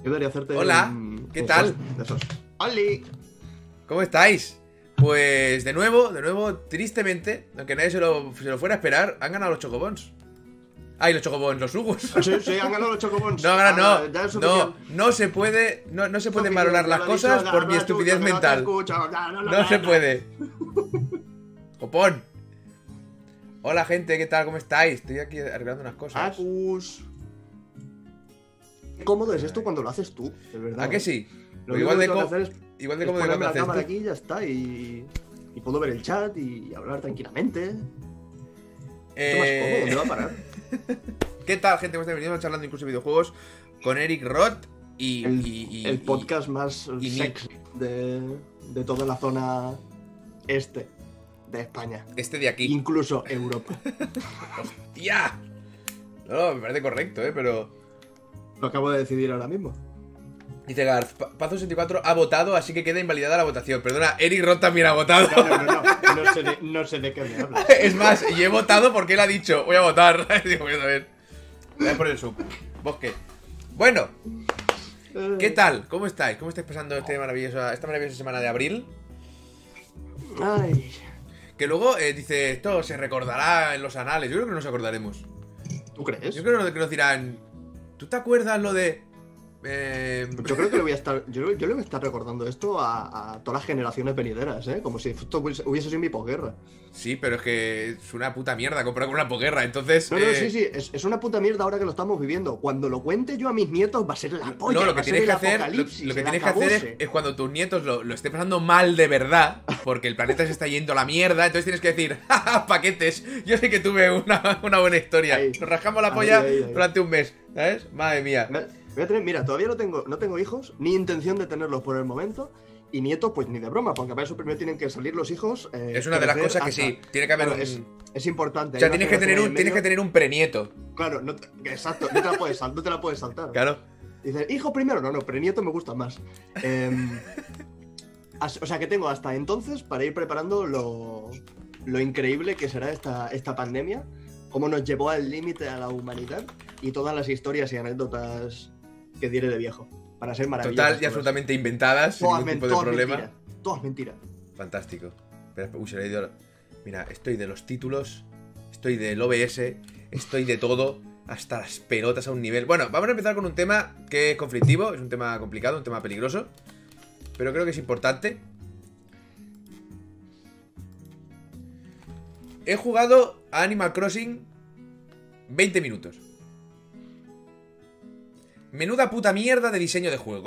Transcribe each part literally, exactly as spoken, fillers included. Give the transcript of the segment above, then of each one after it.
Yo debería hacerte Hola, un... ¿qué un tal? host de esos. ¡Oli! ¿Cómo estáis? Pues de nuevo, de nuevo, tristemente, aunque nadie se lo, se lo fuera a esperar, han ganado los Chocobons. Ay, los Chocobons, los Hugos. Sí, sí, han ganado los Chocobons. No, ahora no, Ah, ya es no, suficiente. no se puede, no, no se pueden Suficiente, valorar ya las lo he cosas dicho, por ya mi lo estupidez escucho, que mental. No, te escucho, ya, no, No se puede. Copón. Hola gente, ¿qué tal? ¿Cómo estáis? Estoy aquí arreglando unas cosas. Acus. Qué cómodo es esto cuando lo haces tú, de verdad. ¿A qué sí? Lo Pues único igual que de, tengo que co- hacer es, igual de es cómodo de ponerme cuando la haces cámara tú. aquí y ya está. Y, y puedo ver el chat y hablar tranquilamente. Esto más cómodo, Eh, ¿dónde va a parar? ¿Qué tal, gente? ¿Cómo estáis? Venimos charlando incluso de videojuegos con Eric Roth y... El, y- y- el y- podcast más y sexy de, de toda la zona este de España. Este de aquí. Incluso Europa. ¡Ya! No, no, me parece correcto, ¿eh? Pero... Lo acabo de decidir ahora mismo. Dice Garth, Pa- Pazo sesenta y cuatro ha votado, así que queda invalidada la votación. Perdona, Eric Roth también ha votado. No, no, no, no. No sé de, no sé de qué me hablas. Es más, y he votado porque él ha dicho, voy a votar. Digo, voy a ver. Voy a poner el sub. Bosque. Bueno, ¿qué tal? ¿Cómo estáis? ¿Cómo estáis pasando este maravilloso, esta maravillosa semana de abril? Ay. Que luego eh, dice, esto se recordará en los anales. Yo creo que no nos acordaremos. ¿Tú crees? Yo creo que nos dirán, ¿tú te acuerdas lo de...? Eh... Yo creo que le voy a estar. Yo, yo le voy a estar recordando esto a, a todas las generaciones venideras, ¿eh? Como si esto hubiese, hubiese sido mi posguerra. Sí, pero es que es una puta mierda comprar con una posguerra, entonces... No, no, eh, sí, sí, es, es una puta mierda ahora que lo estamos viviendo. Cuando lo cuente yo a mis nietos va a ser la polla. No, lo va que a ser tienes el que hacer, lo, apocalipsis, lo que el tienes que hacer es, acabose. es cuando tus nietos lo, lo estén pasando mal de verdad, porque el planeta se está yendo a la mierda, entonces tienes que decir, jaja, paquetes, yo sé que tuve una, una buena historia. Ahí. Nos rascamos la Ahí, polla ahí, ahí. durante un mes, ¿sabes? Madre mía. Voy a tener, mira, todavía no tengo, no tengo hijos, ni intención de tenerlos por el momento. Y nietos, pues ni de broma, porque para eso primero tienen que salir los hijos. eh, Es una de las crecer cosas que hasta- sí, tiene que haber Claro, un... es, es importante. O sea, hay una tienes que, tener generación un, en tienes que medio. tener un prenieto. Claro, no te- exacto, no te la puedes, sal- no te la puedes saltar. Claro. Dices, hijo primero, no, no, prenieto me gusta más. Em, as- o sea que tengo hasta entonces para ir preparando lo, lo increíble que será esta, esta pandemia, cómo nos llevó al límite a la humanidad y todas las historias y anécdotas que diré de viejo. Para ser maravillosas. Total y todas. absolutamente inventadas, sin Todas, ningún men- tipo de todas problema. mentiras. Todas mentiras. Fantástico. Espera, espera, uy, se le ha ido la- Mira, estoy de los títulos, estoy del O B S, estoy de todo, hasta las pelotas a un nivel. Bueno, vamos a empezar con un tema que es conflictivo, es un tema complicado, un tema peligroso, pero creo que es importante. He jugado a Animal Crossing veinte minutos. Menuda puta mierda de diseño de juego.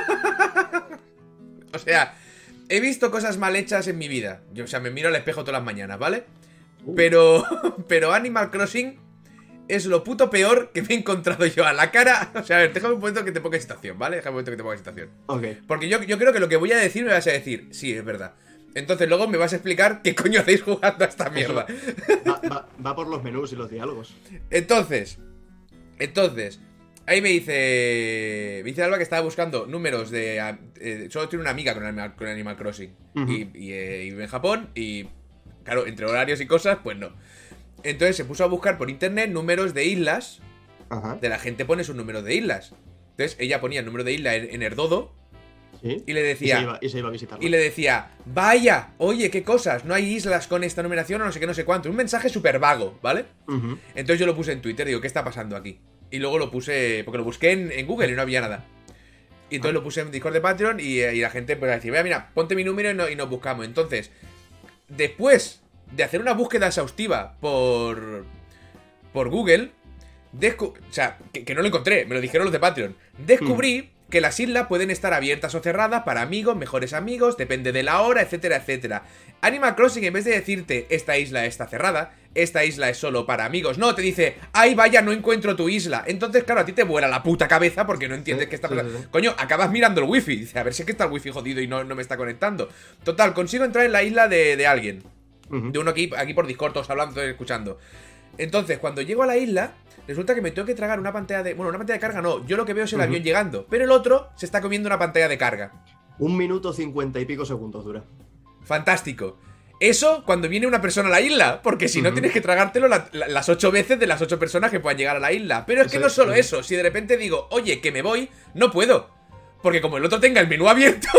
O sea, he visto cosas mal hechas en mi vida. Yo, o sea, me miro al espejo todas las mañanas, ¿vale? Uh. Pero, pero Animal Crossing es lo puto peor que me he encontrado yo a la cara. O sea, a ver, déjame un momento que te ponga en situación, ¿vale? Déjame un momento que te ponga en situación. Ok. Porque yo, yo creo que lo que voy a decir me vas a decir, sí, es verdad. Entonces luego me vas a explicar qué coño hacéis jugando a esta mierda. Va, va- va por los menús y los diálogos. Entonces, entonces, ahí me dice, me dice Alba que estaba buscando números de... eh, solo tiene una amiga con Animal, con Animal Crossing. Ujú. y, y, eh, y vive en Japón y, claro, entre horarios y cosas, pues no. Entonces se puso a buscar por internet números de islas. Ajá. De la gente pone sus números de islas. Entonces ella ponía el número de isla en, en Erdodo ¿Sí? y le Y se, decía... iba, y se iba a visitarlo. Y le decía, vaya, oye, qué cosas, no hay islas con esta numeración o no sé qué, no sé cuánto. Un mensaje súper vago, ¿vale? Ujú. Entonces yo lo puse en Twitter, digo, ¿qué está pasando aquí? Y luego lo puse, porque lo busqué en, en Google y no había nada. Y entonces lo puse en Discord de Patreon y, y la gente pues decía, mira, mira, ponte mi número y, no- y nos buscamos. Entonces, después de hacer una búsqueda exhaustiva por, por Google, descu- o sea, que, que no lo encontré, me lo dijeron los de Patreon, descubrí que las islas pueden estar abiertas o cerradas para amigos, mejores amigos, depende de la hora, etcétera, etcétera. Animal Crossing, en vez de decirte, esta isla está cerrada, esta isla es solo para amigos, no, te dice, ay, vaya, no encuentro tu isla. Entonces, claro, a ti te vuela la puta cabeza porque no entiendes Sí, qué está sí, pasando. sí, sí. Coño, acabas mirando el wifi, dice, a ver si es que está el wifi jodido y no, no me está conectando. Total, consigo entrar en la isla de, de alguien. Ujú. De uno aquí, aquí por Discord, todos hablando, todos escuchando. Entonces, cuando llego a la isla, resulta que me tengo que tragar una pantalla de... Bueno, una pantalla de carga no, yo lo que veo es el Ujú. avión llegando, pero el otro se está comiendo una pantalla de carga. Un minuto cincuenta y pico segundos dura. Fantástico. Eso cuando viene una persona a la isla, porque si no Ujú. tienes que tragártelo la- la- las ocho veces de las ocho personas que puedan llegar a la isla. Pero es que Sí, no solo sí. eso, si de repente digo, oye, que me voy, no puedo. Porque como el otro tenga el menú abierto,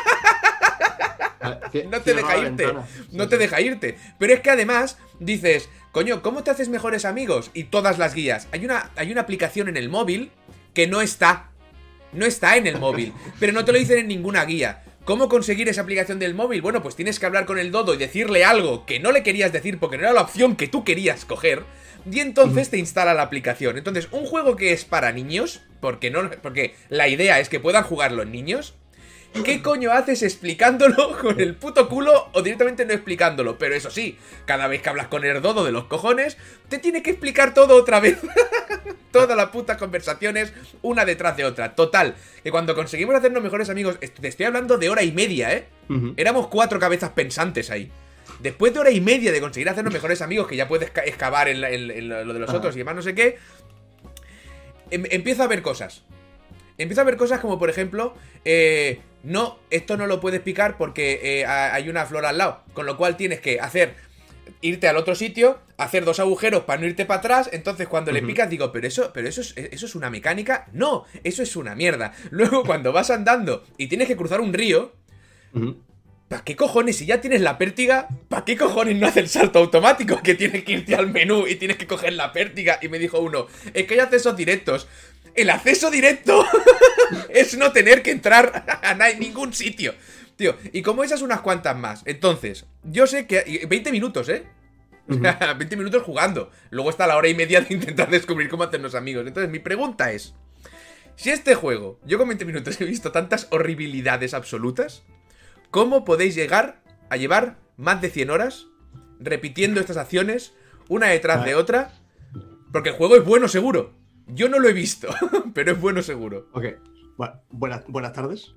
no te deja irte. No te deja irte. Pero es que además dices, coño, ¿cómo te haces mejores amigos? Y todas las guías. Hay una, hay una aplicación en el móvil que no está. No está en el móvil. Pero no te lo dicen en ninguna guía. ¿Cómo conseguir esa aplicación del móvil? Bueno, pues tienes que hablar con el dodo y decirle algo que no le querías decir porque no era la opción que tú querías coger. Y entonces te instala la aplicación. Entonces, un juego que es para niños, porque no, porque la idea es que puedan jugarlo niños. ¿Qué coño haces explicándolo con el puto culo o directamente no explicándolo? Pero eso sí, cada vez que hablas con el dodo de los cojones, te tiene que explicar todo otra vez. Todas las putas conversaciones, una detrás de otra. Total, que cuando conseguimos hacernos mejores amigos, te estoy hablando de hora y media, ¿eh? Ujú. Éramos cuatro cabezas pensantes ahí. Después de hora y media de conseguir hacernos mejores amigos, que ya puedes ca- excavar en, la- en- en lo de los Ajá. otros y demás, no sé qué, em- empiezo a ver cosas. Empiezo a ver cosas como, por ejemplo, eh, no, esto no lo puedes picar porque eh, ha- hay una flor al lado. Con lo cual tienes que hacer, irte al otro sitio, hacer dos agujeros para no irte para atrás. Entonces cuando le Ujú. picas digo, pero eso, pero eso es, eso es una mecánica. No, eso es una mierda. Luego cuando vas andando y tienes que cruzar un río, Ujú. ¿para qué cojones? Si ya tienes la pértiga, ¿para qué cojones no hace el salto automático? Que tienes que irte al menú y tienes que coger la pértiga. Y me dijo uno, es que hay accesos directos. El acceso directo es no tener que entrar a na- ningún sitio. Tío, y como esas unas cuantas más. Entonces, yo sé que... y veinte minutos, ¿eh? O sea, veinte minutos jugando. Luego está la hora y media de intentar descubrir cómo hacernos amigos. Entonces, mi pregunta es... Si este juego, yo con veinte minutos he visto tantas horribilidades absolutas, ¿cómo podéis llegar a llevar más de cien horas repitiendo estas acciones una detrás Vale. de otra? Porque el juego es bueno seguro. Yo no lo he visto, pero es bueno seguro. Ok. Bueno, buenas, buenas tardes.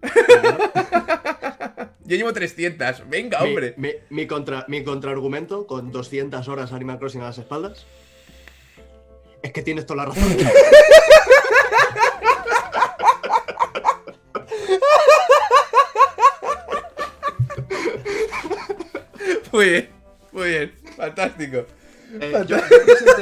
Yo llevo trescientas. Venga, Mi- hombre. Mi, mi contra, mi contraargumento, con doscientas horas Animal Crossing a las espaldas, es que tienes toda la razón. Muy bien, muy bien. Fantástico. Eh, yo, yo presenté-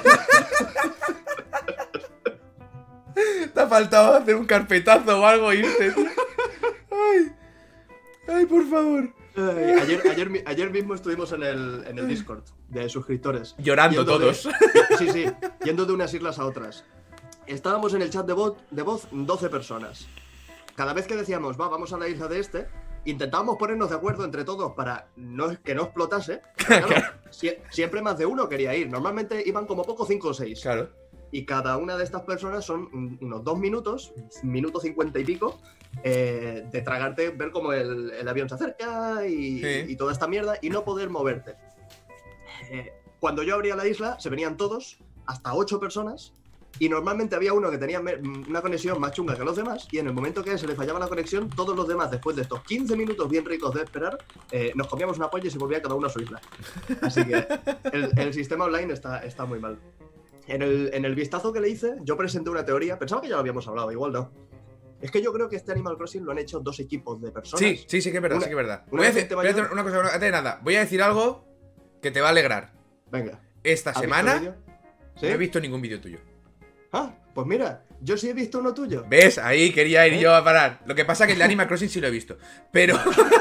Te ha faltado hacer un carpetazo o algo e irte, tío. Ay. Ay, por favor. Ay, ayer, ayer, mi- ayer mismo estuvimos en el, en el Discord de suscriptores. Llorando Yendo de- todos. sí, sí, yendo de unas islas a otras. Estábamos en el chat de, bot, de voz doce personas. Cada vez que decíamos, va, vamos a la isla de este, intentábamos ponernos de acuerdo entre todos para no, que no explotase. Pero claro, sie- siempre más de uno quería ir. Normalmente iban como poco cinco o seis. Claro. Y cada una de estas personas son un- unos dos minutos, minuto cincuenta y pico, eh, de tragarte, ver cómo el, el avión se acerca y, Sí. y toda esta mierda y no poder moverte. Eh, cuando yo abría la isla, se venían todos, hasta ocho personas, y normalmente había uno que tenía me- una conexión más chunga que los demás, y en el momento que se le fallaba la conexión, todos los demás, después de estos quince minutos bien ricos de esperar, eh, nos comíamos una polla y se volvía cada uno a su isla. Así que el, el sistema online está, está muy mal. En el, en el vistazo que le hice, yo presenté una teoría, pensaba que ya lo habíamos hablado, igual no. Es que yo creo que este Animal Crossing lo han hecho dos equipos de personas. Sí, sí, sí que es verdad, Una- sí que es verdad. una Voy a, decir, gente voy a mayor- hacer una cosa, antes de nada. Voy a decir algo que te va a alegrar. Venga. Esta ¿has visto el semana vídeo? ¿Sí? no he visto ningún vídeo tuyo. Ah, pues mira, yo sí he visto uno tuyo. ¿Ves? Ahí quería ir ¿Eh? yo a parar. Lo que pasa es que el de Animal Crossing sí lo he visto. Pero...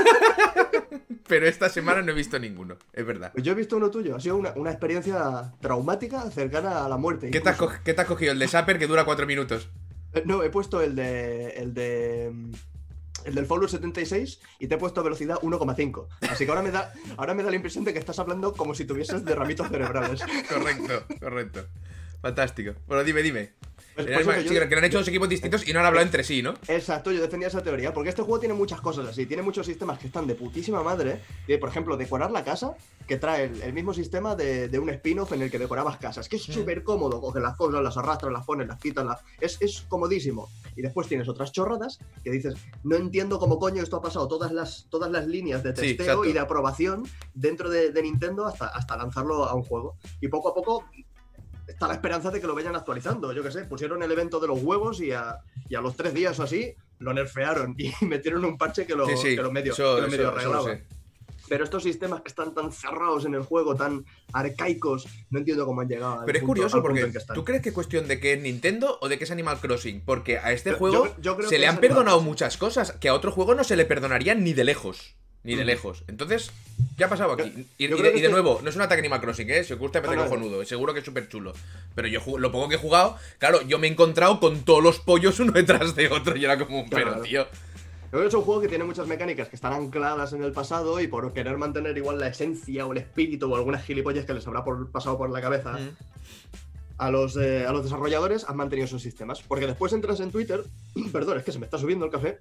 pero esta semana no he visto ninguno. Es verdad. Pues yo he visto uno tuyo. Ha sido una, una experiencia traumática cercana a la muerte. ¿Qué te, has incluso. co- qué te has cogido? El de Sapper que dura cuatro minutos. Eh, No, he puesto el de. el de. mm, El del Fallout setenta y seis y te he puesto velocidad uno coma cinco. Así que ahora me da ahora me da la impresión de que estás hablando como si tuvieses derramitos cerebrales. Correcto, correcto. Fantástico. Bueno, dime, dime. Pues- El pues Animal- eso, sí, yo- que lo han hecho dos equipos distintos y no han hablado entre sí, ¿no? Exacto, yo defendía esa teoría, porque este juego tiene muchas cosas así, tiene muchos sistemas que están de putísima madre, de, por ejemplo, decorar la casa, que trae el, el mismo sistema de, de un spin-off en el que decorabas casas, que es súper cómodo, coges las cosas, las arrastras, las pones, las quitas, las... Es, es comodísimo. Y después tienes otras chorradas que dices, no entiendo cómo coño esto ha pasado todas las, todas las líneas de Sí, testeo exacto. y de aprobación dentro de, de Nintendo hasta, hasta lanzarlo a un juego. Y poco a poco está la esperanza de que lo vayan actualizando. Yo qué sé, pusieron el evento de los huevos y a, y a los tres días o así lo nerfearon y metieron un parche que lo, Sí, sí. que lo medio, eso, que lo medio eso- eso lo arreglaba. sé. Pero estos sistemas que están tan cerrados en el juego, tan arcaicos, no entiendo cómo han llegado al Pero es punto, curioso al punto porque en que están. ¿tú crees que es cuestión de que es Nintendo o de que es Animal Crossing? Porque a este Yo- juego yo- yo creo se que le es han Animal perdonado Crossing. muchas cosas que a otro juego no se le perdonarían ni de lejos. Ni de Mm. lejos. Entonces, ¿qué ha pasado aquí? Yo- y, yo y creo de, que y de este- nuevo, no es un ataque Animal Crossing, ¿eh? Si os gusta, me parece No, no, cojonudo. y Seguro que es súper chulo. Pero yo ju- lo poco que he jugado, claro, yo me he encontrado con todos los pollos uno detrás de otro y era como un Claro. pero, tío. Yo creo que es un juego que tiene muchas mecánicas que están ancladas en el pasado y por querer mantener igual la esencia o el espíritu o algunas gilipollas que les habrá por- pasado por la cabeza Mm. a, los, eh, a los desarrolladores, han mantenido esos sistemas. Porque después entras en Twitter... Perdón, es que se me está subiendo el café.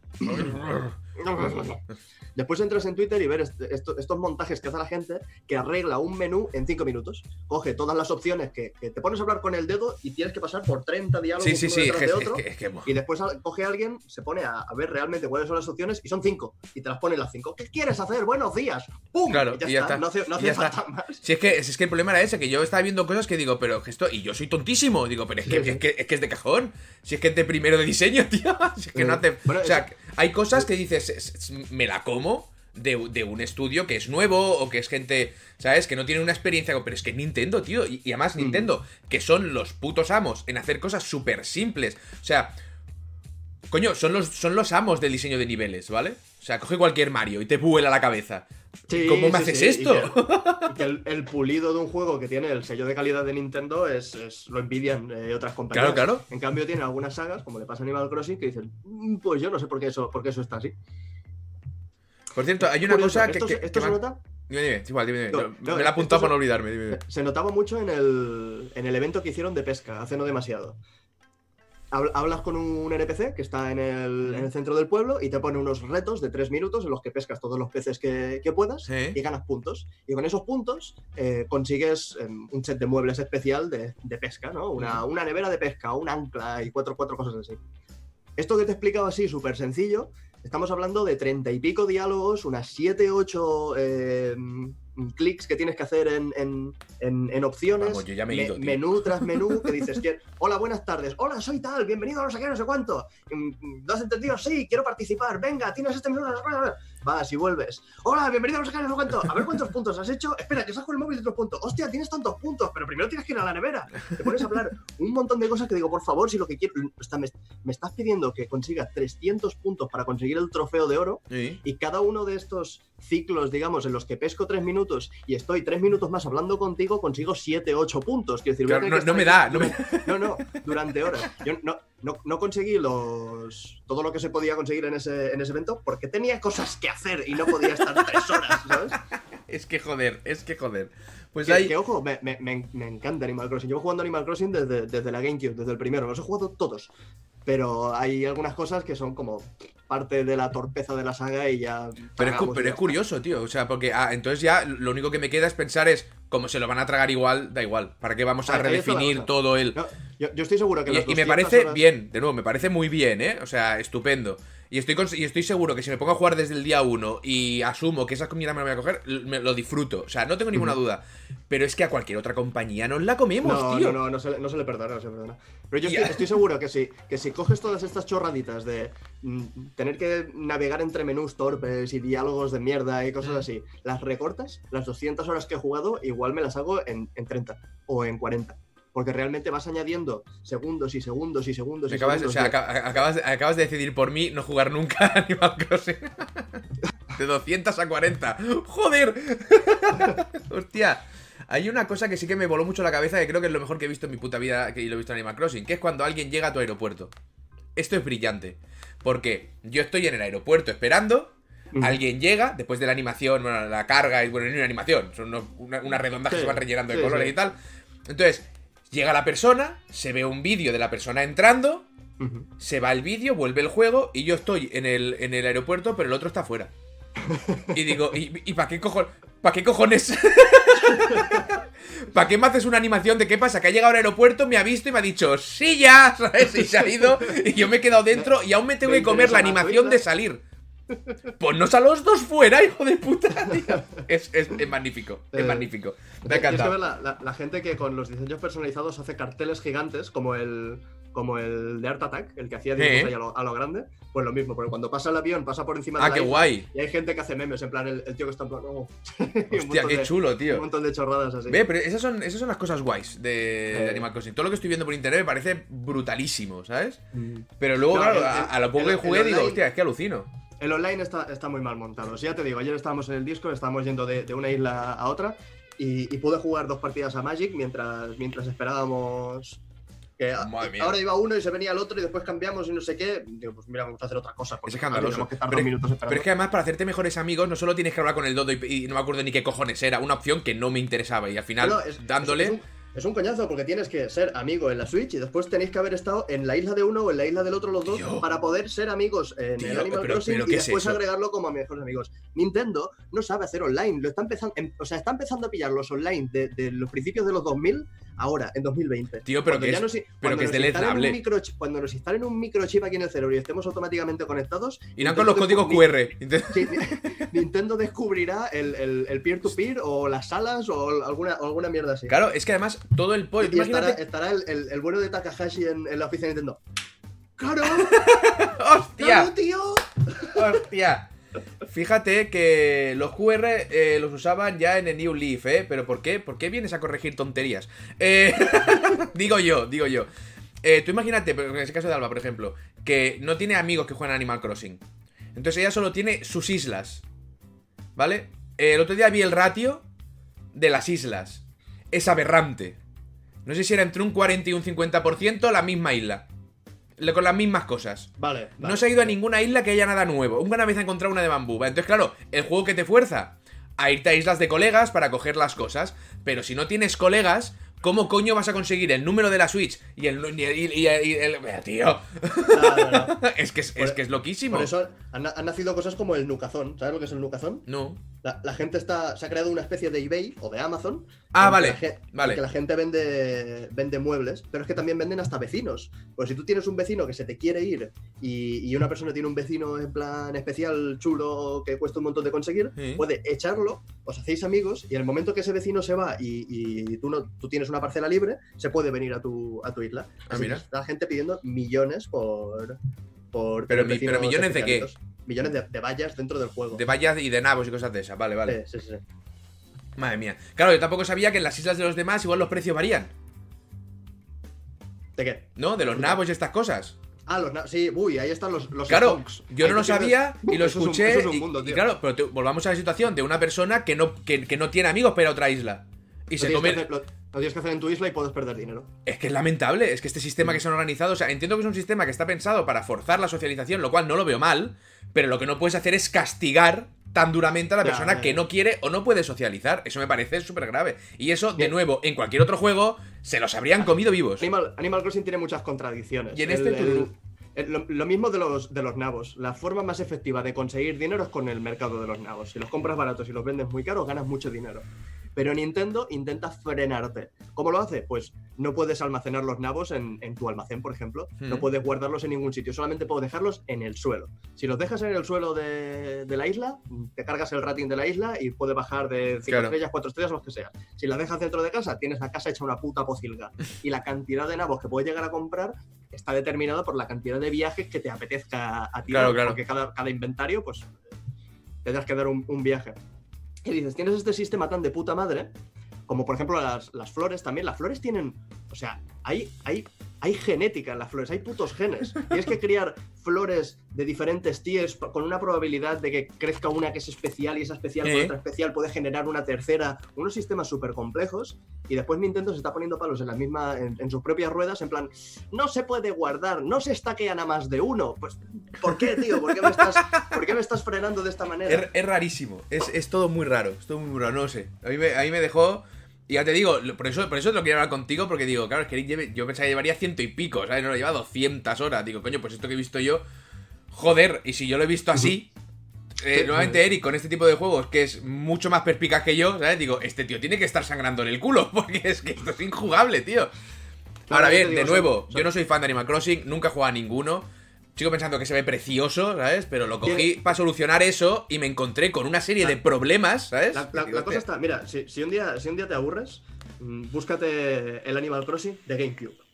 Después entras en Twitter y ver est- esto- estos montajes que hace la gente que arregla un menú en cinco minutos. Coge todas las opciones que, que te pones a hablar con el dedo y tienes que pasar por treinta diálogos Sí, sí, uno sí. Es detrás que, de es otro. que- es que- buah. Y después a- coge a alguien, se pone a, a ver realmente cuáles son las opciones y son cinco. Y te las pone las cinco. ¿Qué quieres hacer? Buenos días. ¡Pum! Claro, y ya, y ya está. está. No hace, no Y hace ya falta está. más. Si es que, si es que el problema era ese, que yo estaba viendo cosas que digo, pero que esto, y yo soy tontísimo, digo, pero es que, Sí, sí. Es, que es que es de cajón. Si es que es de primero de diseño, tío. Si es que Sí. no hace. Bueno, o sea, eso- hay cosas que dices, "Es- es- me la como de, de un estudio que es nuevo o que es gente, ¿sabes? Que no tiene una experiencia. Pero es que Nintendo, tío. Y, y además, Mm. Nintendo, que son los putos amos en hacer cosas súper simples. O sea. Coño, son los, son los amos del diseño de niveles, ¿vale? O sea, coge cualquier Mario y te vuela la cabeza. Sí, ¿Cómo me sí, haces sí, y esto? que- Y que, el, el pulido de un juego que tiene el sello de calidad de Nintendo es, es- lo envidian eh, otras compañías. Claro, claro. En cambio, tiene algunas sagas, como le pasa a Animal Crossing, que dicen, "Mm, pues yo no sé por qué eso, por qué eso está así. Por cierto, hay una Curioso, cosa que. esto, que- se- esto que se me ha- nota. Dime, dime, es igual, dime, dime. No, Yo- no, me la he esto apuntado se- para no olvidarme, dime, dime. Se notaba mucho en el, en el evento que hicieron de pesca, hace no demasiado. Habl- Hablas con un N P C que está en el, en el centro del pueblo y te pone unos retos de tres minutos en los que pescas todos los peces que, que puedas Sí. y ganas puntos. Y con esos puntos eh, consigues eh, un set de muebles especial de, de pesca, ¿no? Una, una nevera de pesca, un ancla y cuatro, cuatro cosas así. Esto que te he explicado así, súper sencillo, estamos hablando de treinta y pico diálogos, unas siete, ocho eh, clics que tienes que hacer en, en, en- en opciones, Vamos, yo ya me he me- ido, tío. menú tras menú, que dices, que, hola, buenas tardes, hola, soy tal, bienvenido a no sé qué, no sé cuánto, Mm, ¿lo has entendido? Sí, quiero participar, venga, tienes este menú, vas y vuelves, hola, bienvenido a no sé qué, no sé cuánto, a ver cuántos puntos has hecho, espera, que saco el móvil de otros puntos, hostia, tienes tantos puntos, pero primero tienes que ir a la nevera, te pones a hablar un montón de cosas que digo, por favor, si lo que quiero, o sea, me, me estás pidiendo que consiga trescientos puntos para conseguir el trofeo de oro, Sí. y cada uno de estos ciclos, digamos, en los que pesco tres minutos y estoy tres minutos más hablando contigo, consigo siete, ocho puntos. Quiero decir, voy a Claro, tener no, que no me estar da, aquí no me durante- no, no, durante horas. Yo no, no, no conseguí los todo lo que se podía conseguir en ese, en ese evento porque tenía cosas que hacer y no podía estar tres horas, ¿sabes? Es que joder, es que joder. Pues Que, hay. que, ojo, me, me- me- me encanta Animal Crossing. Llevo jugando Animal Crossing desde, desde la GameCube, desde el primero. Los he jugado todos. Pero hay algunas cosas que son como parte de la torpeza de la saga y ya. Pero es, cu- tragamos pero y es ya curioso, tío. O sea, porque ah, entonces ya lo único que me queda es pensar es, como se lo van a tragar igual, da igual. ¿Para qué vamos a Ahí- ahí está la redefinir cosa. todo el. No, yo, yo estoy seguro que Y, las y me doscientas parece horas- bien, de nuevo, me parece muy bien, ¿eh? O sea, estupendo. Y estoy, cons- y estoy seguro que si me pongo a jugar desde el día uno y asumo que esa comida me la voy a coger, l- me lo disfruto. O sea, no tengo ninguna Ujú. duda. Pero es que a cualquier otra compañía nos la comemos, No, tío. no, no, no se, le- no se le perdona, no se le perdona. Pero yo Ya. estoy, estoy seguro que si, que si coges todas estas chorraditas de mm, tener que navegar entre menús torpes y diálogos de mierda y cosas Mm. así, las recortas, las doscientas horas que he jugado, igual me las hago en, en treinta o en cuarenta. Porque realmente vas añadiendo segundos y segundos y segundos Me y acabas, o segundos. sea, de- aca- acabas, acabas de decidir por mí no jugar nunca a Animal Crossing. De doscientas a cuarenta. ¡Joder! Hostia. Hay una cosa que sí que me voló mucho la cabeza, que creo que es lo mejor que he visto en mi puta vida, que lo he visto en Animal Crossing, que es cuando alguien llega a tu aeropuerto. Esto es brillante. Porque yo estoy en el aeropuerto esperando, Ujú. alguien llega, después de la animación, bueno, la carga, y bueno, no es una animación, son unos- una- unas redondas que Sí, se van rellenando de sí, colores sí. y tal. Entonces, llega la persona, se ve un vídeo de la persona entrando, Ujú. se va el vídeo, vuelve el juego y yo estoy en el, en el aeropuerto, pero el otro está fuera. Y digo, ¿y, y para qué cojones? ¿Para qué cojones? ¿Para qué me haces una animación de qué pasa? Que ha llegado al aeropuerto, me ha visto y me ha dicho, sí ya, ¿sabes? Y se ha ido y yo me he quedado dentro y aún me tengo Me que comer la interesa más animación tu de isla. salir. Ponnos a los dos fuera, hijo de puta, tío. Es, es, es magnífico, es Eh, magnífico. Me ha Tienes que ver encantado. la, la- la gente que con los diseños personalizados hace carteles gigantes, como el, como el de Art Attack, el que hacía dibujos ¿Eh? ahí a lo, a lo grande, pues lo mismo, porque cuando pasa el avión pasa por encima de Ah, la qué isla, guay. y hay gente que hace memes, en plan, el, el tío que está en plan, oh. Hostia, qué de, chulo, tío. Un montón de chorradas así. Ve, pero esas son, esas son las cosas guays de, Eh. de Animal Crossing. Todo lo que estoy viendo por internet me parece brutalísimo, ¿sabes? Mm. Pero luego, No, claro, el- a, el- a lo poco el- que jugué, el digo, online- hostia, es que alucino. El online está, está muy mal montado. O sea, ya te digo, ayer estábamos en el Discord, estábamos yendo de, de una isla a otra y, y pude jugar dos partidas a Magic mientras, mientras esperábamos. Que a- Madre mía. ahora iba uno y se venía el otro y después cambiamos y no sé qué. Digo, pues mira, vamos a hacer otra cosa. Porque Es escandaloso. tenemos que estar Pero dos es- minutos esperando. Pero es que además, para hacerte mejores amigos, no solo tienes que hablar con el Dodo y, y no me acuerdo ni qué cojones era, una opción que no me interesaba. Y al final, No, es- dándole. Es, es, un, es un coñazo porque tienes que ser amigo en la Switch y después tenéis que haber estado en la isla de uno o en la isla del otro los dos Tío. para poder ser amigos en Tío, el Animal pero- Crossing pero y ¿qué es después eso? agregarlo como mejores amigos. Nintendo no sabe hacer online, lo está empezando, em- o sea, está empezando a pillar los online de, de los principios de los dos mil ahora, en dos mil veinte. Tío, pero Cuando que ya es- nos i- pero cuando que es nos instalen un deleznable. microchi- Cuando nos instalen un microchip aquí en el cerebro y estemos automáticamente conectados. Irán con los códigos descubri- Q R. Sí, Nintendo descubrirá el, el, el peer-to-peer o las salas o alguna, o alguna mierda así. Claro, es que además, todo el pollo. Y estará, Imagínate. estará el, el, el bueno de Takahashi en, en la oficina de Nintendo. ¡Claro! ¡Hostia! ¡Claro, tío! ¡Hostia! Fíjate que los Q R eh, los usaban ya en el New Leaf, ¿eh? ¿Pero por qué? ¿Por qué vienes a corregir tonterías? Eh, digo yo, digo yo. Eh, tú imagínate, pero en ese caso de Alba, por ejemplo, que no tiene amigos que juegan a Animal Crossing. Entonces ella solo tiene sus islas. ¿Vale? Eh, el otro día vi el ratio de las islas. Es aberrante. No sé si era entre un cuarenta y un cincuenta por ciento la misma isla. Le- Con las mismas cosas. Vale, vale. No se ha ido a ninguna isla que haya nada nuevo. Una vez ha encontrado una de bambú. ¿Vale? Entonces, claro, el juego que te fuerza a irte a islas de colegas para coger las cosas. Pero si no tienes colegas, ¿cómo coño vas a conseguir el número de la Switch? Y el... Y, y- y- y el eh, tío. Claro, claro. es, que es, Por- es que es loquísimo. Por eso han, han nacido cosas como el Nucazón. ¿Sabes lo que es el Nucazón? No. La, la gente está, se ha creado una especie de eBay o de Amazon. Ah, en vale, que la ge- en vale. que la gente vende, vende muebles, pero es que también venden hasta vecinos. Pues si tú tienes un vecino que se te quiere ir y, y una persona tiene un vecino en plan especial, chulo, que cuesta un montón de conseguir, Sí. puede echarlo, os hacéis amigos y en el momento que ese vecino se va y, y tú, no, tú tienes una parcela libre, se puede venir a tu, a tu isla. Ah, Así mira. que está gente pidiendo millones por... por Pero tener mi- pero vecinos ¿millones de qué? especialitos. Millones de, de vallas dentro del juego. De vallas y de nabos y cosas de esas. Vale, vale. Sí, sí, sí. Madre mía. Claro, yo tampoco sabía que en las islas de los demás igual los precios varían. ¿De qué? ¿No? De los nabos y estas cosas. Ah, los na- sí, uy, ahí están los, los Claro, stonks. yo Ahí no lo te pierdes. sabía y lo Eso es un- escuché. eso es un y- mundo, y, tío. claro, pero te- volvamos a la situación de una persona que no, que, que no tiene amigos para ir a otra isla. Y Lo se tienes, come. que hacer, lo, lo tienes que hacer en tu isla y puedes perder dinero. Es que es lamentable, es que este sistema que se han organizado, o sea, entiendo que es un sistema que está pensado para forzar la socialización, lo cual no lo veo mal, pero lo que no puedes hacer es castigar tan duramente a la Ya, persona ya. que no quiere o no puede socializar. Eso me parece súper grave. Y eso, de Bien. nuevo, en cualquier otro juego, se los habrían comido vivos. Animal, Animal Crossing tiene muchas contradicciones. Y en este, tururú. el- lo, lo mismo de los, de los nabos. La forma más efectiva de conseguir dinero es con el mercado de los nabos. Si los compras baratos y los vendes muy caros, ganas mucho dinero. Pero Nintendo intenta frenarte. ¿Cómo lo hace? Pues no puedes almacenar los nabos en, en tu almacén, por ejemplo. Hmm. No puedes guardarlos en ningún sitio. Solamente puedes dejarlos en el suelo. Si los dejas en el suelo de, de la isla, te cargas el rating de la isla y puede bajar de cinco Claro. estrellas, cuatro estrellas, lo que sea. Si las dejas dentro de casa, tienes la casa hecha una puta pocilga. Y la cantidad de nabos que puedes llegar a comprar está determinada por la cantidad de viajes que te apetezca a ti. Claro, claro. Porque cada, cada inventario, pues, tendrás que dar un, un viaje. Y dices, tienes este sistema tan de puta madre, como por ejemplo las, las flores también. Las flores tienen, o sea, hay, hay, hay genética en las flores, hay putos genes. Tienes que criar flores de diferentes tiers con una probabilidad de que crezca una que es especial y esa especial con Eh. otra especial puede generar una tercera. Unos sistemas súper complejos y después Nintendo se está poniendo palos en, la misma, en, en sus propias ruedas en plan, no se puede guardar, no se estaquean a más de uno. Pues, ¿por qué, tío? ¿Por qué me estás, ¿por qué me estás frenando de esta manera? Es, es rarísimo, es, es todo muy raro, es todo muy raro, no sé. A mí me, a mí me dejó. Y ya te digo, lo- por eso, por eso te lo quiero hablar contigo, porque digo, claro, es que lleve- yo pensaba que llevaría ciento y pico, ¿sabes? No lo lleva doscientas horas. Digo, coño, pues esto que he visto yo, joder, y si yo lo he visto así, eh, Sí. nuevamente Eric, con este tipo de juegos, que es mucho más perspicaz que yo, ¿sabes? Digo, este tío tiene que estar sangrando en el culo, porque es que esto es injugable, tío. Claro, Ahora yo te bien, digo, de son- nuevo, son- yo no soy fan de Animal Crossing, nunca he jugado a ninguno. Sigo pensando que se ve precioso, ¿sabes? Pero lo cogí Tiene- para solucionar eso y me encontré con una serie de problemas, ¿sabes? La, la- Digo, la cosa hostia. está, mira, si, si un día, si un día te aburres, mm, búscate el Animal Crossing de GameCube, ¿vale?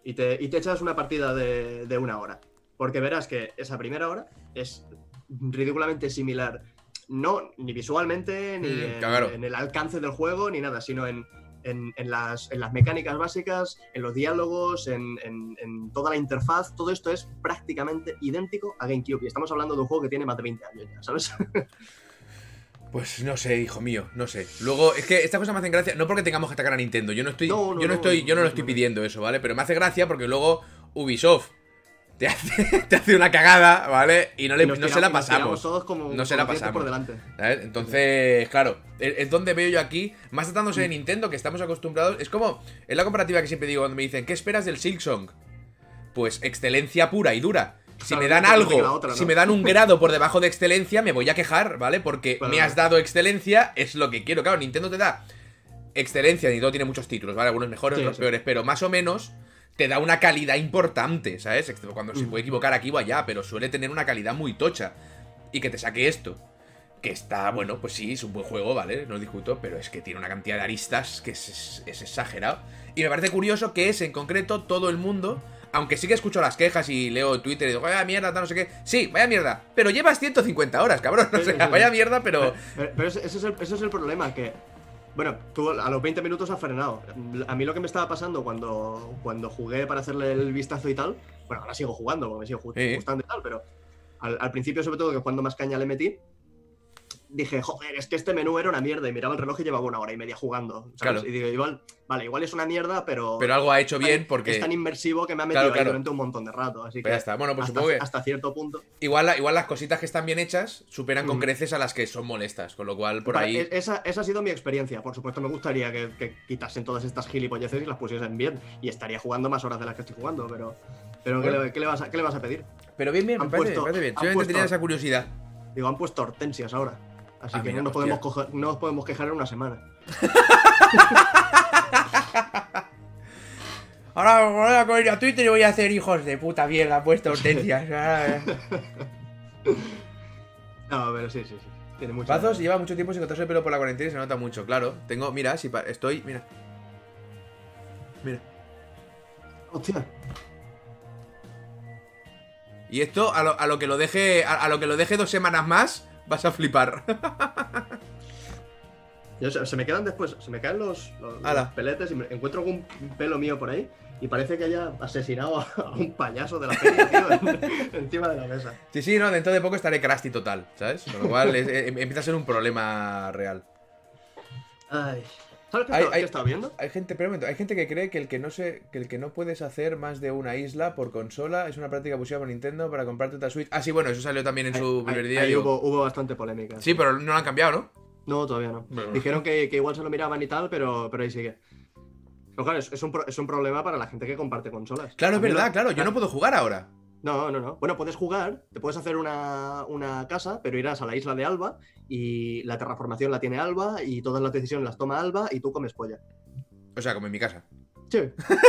y te, y te echas una partida de, de una hora. Porque verás que esa primera hora es ridículamente similar, no ni visualmente, ni Mm, en, claro. en el alcance del juego, ni nada, sino en, en, en, las, en las mecánicas básicas, en los diálogos, en, en, en toda la interfaz. Todo esto es prácticamente idéntico a GameCube. Y estamos hablando de un juego que tiene más de veinte años ya, ¿sabes? Pues no sé, hijo mío, no sé. Luego, es que estas cosas me hacen gracia, no porque tengamos que atacar a Nintendo, yo no estoy, No, no, yo no no, estoy, yo no lo estoy no. pidiendo eso, ¿vale? Pero me hace gracia porque luego Ubisoft te hace, te hace una cagada, ¿vale? Y no, le, Y nos no tiramos- se la y nos tiramos pasamos. todos como, No se como la dientes pasamos. por delante. ¿Sabes? Entonces, claro, es, es donde veo yo aquí, más tratándose de Nintendo, que estamos acostumbrados. Es como, es la comparativa que siempre digo cuando me dicen, ¿qué esperas del Silksong? Pues excelencia pura y dura. Si Claro, me dan una cosa que algo, la otra, ¿no? si me dan un grado por debajo de excelencia, me voy a quejar, ¿vale? Porque Claro. me has dado excelencia, es lo que quiero. Claro, Nintendo te da excelencia, Nintendo tiene muchos títulos, ¿vale? Algunos mejores, Sí, otros sí. peores, pero más o menos te da una calidad importante, ¿sabes? Excepto cuando se Mm. puede equivocar aquí o allá, pero suele tener una calidad muy tocha. Y que te saque esto, que está, bueno, pues sí, es un buen juego, ¿vale? No lo discuto, pero es que tiene una cantidad de aristas que es, es, es exagerado. Y me parece curioso que ese en concreto, todo el mundo, aunque sí que escucho las quejas y leo Twitter y digo, vaya mierda, tal, no sé qué. Sí, vaya mierda, pero llevas ciento cincuenta horas, cabrón. O Sí, sí, sea, sí. vaya mierda, pero... Pero, pero ese, ese es el, ese es el problema, que... Bueno, tú a los veinte minutos has frenado. A mí lo que me estaba pasando cuando, cuando jugué para hacerle el vistazo y tal... Bueno, ahora sigo jugando, porque me sigo ju- Sí. gustando y tal, pero... Al, al principio, sobre todo, que cuando más caña le metí... Dije, joder, es que este menú era una mierda. Y miraba el reloj y llevaba una hora y media jugando, ¿sabes? Claro. Y digo, igual... Vale, igual es una mierda, pero... Pero algo ha hecho es tan- bien porque... Es tan inmersivo que me ha metido Claro, ahí claro. durante un montón de rato. Así Pues que... ya está. Bueno, pues hasta, supongo que... hasta cierto punto... Igual, la- igual las cositas que están bien hechas superan con Mm. creces a las que son molestas. Con lo cual, por Vale, ahí... e- esa, esa ha sido mi experiencia. Por supuesto, me gustaría que, que quitasen todas estas gilipolleces y las pusiesen bien. Y estaría jugando más horas de las que estoy jugando, pero. Pero ¿qué, Bueno. le, qué le vas a, qué le vas a pedir? Pero bien, bien, me Han parece, puesto- me parece bien. han Simplemente puesto- tenía esa curiosidad. Digo, han puesto hortensias ahora. Así Ah, que mira, no, nos hostia. podemos coger- no nos podemos quejar en una semana. Ahora voy a coger a Twitter y voy a hacer hijos de puta mierda, ha puesto hortensias. No, pero sí, sí, sí. Tiene mucho. Pazos lleva mucho tiempo sin cortarse el pelo por la cuarentena y se nota mucho, claro. Tengo, mira, si pa- estoy, mira. Mira. Hostia. Y esto, a lo, a lo que lo deje, a, a lo que lo deje dos semanas más, vas a flipar. Yo- se, se me quedan después, se me caen los, los, los Ala. peletes y me encuentro algún pelo mío por ahí y parece que haya asesinado a, a un payaso de la feria, tío, en- encima de la mesa. Sí, sí, no, dentro de poco estaré crusty total, ¿sabes? Con lo cual es- eh, empieza a ser un problema real. Ay. ¿Sabes qué, Hay- he estado- hay- qué he estado viendo? Hay gente, pero un momento, hay gente que cree que el que no se, que el que no puedes hacer más de una isla por consola es una práctica abusiva por Nintendo para comprarte otra Switch. Ah, sí, bueno, eso salió también en su Ahí- primer ahí- día. ahí y yo- hubo, hubo bastante polémica. Sí, pero no lo han cambiado, ¿no? No, todavía no. Bueno. Dijeron que, que igual se lo miraban y tal, pero, pero ahí sigue. Pero claro, es, es un pro- es un problema para la gente que comparte consolas. Claro, A es mí verdad, lo- claro, yo no puedo jugar ahora. No, no, no. Bueno, puedes jugar, te puedes hacer una, una casa, pero irás a la isla de Alba y la terraformación la tiene Alba y todas las decisiones las toma Alba y tú comes polla. O sea, como en mi casa. Sí.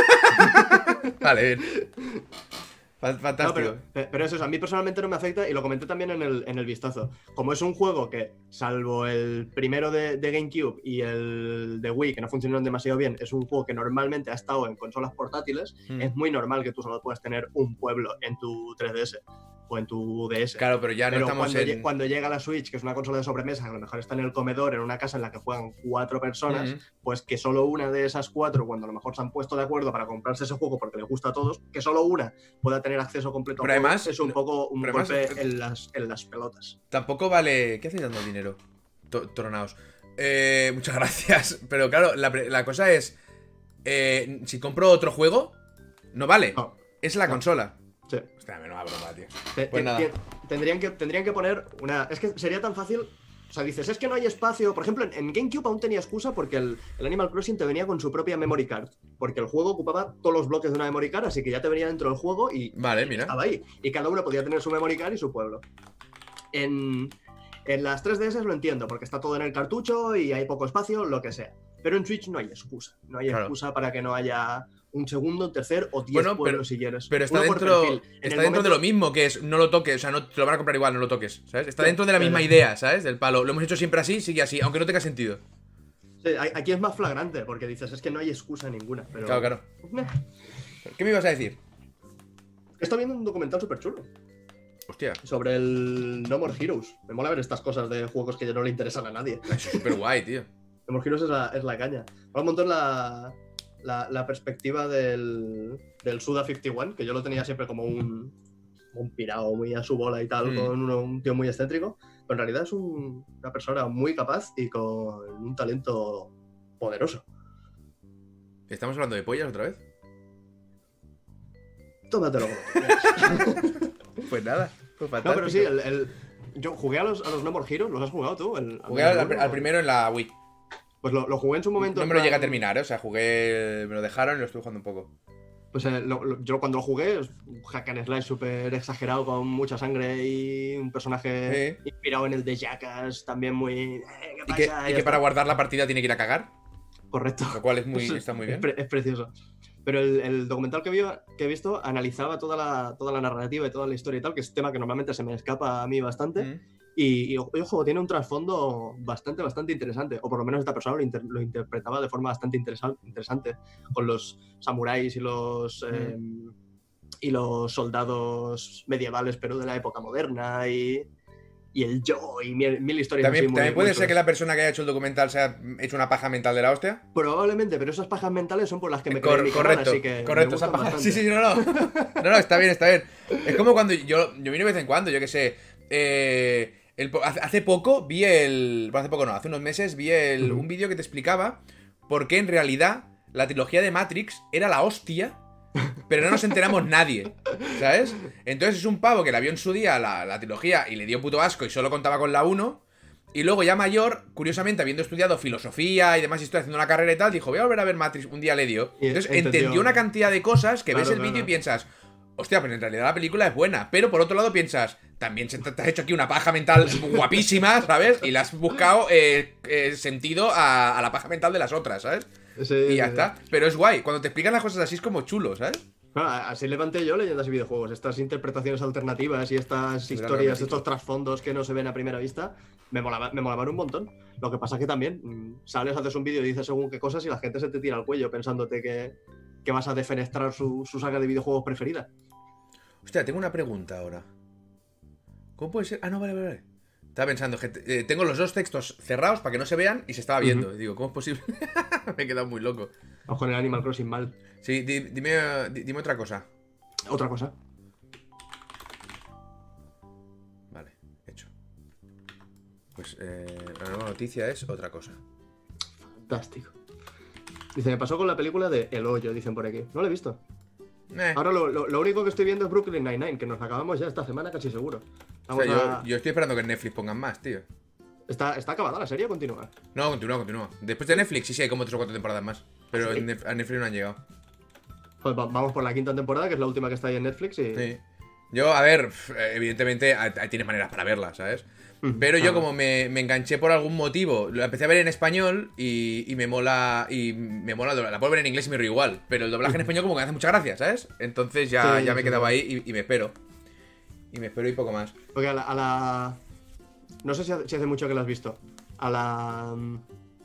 Vale, bien. Fan- No, Fantástico. pero, pe- pero eso, a mí personalmente no me afecta y lo comenté también en el, en el vistazo. Como es un juego que, salvo el primero de, de GameCube y el de Wii, que no funcionaron demasiado bien, es un juego que normalmente ha estado en consolas portátiles, Mm. es muy normal que tú solo puedas tener un pueblo en tu tres D S o en tu D S. Claro, pero ya no Pero estamos cuando, lle- en... cuando llega la Switch, que es una consola de sobremesa, que a lo mejor está en el comedor, en una casa en la que juegan cuatro personas, Mm. pues que solo una de esas cuatro, cuando a lo mejor se han puesto de acuerdo para comprarse ese juego porque les gusta a todos, que solo una pueda tener acceso completo al Pero juego, además- es un poco un pero además- golpe en, las, en las pelotas. Tampoco vale... ¿Qué hacéis dando dinero? To- Tronaos. Eh, muchas gracias. Pero claro, la, pre- la cosa es... eh, si compro otro juego, no vale. No, Es la no. consola. sí. Hostia, menuda broma, tío. Te- Pues te- nada. te- tendrían, que, tendrían que poner una... Es que sería tan fácil... O sea, dices, es que no hay espacio. Por ejemplo, en, en GameCube aún tenía excusa porque el, el Animal Crossing te venía con su propia memory card. Porque el juego ocupaba todos los bloques de una memory card, así que ya te venía dentro del juego y Vale, mira. estaba ahí. Y cada uno podía tener su memory card y su pueblo. En, en las tres D S lo entiendo, porque está todo en el cartucho y hay poco espacio, lo que sea. Pero en Switch no hay excusa. No hay Claro. excusa para que no haya un segundo, un tercer o diez Bueno, pero- pueblos si quieres. Pero está Uno por dentro, perfil. En está el dentro momento- de lo mismo, que es no lo toques, o sea, no te lo van a comprar igual, no lo toques, ¿sabes? Está Sí, dentro de la pero- misma idea, ¿sabes? Del palo. Lo hemos hecho siempre así, sigue así, aunque no tenga sentido. Sí, a- aquí es más flagrante, porque dices, es que no hay excusa ninguna. Pero... Claro, claro. Meh. ¿Qué me ibas a decir? Estoy viendo un documental súper chulo. Hostia. Sobre el No More Heroes. Me mola ver estas cosas de juegos que ya no le interesan a nadie. Eso es súper guay, tío. No More Heroes es la, es la caña. Mola un montón la, la, la perspectiva del, del Suda cincuenta y uno, que yo lo tenía siempre como un, un pirao muy a su bola y tal, mm. con uno, un tío muy excéntrico. Pero en realidad es un, una persona muy capaz y con un talento poderoso. ¿Estamos hablando de pollas otra vez? Tómatelo como tú. Pues nada, pues fantástico. No, pero sí, el, el... yo jugué a los, a los No More Heroes, ¿los has jugado tú? El, jugué al, al, al primero en la Wii. Pues lo, lo jugué en su momento. No me lo llegué a terminar, ¿eh? O sea, jugué, me lo dejaron y lo estuve jugando un poco. Pues eh, lo, lo, yo cuando lo jugué, es un hack and slash súper exagerado, con mucha sangre y un personaje sí. inspirado en el de Jackass, también muy... Eh, ¿qué pasa? ¿Y que, y que para guardar la partida tiene que ir a cagar? Correcto. Lo cual es muy, está muy bien. Es, pre, es precioso. Pero el, el documental que, vi, que he visto analizaba toda la, toda la narrativa y toda la historia y tal, que es un tema que normalmente se me escapa a mí bastante. Mm. Y, y, ojo, tiene un trasfondo bastante, bastante interesante. O por lo menos esta persona lo, inter, lo interpretaba de forma bastante interesa, interesante. Con los samuráis y los, mm. eh, y los soldados medievales, pero de la época moderna. Y... y el yo, y mil, mil historias ¿También, así muy, ¿también puede muy ser que la persona que haya hecho el documental se haya hecho una paja mental de la hostia? Probablemente, pero esas pajas mentales son por las que me Cor creé mi correcto, canal, así que correcto, esa paja. Sí, sí, no, no. No, no, está bien, está bien. Es como cuando yo, yo vine de vez en cuando, yo que sé. Eh, el, hace poco vi el. Bueno, hace poco no, hace unos meses vi el, uh-huh. un vídeo que te explicaba por qué en realidad la trilogía de Matrix era la hostia. Pero no nos enteramos nadie, ¿sabes? Entonces es un pavo que la vio en su día la, la trilogía y le dio puto asco y solo contaba con la uno. Y luego ya mayor, curiosamente, habiendo estudiado filosofía y demás y estoy haciendo una carrera y tal, dijo, voy a volver a ver Matrix, un día le dio. Entonces entendió, entendió una cantidad de cosas que claro, ves el vídeo claro. y piensas, hostia, pues en realidad la película es buena. Pero por otro lado piensas, también te, te has hecho aquí una paja mental guapísima, ¿sabes? Y le has buscado eh, eh, sentido a, a la paja mental de las otras, ¿sabes? Sí, y ya sí, está. Sí. Pero es guay. Cuando te explican las cosas así es como chulo, ¿sabes? Bueno, así levanté yo leyendas y videojuegos. Estas interpretaciones alternativas y estas sí, historias, claro, estos trasfondos que no se ven a primera vista, me molaban, me molaban un montón. Lo que pasa es que también mmm, sales, haces un vídeo y dices según qué cosas y la gente se te tira al cuello pensándote que, que vas a defenestrar su, su saga de videojuegos preferida. Hostia, tengo una pregunta ahora. ¿Cómo puede ser? Ah, no, vale, vale, vale. Estaba pensando, que eh, tengo los dos textos cerrados para que no se vean y se estaba viendo. Uh-huh. Digo, ¿cómo es posible? Me he quedado muy loco. Vamos con el Animal Crossing mal. Sí, di, dime, di, dime otra cosa. ¿Otra cosa? Vale, hecho. Pues eh, la nueva noticia es otra cosa. Fantástico. Dice, me pasó con la película de El Hoyo, dicen por aquí. No lo he visto. Eh. Ahora lo, lo, lo único que estoy viendo es Brooklyn Nine-Nine, que nos acabamos ya esta semana casi seguro. Vamos o sea, a... yo, yo estoy esperando que en Netflix pongan más, tío. ¿Está, ¿Está acabada la serie o continúa? No, continúa, continúa. Después de Netflix sí, sí, hay como tres o cuatro temporadas más. Pero ¿sí? en Nef- a Netflix no han llegado. Pues vamos por la quinta temporada, que es la última que está ahí en Netflix y... Sí. Yo, a ver, evidentemente tienes maneras para verla, ¿sabes? Mm, Pero claro. yo como me, me enganché por algún motivo, lo empecé a ver en español y, y me mola, y me mola, la puedo ver en inglés y me río igual. Pero el doblaje en español como que me hace mucha gracia, ¿sabes? Entonces ya, sí, ya me sí, quedaba sí. ahí y, y me espero. Y me espero y poco más. Porque a la... A la... No sé si hace, si hace mucho que la has visto. A la um,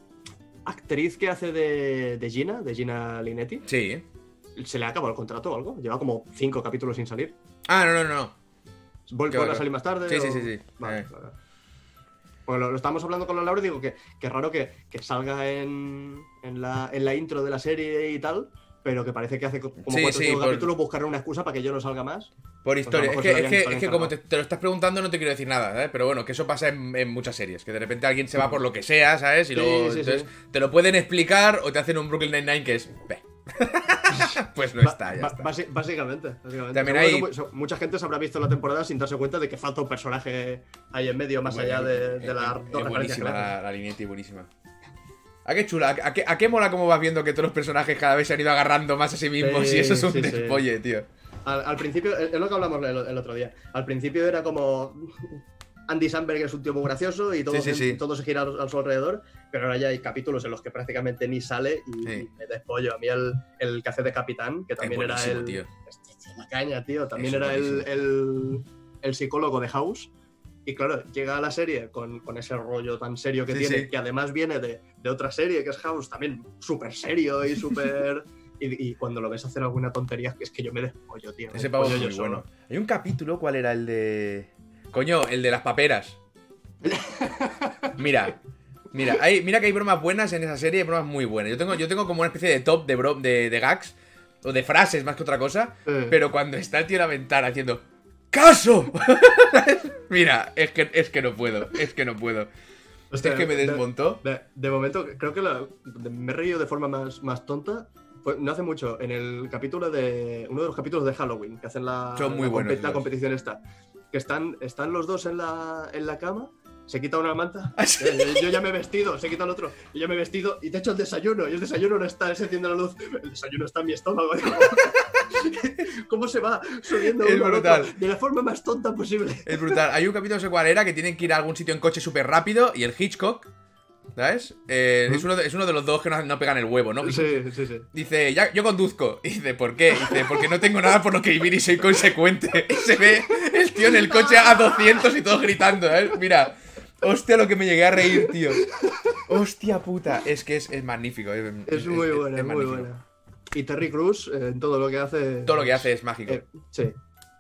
actriz que hace de, de Gina, de Gina Linetti. Sí. ¿Se le ha acabado el contrato o algo? Lleva como cinco capítulos sin salir. Ah, no, no, no. ¿Vuelve a salir más tarde? Sí, o... sí, sí, sí. Vale, eh. vale. Bueno, lo, lo estábamos hablando con la Laura y digo que, que es raro que, que salga en, en, la, en la intro de la serie y tal, pero que parece que hace como sí, cuatro o sí, cinco por... capítulos buscaron una excusa para que yo no salga más. Por historia. Pues es que, es que, es que como te, te lo estás preguntando no te quiero decir nada, ¿eh? Pero bueno, que eso pasa en, en muchas series, que de repente alguien se va por lo que sea, ¿sabes? Y sí, luego sí, entonces, sí. te lo pueden explicar o te hacen un Brooklyn Nine-Nine que es... Beh. Pues no está, ya está. Basi- básicamente, básicamente. También hay... Mucha gente se habrá visto la temporada sin darse cuenta de que falta un personaje ahí en medio, más bueno, allá de, de la... Es, es buenísima la, la Linetti, buenísima. ¿A qué chula? ¿A qué, ¿A qué mola cómo vas viendo que todos los personajes cada vez se han ido agarrando más a sí mismos? Sí, y eso es un sí, despolle, sí. tío. Al, al principio, es lo que hablamos el, el otro día. Al principio era como... Andy Samberg es un tío muy gracioso y todo, sí, sí, sí. todo se gira a su alrededor, pero ahora ya hay capítulos en los que prácticamente ni sale y, sí. y me despollo. A mí el, el que hace de capitán, que también era el... Tío. Es la caña, tío. También es era el, el, el psicólogo de House. Y claro, llega a la serie con, con ese rollo tan serio que sí, tiene, sí. que además viene de, de otra serie que es House, también súper serio y súper y, y cuando lo ves hacer alguna tontería, es que yo me despollo, tío. Ese pavo es Despollo muy yo bueno. solo. Hay un capítulo, ¿cuál era el de...? Coño, el de las paperas. Mira, mira, hay, mira que hay bromas buenas en esa serie, hay bromas muy buenas. Yo tengo, yo tengo como una especie de top de, bro, de, de gags, o de frases más que otra cosa, Eh. pero cuando está el tío en la ventana haciendo ¡caso! Mira, es que, es que no puedo, es que no puedo. Hostia, es que me de- desmontó. De, de momento, creo que la- de- me he reído de forma más, más tonta. Fue, no hace mucho, en el capítulo de. Uno de los capítulos de Halloween, que hacen la, Son muy la, buenos compe- la esos. competición esta. Que están, están los dos en la, en la cama, se quita una manta. ¿Ah, sí? eh, Yo ya me he vestido, se quita el otro. Yo ya me he vestido y te echo el desayuno. Y el desayuno no está, se enciende la luz. El desayuno está en mi estómago. ¿Cómo se va subiendo Es uno al brutal. otro? De la forma más tonta posible. Es brutal. Hay un capítulo, no sé cuál era, que tienen que ir a algún sitio en coche súper rápido y el Hitchcock, ¿sabes? Eh, es, uno de, es uno de los dos que no, no pegan el huevo, ¿no? Sí, sí, sí. Dice, ya, yo conduzco. Y dice, ¿por qué? Dice, porque no tengo nada por lo que vivir y soy consecuente. Y se ve el tío en el coche a doscientos y todos gritando, ¿eh? Mira, hostia, lo que me llegué a reír, tío. Hostia puta. Es que es, es magnífico. Es, Es muy buena, es muy magnífico. buena. Y Terry Crews, eh, en todo lo que hace. Todo lo que hace es mágico. eh, sí.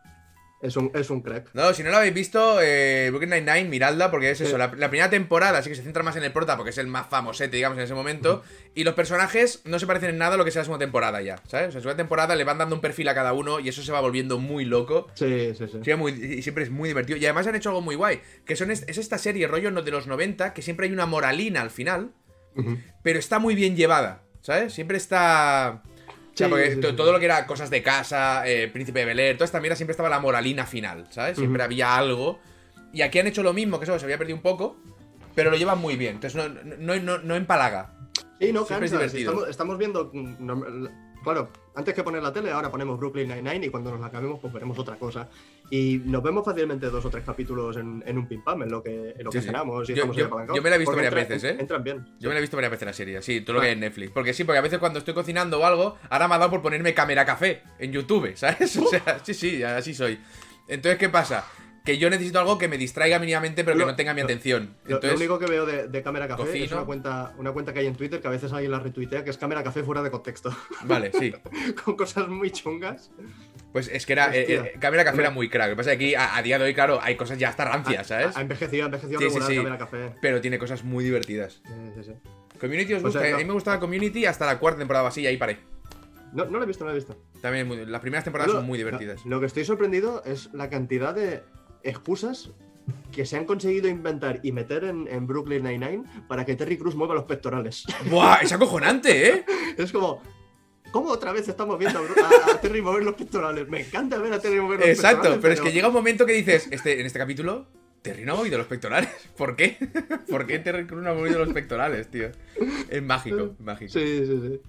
Es un, es un crack. No, si no lo habéis visto, eh, Brooklyn Nine-Nine, miradla, porque es eso. Sí. La, la primera temporada sí que se centra más en el prota, porque es el más famosete, digamos, en ese momento. Y los personajes no se parecen en nada a lo que sea la segunda temporada ya, ¿sabes? O sea, en la segunda temporada le van dando un perfil a cada uno y eso se va volviendo muy loco. Sí, sí, sí. Siempre muy- y siempre es muy divertido. Y además han hecho algo muy guay, que son es, es esta serie rollo no- de los noventa, que siempre hay una moralina al final, Ujú. pero está muy bien llevada, ¿sabes? Siempre está... O sea, Sí, porque sí, to- sí. todo lo que era cosas de casa, eh, Príncipe de Bel-Air, toda esta mierda siempre estaba la moralina final, ¿sabes? Siempre Ujú. había algo. Y aquí han hecho lo mismo, que eso se había perdido un poco, pero lo llevan muy bien. Entonces no, no, no, no empalaga. Sí, no Siempre es cansa. divertido. Estamos, estamos viendo. mm, no- claro, antes que poner la tele, ahora ponemos Brooklyn Nine-Nine y cuando nos la acabemos, pues veremos otra cosa. Y nos vemos fácilmente dos o tres capítulos en, en un pim pam, en lo que, en lo Sí, que sí. cenamos y Yo- estamos yo- ahí apalancados. yo me la he visto Porque varias entra- veces, ¿eh? Entran bien. Yo me la he visto varias veces la serie, sí, todo lo Ah. que hay en Netflix. Porque sí, porque a veces cuando estoy cocinando o algo, ahora me ha dado por ponerme cámara café en YouTube, ¿sabes? O sea, sí, sí, así soy. Entonces, ¿qué pasa? Que yo necesito algo que me distraiga mínimamente, pero que Lo- no tenga mi lo- atención. Lo, Entonces, lo único que veo de, de Cámara Café es cocino. una cuenta, una cuenta que hay en Twitter que a veces alguien la retuitea, que es Cámara Café fuera de contexto, vale, sí. con cosas muy chungas. Pues es que era. Hostia. Eh, eh, Cámara Café Hombre. era muy crack. Lo que pasa es que aquí, a, a día de hoy, claro, hay cosas ya hasta rancias, ¿sabes? Ha, ha envejecido, ha envejecido Sí, sí, regular sí. Cámara Café. Pero tiene cosas muy divertidas. Sí, sí, sí. Community os Pues, gusta. eh, no. A mí me gustaba Community hasta la cuarta temporada o así, y ahí paré. No, no lo he visto, no lo he visto. También muy- las primeras temporadas Lo- son muy divertidas. Lo, lo que estoy sorprendido es la cantidad de excusas que se han conseguido inventar y meter en, en Brooklyn Nine-Nine para que Terry Crews mueva los pectorales. ¡Buah! Es acojonante, ¿eh? Es como, ¿cómo otra vez estamos viendo a, Bru- a- a Terry mover los pectorales? Me encanta ver a Terry mover los Exacto, pectorales. pero es que llega un momento que dices, este, en este capítulo, Terry no ha movido los pectorales. ¿Por qué? ¿Por qué Terry Crews no ha movido los pectorales, tío? Es mágico, mágico. Sí, sí, sí.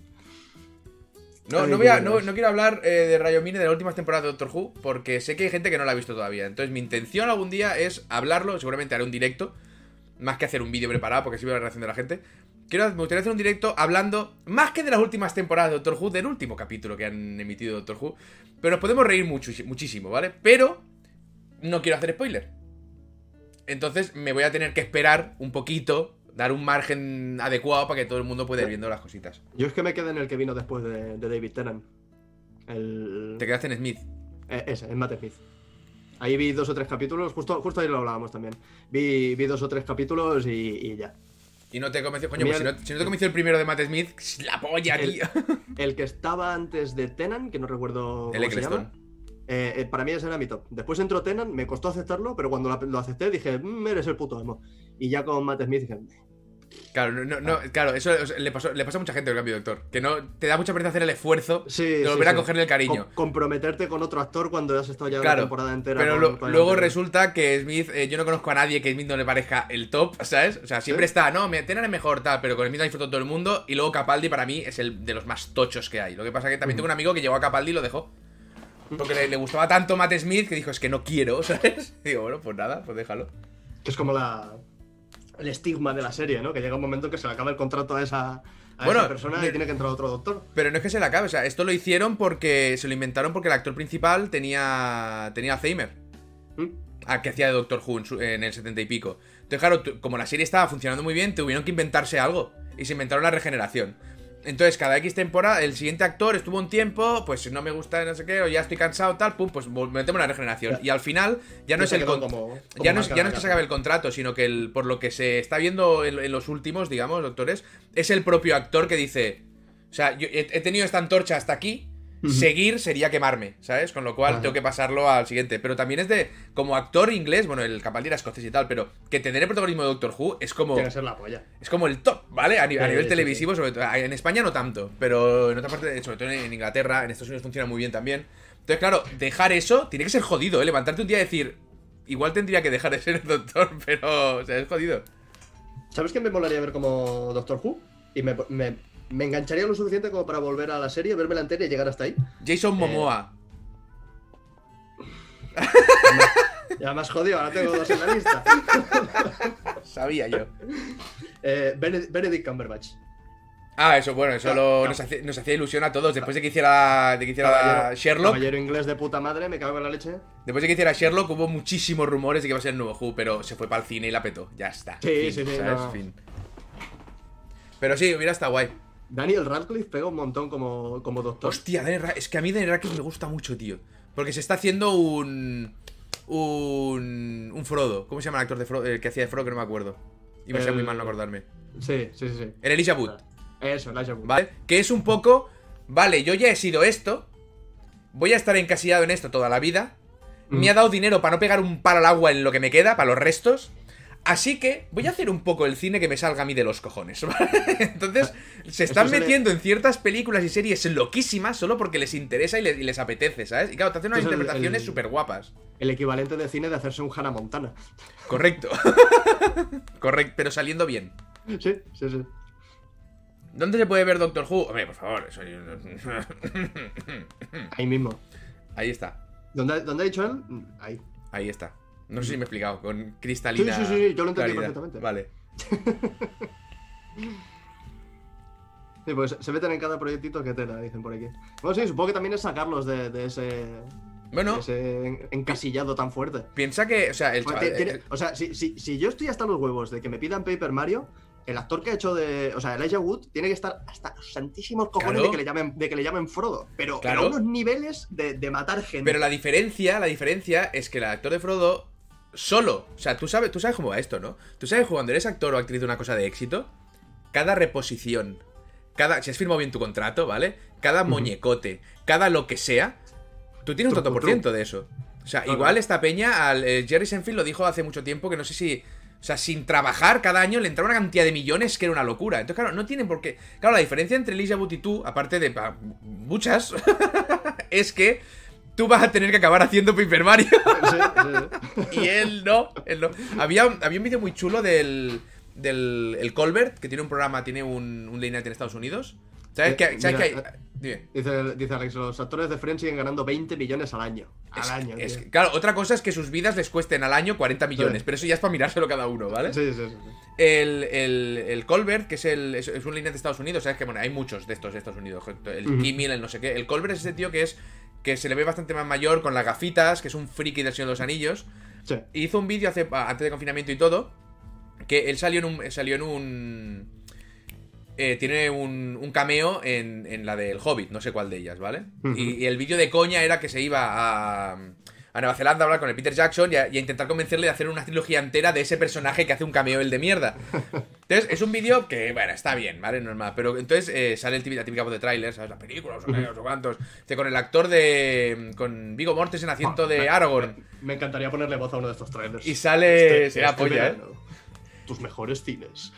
No, Ay, no, voy a- qué no, buenas. no quiero hablar eh, de Rayo Mine de las últimas temporadas de Doctor Who, porque sé que hay gente que no la ha visto todavía. Entonces mi intención algún día es hablarlo, seguramente haré un directo, más que hacer un vídeo preparado, porque así veo la reacción de la gente. Quiero, me gustaría hacer un directo hablando, más que de las últimas temporadas de Doctor Who, del último capítulo que han emitido Doctor Who. Pero nos podemos reír mucho, muchísimo, ¿vale? Pero no quiero hacer spoiler. Entonces me voy a tener que esperar un poquito, dar un margen adecuado para que todo el mundo pueda ir viendo las cositas. Yo es que me quedé en el que vino después de, de David Tennant. El... Te quedaste en Smith. Eh, ese, en Matt Smith. Ahí vi dos o tres capítulos, justo, justo ahí lo hablábamos también. Vi, vi dos o tres capítulos y, y ya. Y no te convenció, coño, pues si Mira- no, si no te convenció el primero de Matt Smith, la polla, El- tío. El que estaba antes de Tennant, que no recuerdo El cómo se llama, Eccleston. eh, eh, para mí ese era mi top. Después entró Tennant, me costó aceptarlo, pero cuando la- lo acepté dije, mmm, eres el puto amo. Y ya con Matt Smith dije, Claro, no, no, no, claro, eso o sea, le, pasó, le pasa a mucha gente el cambio de doctor. Que no te da mucha pereza hacer el esfuerzo sí, de sí, volver a sí. cogerle el cariño. Com- comprometerte con otro actor cuando has estado ya Claro, una temporada entera. Pero con- lo- con el luego anterior. resulta que Smith, eh, yo no conozco a nadie que Smith no le parezca el top, ¿sabes? O sea, siempre ¿Sí? está, no, me Tennant es mejor, tal, pero con Smith ha disfrutado todo el mundo. Y luego Capaldi para mí es el de los más tochos que hay. Lo que pasa que también tengo un amigo que llegó a Capaldi y lo dejó. Porque le, le gustaba tanto Matt Smith que dijo, es que no quiero, ¿sabes? Y digo, bueno, pues nada, pues déjalo. Que es como la el estigma de la serie, ¿no? Que llega un momento en que se le acaba el contrato a esa, a Bueno, esa persona ne- y tiene que entrar otro doctor. Pero no es que se le acabe, o sea, esto lo hicieron porque se lo inventaron porque el actor principal tenía, tenía Alzheimer. ¿Mm? Ah, que hacía de Doctor Who en, su- en el setenta y pico. Entonces, claro, tu- como la serie estaba funcionando muy bien, tuvieron que inventarse algo. Y se inventaron la regeneración. Entonces, cada X temporada, el siguiente actor estuvo un tiempo, pues no me gusta, no sé qué, o ya estoy cansado, tal, pum, pues metemos la regeneración. Ya. Y al final, ya no es el con... como, como ya no es, ya no es que se acabe el contrato, sino que el, por lo que se está viendo en, en los últimos, digamos, doctores, es el propio actor que dice, o sea, yo he, he tenido esta antorcha hasta aquí. Uh-huh. Seguir sería quemarme, ¿sabes? Con lo cual uh-huh. tengo que pasarlo al siguiente. Pero también es de, como actor inglés, bueno, el Capaldi era escocés y tal, pero que tener el protagonismo de Doctor Who es como... Tiene que ser la polla. Es como el top, ¿vale? A, ni- sí, a nivel sí, televisivo, sí. sobre todo. En España no tanto, pero en otra parte, sobre todo en Inglaterra, en Estados Unidos funciona muy bien también. Entonces, claro, dejar eso tiene que ser jodido, ¿eh? Levantarte un día y decir, igual tendría que dejar de ser el doctor, pero, o sea, es jodido. ¿Sabes qué me molaría ver como Doctor Who? Y me... me... Me engancharía lo suficiente como para volver a la serie, verme la entera y llegar hasta ahí. Jason Momoa. Eh... ya me has jodido, ahora tengo dos en la lista. Sabía yo. Eh, Benedict, Benedict Cumberbatch. Ah, eso, bueno, eso no, lo, no. Nos, hacía, nos hacía ilusión a todos. Después de que hiciera, de que hiciera caballero, Sherlock. Caballero inglés de puta madre, me cago en la leche. Después de que hiciera Sherlock hubo muchísimos rumores de que iba a ser el nuevo Who, pero se fue para el cine y la petó. Ya está. Sí, fin, sí, sí. ¿sabes? No. Fin. Pero sí, hubiera estado guay. Daniel Radcliffe pega un montón como, como doctor. Hostia, Daniel Ra- es que a mí Daniel Radcliffe me gusta mucho, tío. Porque se está haciendo un... Un... Un Frodo. ¿Cómo se llama el actor de Frodo? El que hacía de Frodo, que no me acuerdo. Y me el... muy mal no acordarme. Sí, sí, sí, sí. El Elijah Wood. Eso, Elijah Wood. ¿Vale? Que es un poco... Vale, yo ya he sido esto. Voy a estar encasillado en esto toda la vida. Mm. Me ha dado dinero para no pegar un palo al agua en lo que me queda, para los restos. Así que voy a hacer un poco el cine que me salga a mí de los cojones, ¿vale? Entonces, se están se metiendo le... en ciertas películas y series loquísimas solo porque les interesa y les, y les apetece, ¿sabes? Y claro, te hacen unas interpretaciones súper guapas. El equivalente de cine de hacerse un Hannah Montana. Correcto. Correcto, pero saliendo bien. Sí, sí, sí. ¿Dónde se puede ver Doctor Who? Hombre, por favor, eso... Ahí mismo. Ahí está. ¿Dónde, ¿Dónde ha dicho él? Ahí. Ahí está. No sé si me he explicado, con cristalina. Sí, sí, sí, yo lo entendí claridad. perfectamente. Vale. Sí, pues se meten en cada proyectito que tela, dicen por aquí. Bueno, sí, supongo que también es sacarlos de, de ese. Bueno. De ese encasillado tan fuerte. Piensa que, o sea, el chaval, tiene, el... O sea, si, si, si yo estoy hasta los huevos de que me pidan Paper Mario, el actor que ha hecho de. O sea, Elijah Wood tiene que estar hasta los santísimos cojones claro. de, que le llamen, de que le llamen Frodo. Pero, claro. pero a unos niveles de, de matar gente. Pero la diferencia, la diferencia es que el actor de Frodo. Solo, o sea, tú sabes, tú sabes cómo va esto, ¿no? Tú sabes que cuando eres actor o actriz de una cosa de éxito, cada reposición, cada, si has firmado bien tu contrato, ¿vale? Cada muñecote, uh-huh. cada lo que sea, tú tienes un tanto por ciento de eso. O sea, no, igual no. esta peña, al, eh, Jerry Seinfeld lo dijo hace mucho tiempo, que no sé si, o sea, sin trabajar cada año le entraba una cantidad de millones que era una locura. Entonces, claro, no tienen por qué. Claro, la diferencia entre Elijah Wood y tú, aparte de pa, muchas, es que tú vas a tener que acabar haciendo Paper Mario. Sí, sí, sí. Y él no, él no. Había, había un vídeo muy chulo del, del el Colbert, que tiene un programa, tiene un, un late night en Estados Unidos. ¿Sabes, eh, que, ¿sabes mira, que hay? Dime. Dice, dice Alex, los actores de Friends siguen ganando veinte millones al año. Al es, año, es, claro, otra cosa es que sus vidas les cuesten al año cuarenta millones, sí. pero eso ya es para mirárselo cada uno, ¿vale? Sí, sí, sí. sí. El, el, el Colbert, que es, el, es, es un late night de Estados Unidos, ¿sabes? Que bueno, hay muchos de estos de Estados Unidos. El uh-huh. Kimmel, el no sé qué. El Colbert es ese tío que es... que se le ve bastante más mayor, con las gafitas, que es un friki del Señor de los Anillos. Sí. Y hizo un vídeo hace, antes de confinamiento y todo, que él salió en un... Salió en un eh, tiene un, un cameo en, en la del Hobbit, no sé cuál de ellas, ¿vale? Uh-huh. Y, y el vídeo de coña era que se iba a, a Nueva Zelanda a hablar con el Peter Jackson y a, y a intentar convencerle de hacer una trilogía entera de ese personaje que hace un cameo el de mierda. Entonces, es un vídeo que, bueno, está bien, ¿vale? Normal. Pero entonces eh, sale el típico, la típica voz de tráiler, ¿sabes? La película, no sé qué, no sé cuántos. Con el actor de... Con Viggo Mortensen asiento de Aragorn. Me, me encantaría ponerle voz a uno de estos trailers. Y sale... Este, se este apoya, ¿eh? Tus mejores cines.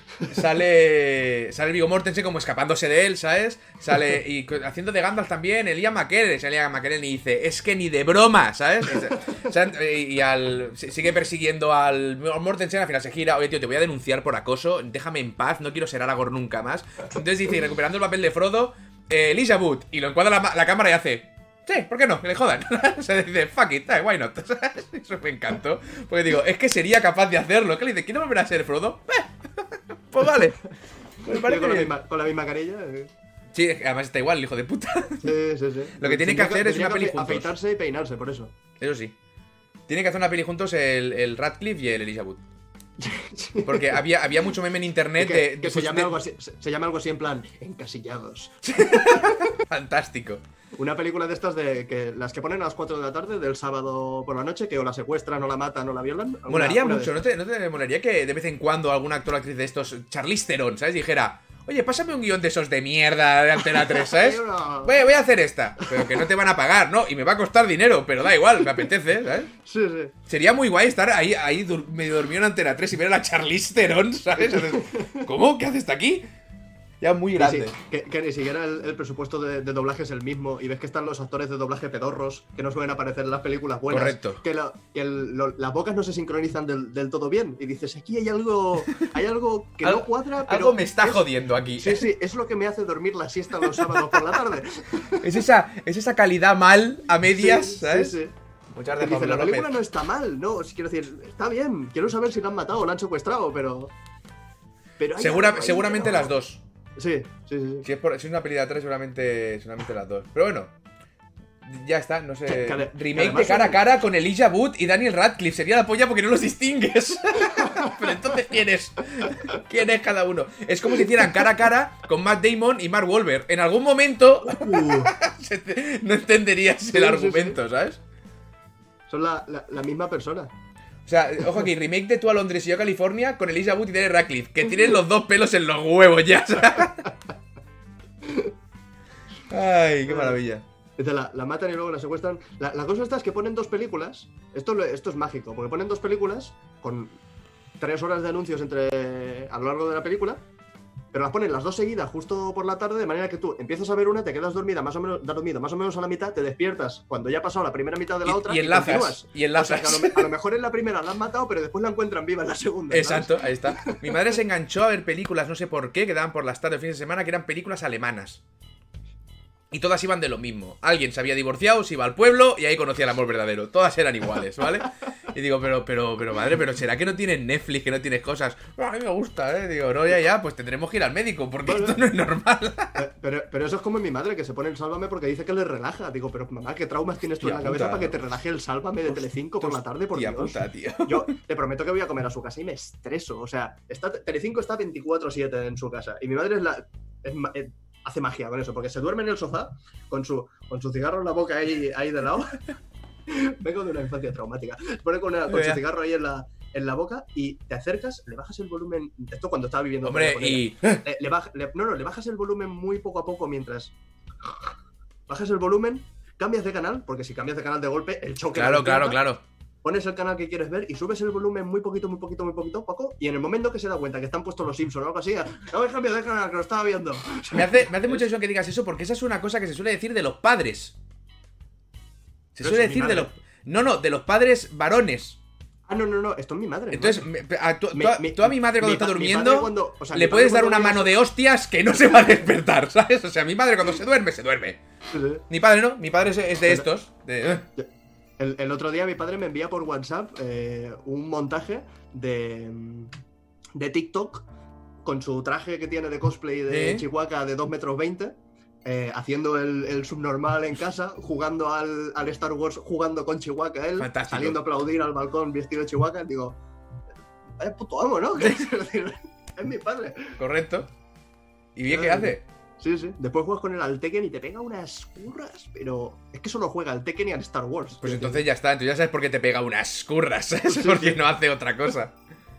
Sale... Sale Viggo Mortensen como escapándose de él, ¿sabes? Sale... Y haciendo de Gandalf también, el Ian McKellen. Sale Ian McKellen y dice... Es que ni de broma, ¿sabes? O sea, y al... Sigue persiguiendo al Mortensen, al final se gira. Oye, tío, te voy a denunciar por acoso. Déjame en paz, no quiero ser Aragorn nunca más. Entonces dice, y recuperando el papel de Frodo, eh, Elijah Wood. Y lo encuadra la, la cámara y hace... Sí, ¿por qué no? Que le jodan. Se dice, fuck it, why not? Eso me encantó. Porque digo, es que sería capaz de hacerlo. ¿Qué le dice? ¿Quién no volverá a ser Frodo? Eh, pues vale. Pues con, la misma, con la misma carilla. Eh. Sí, además está igual, el hijo de puta. Sí, sí, sí. Lo que tiene que hacer es una peli juntos. Afeitarse y peinarse, por eso. Eso sí. Tiene que hacer una peli juntos el, el Radcliffe y el Elijah Wood. Porque había, había mucho meme en internet que, de, que de, se, llame de... algo así, se, se llama algo así en plan encasillados. Fantástico. Una película de estas de que las que ponen a las cuatro de la tarde del sábado por la noche, que o la secuestran, o la matan, o la violan. Molaría una, una mucho, ¿no te, ¿no te molaría que de vez en cuando algún actor o actriz de estos, Charlize Theron, ¿sabes? Dijera, oye, pásame un guión de esos de mierda de Antena tres, ¿sabes? Voy, voy a hacer esta, pero que no te van a pagar, ¿no? Y me va a costar dinero, pero da igual, me apetece, ¿sabes? Sí, sí. Sería muy guay estar ahí, ahí dur medio dormido en Antena tres y ver a la Charlize Theron, ¿sabes? ¿Cómo? ¿Qué haces aquí? Ya muy grande. Sí, que, que ni siquiera el, el presupuesto de, de doblaje es el mismo. Y ves que están los actores de doblaje pedorros que no suelen aparecer en las películas buenas. Correcto. Que, la, que el, lo, las bocas no se sincronizan del, del todo bien. Y dices, aquí hay algo hay algo que Al, no cuadra. Pero algo me está es, jodiendo aquí. Sí, sí, es lo que me hace dormir la siesta los sábados por la tarde. Es esa, es esa calidad mal a medias, sí, ¿sabes? Sí, sí. Muchas gracias, Dice, la Pablo película López. no está mal, no. Quiero decir, está bien. Quiero saber si la han matado o la han secuestrado, pero. pero Segura, seguramente no. Las dos. Sí, sí, sí. Si es, por, si es una peli de tres, seguramente, seguramente las dos. Pero bueno, ya está, no sé. Que, que, remake de cara a cara con Elijah Wood y Daniel Radcliffe. Sería la polla porque no los distingues. Pero entonces, ¿quién es? ¿Quién es cada uno? Es como si hicieran cara a cara con Matt Damon y Mark Wahlberg. En algún momento uh. no entenderías sí, el argumento, sí, sí. ¿Sabes? Son la, la, la misma persona. O sea, ojo aquí, remake de Tú a Londres y yo a California con Elijah Wood y Daniel Radcliffe, que tienen los dos pelos en los huevos ya. Ay, qué maravilla. La, la matan y luego la secuestran. La, la cosa esta es que ponen dos películas. Esto, esto es mágico, porque ponen dos películas con tres horas de anuncios entre a lo largo de la película, pero las ponen las dos seguidas justo por la tarde, de manera que tú empiezas a ver una, te quedas dormida más o menos, dormido más o menos a la mitad, te despiertas cuando ya ha pasado la primera mitad de la y, otra y enlazas. Y, y enlazas. O sea, que a, lo, a lo mejor en la primera la han matado, pero después la encuentran viva en la segunda. Exacto, ¿sabes? Ahí está. Mi madre se enganchó a ver películas, no sé por qué, que daban por las tardes de fin de semana, que eran películas alemanas. Y todas iban de lo mismo. Alguien se había divorciado, se iba al pueblo y ahí conocía el amor verdadero. Todas eran iguales, ¿vale? Y digo, pero, pero, pero, madre, pero ¿será que no tienes Netflix, que no tienes cosas? No, a mí me gusta, ¿eh? Digo, no, ya, ya, pues tendremos que ir al médico, porque bueno, esto no es normal. Pero, pero eso es como mi madre, que se pone el Sálvame porque dice que le relaja. Digo, pero mamá, ¿qué traumas tienes tú en la cabeza para que te relaje el Sálvame de Telecinco por la tarde? Por Dios. Puta, tío. Yo te prometo que voy a comer a su casa y me estreso. O sea, está, Telecinco está veinticuatro siete en su casa. Y mi madre es la... Es, es, hace magia con eso, porque se duerme en el sofá con su, con su cigarro en la boca ahí, ahí de lado. Vengo de una infancia traumática. Se pone con, una, con su cigarro ahí en la, en la boca y te acercas, le bajas el volumen. Esto cuando estaba viviendo. Hombre, y. Le, le baj, le, no, no, le bajas el volumen muy poco a poco mientras. Bajas el volumen, cambias de canal, porque si cambias de canal de golpe, el choque. Claro, claro, claro. Pones el canal que quieres ver y subes el volumen muy poquito, muy poquito, muy poquito, poco. Y en el momento que se da cuenta que están puestos los Simpsons o algo así, no me cambio de canal, que lo estaba viendo. Me hace, me hace mucha ilusión que digas eso, porque esa es una cosa que se suele decir de los padres. Se suele decir de los. No, no, de los padres varones. Ah, no, no, no, esto es mi madre. Entonces, madre. Me, a, tú, mi, tú, a, mi, tú a mi madre cuando mi, está durmiendo, cuando, o sea, le puedes dar una cuando mano de hostias que no se va a despertar, ¿sabes? O sea, mi madre cuando se duerme, se duerme. Sí, sí. Mi padre no, mi padre es, es de estos. De... El, el otro día mi padre me envía por WhatsApp eh, un montaje de, de TikTok con su traje que tiene de cosplay de ¿Eh? Chihuahua de dos metros veinte. Eh, haciendo el, el subnormal en casa, jugando al, al Star Wars, jugando con Chihuahua él, Fantástico. Saliendo a aplaudir al balcón vestido de Chihuahua. Digo, es puto amo, ¿no? Es mi padre. Correcto. ¿Y bien qué hace? Sí, sí. Después juegas con el al Tekken y te pega unas curras, pero es que solo juega al Tekken y al Star Wars. Pues entonces ya está, entonces ya sabes por qué te pega unas curras, ¿sabes? Sí, porque sí. No hace otra cosa.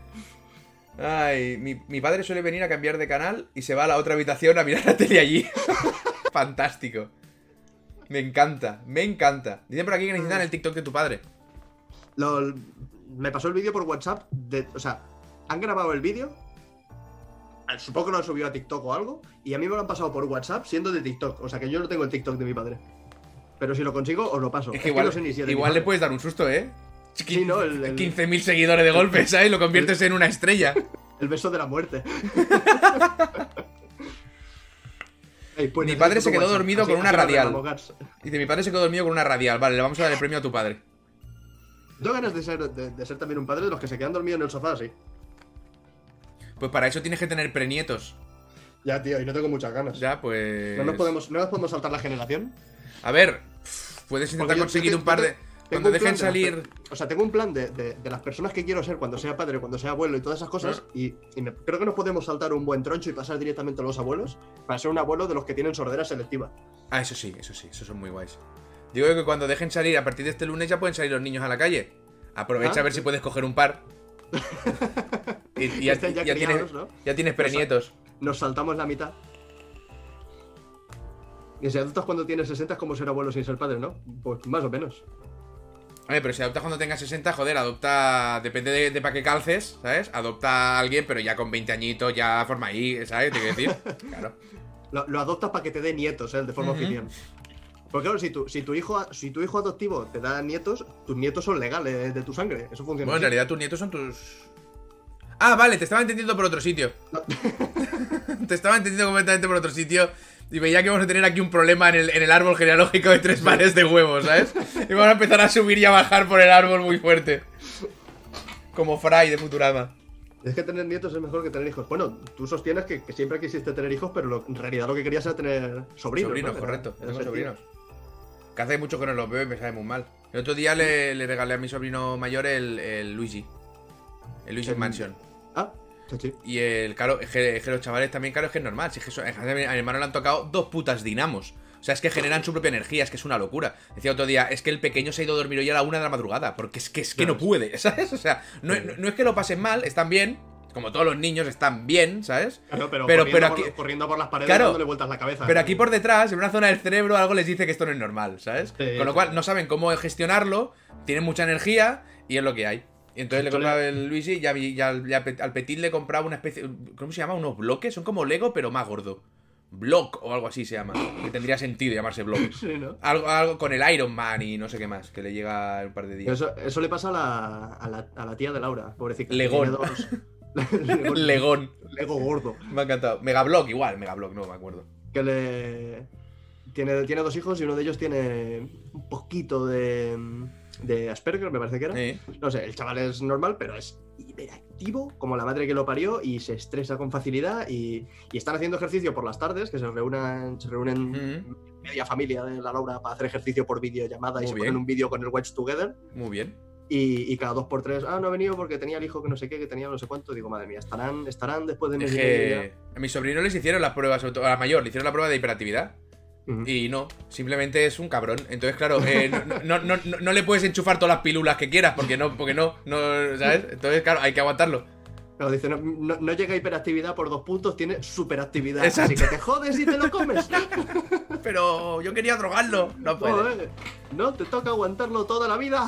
Ay, mi, mi padre suele venir a cambiar de canal y se va a la otra habitación a mirar la tele allí. Fantástico. Me encanta, me encanta. Dicen por aquí que necesitan el TikTok de tu padre. Lo, me pasó el vídeo por WhatsApp. De, o sea, han grabado el vídeo. Supongo que lo han subido a TikTok o algo. Y a mí me lo han pasado por WhatsApp siendo de TikTok. O sea que yo no tengo el TikTok de mi padre. Pero si lo consigo, os lo paso. Es que es igual, que no sé ni si igual le puedes dar un susto, ¿eh? Sí, ¿no? El, el, quince mil seguidores de golpe, ¿sabes? Lo conviertes el, en una estrella. El beso de la muerte. Hey, pues mi padre se quedó WhatsApp. dormido así, con una radial. Dice, mi padre se quedó dormido con una radial. Vale, le vamos a dar el premio a tu padre. Tengo ganas de ser, de, de ser también un padre de los que se quedan dormidos en el sofá, sí. Pues para eso tienes que tener prenietos. Ya, tío, y no tengo muchas ganas. Ya, pues... ¿No nos podemos, no nos podemos saltar la generación? A ver, puedes intentar conseguir un par de... Cuando un dejen plan de las salir... per- o sea, tengo un plan de, de- de las personas que quiero ser cuando sea padre, cuando sea abuelo y todas esas cosas. Y, y me- creo que nos podemos saltar un buen troncho y pasar directamente a los abuelos para ser un abuelo de los que tienen sordera selectiva. Ah, eso sí, eso sí, esos son muy guays. Digo que cuando dejen salir, a partir de este lunes ya pueden salir los niños a la calle. Aprovecha Ah, a ver sí. si puedes coger un par. Y, y ya, Estén ya ya tienes, criados, ¿no? ya tienes prenietos. Nos saltamos la mitad. Y si adoptas cuando tienes sesenta es como ser abuelo sin ser padre, ¿no? Pues más o menos. A ver, pero si adoptas cuando tengas sesenta, joder, adopta... Depende de, de para qué calces, ¿sabes? Adopta a alguien, pero ya con veinte añitos ya forma ahí, ¿sabes? Te quiero decir. Claro. Lo, lo adoptas para que te dé nietos, ¿eh? De forma Ujú. oficial. Porque claro, si tu, si, tu hijo, si tu hijo adoptivo te da nietos, tus nietos son legales de tu sangre. Eso funciona Bueno, en así. realidad tus nietos son tus... Ah, vale, te estaba entendiendo por otro sitio. No. Te estaba entendiendo completamente por otro sitio. Y veía que vamos a tener aquí un problema en el, en el árbol genealógico de tres pares de huevos, ¿sabes? Y vamos a empezar a subir y a bajar por el árbol muy fuerte. Como Fry de Futurama. Es que tener nietos es mejor que tener hijos. Bueno, tú sostienes que, que siempre quisiste tener hijos, pero lo- en realidad lo que querías era tener sobrinos. Sobrinos, ¿no? correcto. Era- Tengo era sobrinos. Que hace mucho que no los veo y me sabe muy mal. El otro día le, le regalé a mi sobrino mayor el, el Luigi. El Luigi El- Mansion. Ah, chachi. Y el, claro, es que, es que los chavales también, claro, es que es normal. Si es que eso- es que a mi a mi hermano le han tocado dos putas dinamos. O sea, es que generan su propia energía, es que es una locura. Decía otro día, es que el pequeño se ha ido a dormir hoy a la una de la madrugada, porque es que, es que Claro. no puede, ¿sabes? O sea, no, no, no es que lo pasen mal, están bien, como todos los niños están bien, ¿sabes? Claro, pero, Pero- corriendo, pero por, aquí- corriendo por las paredes Claro. dándole vueltas la cabeza. Pero aquí por detrás, en una zona del cerebro, algo les dice que esto no es normal, ¿sabes? Sí, Con lo sí. cual no saben cómo gestionarlo, tienen mucha energía y es lo que hay. Y entonces le Esto le- compraba el Luigi y ya, vi- ya al- ya al Petit le compraba una especie... ¿Cómo se llama? Unos bloques, son como Lego pero más gordo. Block o algo así se llama. Que tendría sentido llamarse Block. Sí, ¿no? Algo, algo con el Iron Man y no sé qué más, que le llega en un par de días. Eso, eso le pasa a la, a, la, a la tía de Laura, pobrecita. Legón. Tiene dos- Legón. Legón. Lego gordo. Me ha encantado. Megablock igual, Megablock, no me acuerdo. Que le. Tiene, tiene dos hijos y uno de ellos tiene un poquito de. de Asperger, me parece que era. Eh. No sé, el chaval es normal, pero es hiperactivo, como la madre que lo parió, y se estresa con facilidad. Y, y están haciendo ejercicio por las tardes, que se reúnen, se reúnen Mm, media familia de la Laura para hacer ejercicio por videollamada y Muy se bien. ponen un vídeo con el Watch Together. muy bien. Y, y cada dos por tres, ah, no ha venido porque tenía el hijo que no sé qué, que tenía no sé cuánto. Digo, madre mía, estarán, estarán después de Es mes y medio que a mi sobrino les hicieron las pruebas, sobre todo a la mayor, le hicieron la prueba de hiperactividad. ya. Ujú. Y no, simplemente es un cabrón. Entonces, claro, eh, no, no, no, no le puedes enchufar todas las pilulas que quieras, porque no, porque no, no, ¿sabes? Entonces, claro, hay que aguantarlo. Pero dice, no, no- no llega a hiperactividad por dos puntos, tiene superactividad. Exacto. Así que te jodes y te lo comes. Pero yo quería drogarlo. No puede. Joder, no, te toca aguantarlo toda la vida.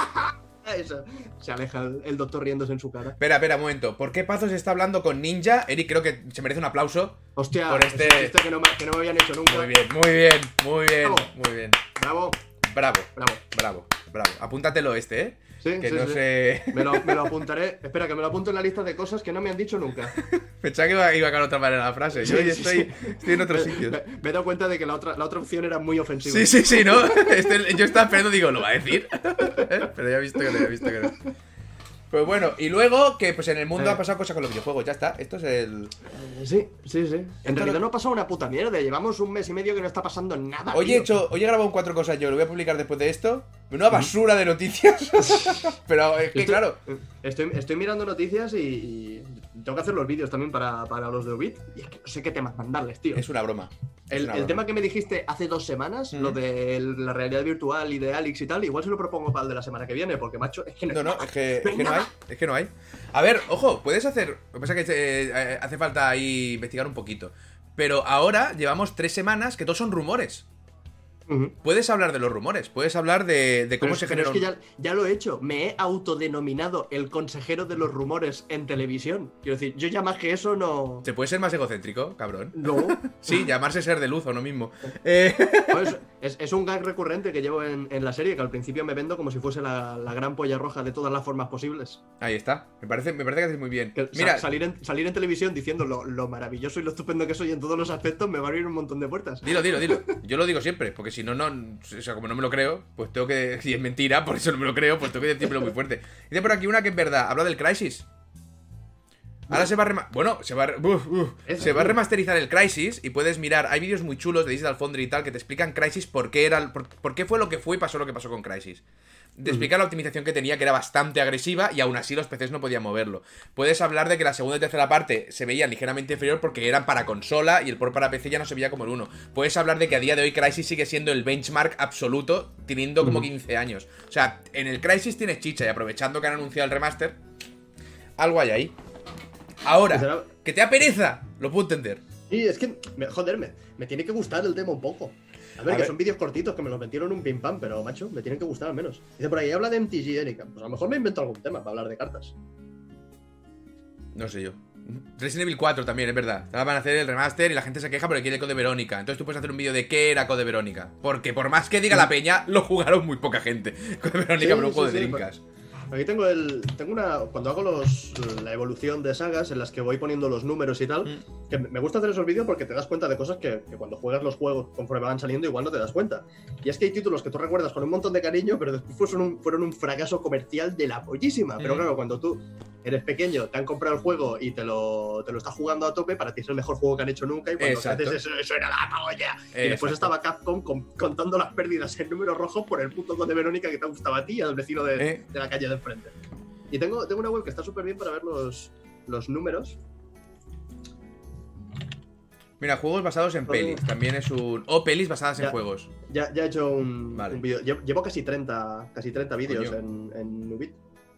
Eso. Se aleja el, el doctor riéndose en su cara. Espera, espera, un momento. ¿Por qué Pazos está hablando con Ninja? Eric creo que se merece un aplauso. Hostia, Por este- ese chiste que no, me, que no me habían hecho nunca. Muy bien, muy bien, muy bien, Bravo. muy bien. Bravo, Bravo, bravo. bravo, bravo. Apúntatelo este, ¿eh? Sí, Que sí, no sí. sé... Me lo, me lo apuntaré. Espera, que me lo apunto en la lista de cosas que no me han dicho nunca. Pensaba que iba, iba con otra manera la frase. Yo Sí, ya sí, estoy, sí. estoy en otros sitios. Me, me he dado cuenta de que la otra, la otra opción era muy ofensiva. Sí, sí, sí, ¿no? Este- yo estaba esperando, digo, ¿lo va a decir? ¿Eh? Pero ya he visto que no, ya he visto que no. Pues bueno, y luego que pues en el mundo Eh. ha pasado cosas con los videojuegos, ya está. Esto es el... Eh, Sí, sí, sí. En Esto realidad lo- no ha pasado una puta mierda. Llevamos un mes y medio que no está pasando nada. Hoy he tío. hecho, hoy he grabado cuatro cosas yo, lo voy a publicar después de esto. Una basura de noticias. Pero es que Estoy- claro, Estoy, estoy mirando noticias y, y tengo que hacer los vídeos también para, para los de Ubit. Y es que no sé qué temas mandarles, tío. es una broma. Es El, una el broma. tema que me dijiste hace dos semanas, Mm. lo de el- la realidad virtual y de Alex y tal, igual se lo propongo para el de la semana que viene, porque macho, es que no, No, no, hay es que, no es hay que no hay, nada. es que no hay. A ver, ojo, puedes hacer. Lo que pasa es que eh, eh, hace falta ahí investigar un poquito. Pero ahora llevamos tres semanas que todos son rumores. Ujú. Puedes hablar de los rumores, puedes hablar de, de cómo Pero, se pero generó. es que ya, ya lo he hecho. Me he autodenominado el consejero de los rumores en televisión. Quiero decir, yo ya más que eso no. ¿Se puede ser más egocéntrico, cabrón? No. Sí, llamarse ser de luz o no mismo. Eh, Pues, es, es un gag recurrente que llevo en, en la serie, que al principio me vendo como si fuese la, la gran polla roja de todas las formas posibles. ahí está. Me parece, me parece que haces muy bien. Que sa- Mira, salir, en, salir en televisión diciendo lo, lo maravilloso y lo estupendo que soy en todos los aspectos me va a abrir un montón de puertas. dilo, dilo, dilo. Yo lo digo siempre, porque si no, no. O sea, como no me lo creo, pues tengo que. Si es mentira, por eso no me lo creo, pues tengo que decírmelo muy fuerte. Dice por aquí una que es verdad, habla del Crysis. Ahora se va a rema bueno, se va a, uf, uf. se va a remasterizar el Crysis y puedes mirar, hay vídeos muy chulos de Digital Foundry y tal que te explican Crysis por qué era, por, por qué fue lo que fue y pasó lo que pasó con Crysis. Te explica la optimización que tenía, que era bastante agresiva y aún así los P Cs no podían moverlo. Puedes hablar de que la segunda y tercera parte se veían ligeramente inferior porque eran para consola y el port para P C ya no se veía como el uno. Puedes hablar de que a día de hoy Crysis sigue siendo el benchmark absoluto, teniendo como quince años. O sea, en el Crysis tienes chicha y aprovechando que han anunciado el remaster, algo hay ahí. Ahora, que te da pereza, lo puedo entender. Sí, es que, me, joder, me, me tiene que gustar el tema un poco. A ver, a que ver. Son vídeos cortitos que me los metieron un pim pam, pero macho, me tienen que gustar al menos. Dice por ahí, habla de M T G, Erika. Pues a lo mejor me invento algún tema para hablar de cartas. No sé yo. Resident Evil cuatro también, es verdad. Ahora van a hacer el remaster y la gente se queja porque quiere Code Verónica. Entonces tú puedes hacer un vídeo de qué era Code Verónica. Porque por más que diga la peña, lo jugaron muy poca gente. Code Verónica, sí, pero un juego sí, de sí, Dreamcast. Aquí tengo el. Tengo una. Cuando hago los la evolución de sagas en las que voy poniendo los números y tal, mm. que me gusta hacer esos vídeos porque te das cuenta de cosas que, que cuando juegas los juegos conforme van saliendo igual no te das cuenta. Y es que hay títulos que tú recuerdas con un montón de cariño, pero después fueron un, fueron un fracaso comercial de la pollísima. Mm. Pero claro, cuando tú eres pequeño, te han comprado el juego y te lo, te lo estás jugando a tope, para ti es el mejor juego que han hecho nunca y cuando haces eso, eso era la polla. Exacto. Y después estaba Capcom con, contando las pérdidas en números rojos por el puto Code Verónica que te gustaba a ti y al vecino de, ¿Eh? de la calle de enfrente. Y tengo, tengo una web que está súper bien para ver los, los números. Mira, juegos basados en pelis. También es un... O pelis basadas ya, en juegos. Ya, ya he hecho un, vale. un vídeo. Llevo, llevo casi treinta, casi treinta vídeos en, en Nubit.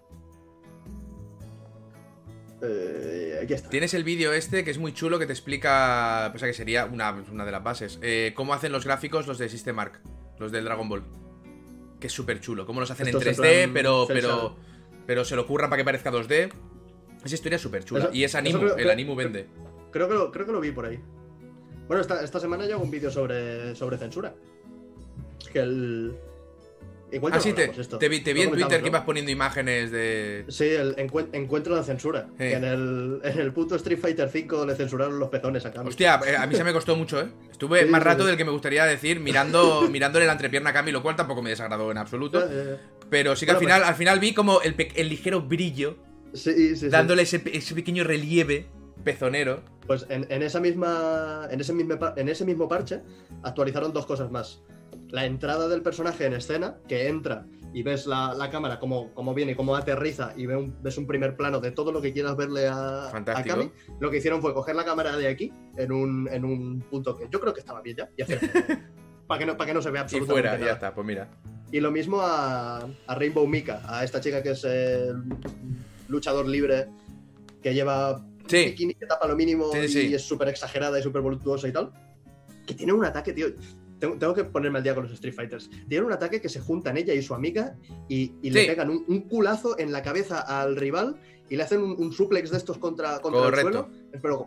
Eh, aquí está. Tienes el vídeo este que es muy chulo que te explica... O sea, que sería una, una de las bases. Eh, cómo hacen los gráficos los de System Arc. Los del Dragon Ball. Que es súper chulo. Cómo los hacen Esto en tres D, en pero... pero Pero se lo ocurran para que parezca dos D. Esa historia es súper chula. Eso, y es Animu, creo, el creo, Animu vende. Creo que, lo, creo que lo vi por ahí. Bueno, esta, esta semana ya hago un vídeo sobre, sobre censura. Que el... Igual ah, sí, te, te vi, te vi en Twitter, ¿no? Que ibas poniendo imágenes de... Sí, el encu encuentro de censura. Sí. Que en el, en el puto Street Fighter cinco le censuraron los pezones a Kami. Hostia, eh, a mí se me costó mucho, ¿eh? Estuve sí, más sí, rato sí. del que me gustaría decir mirando, mirándole la entrepierna a Kami, lo cual tampoco me desagradó en absoluto. Eh, eh. Pero sí que bueno, al final, pues... al final vi como el, el ligero brillo, sí, sí, dándole sí. Ese, ese pequeño relieve pezonero. Pues en, en esa misma en ese mismo, en ese mismo parche actualizaron dos cosas más. La entrada del personaje en escena, que entra y ves la, la cámara cómo, cómo viene, cómo aterriza y ves un, ves un primer plano de todo lo que quieras verle a, a Kami. Lo que hicieron fue coger la cámara de aquí en un, en un punto que yo creo que estaba bien ya y hacer para que no para que no se vea absolutamente y fuera, nada. Ya está, pues mira. Y lo mismo a, a Rainbow Mika, a esta chica que es el luchador libre que lleva sí. un bikini que tapa lo mínimo sí, y sí. es súper exagerada y súper voluptuosa y tal. Que tiene un ataque, tío. Tengo, tengo que ponerme al día con los Street Fighters. Tiene un ataque que se juntan ella y su amiga y, y sí. le pegan un, un culazo en la cabeza al rival y le hacen un, un suplex de estos contra, contra el suelo. Pero,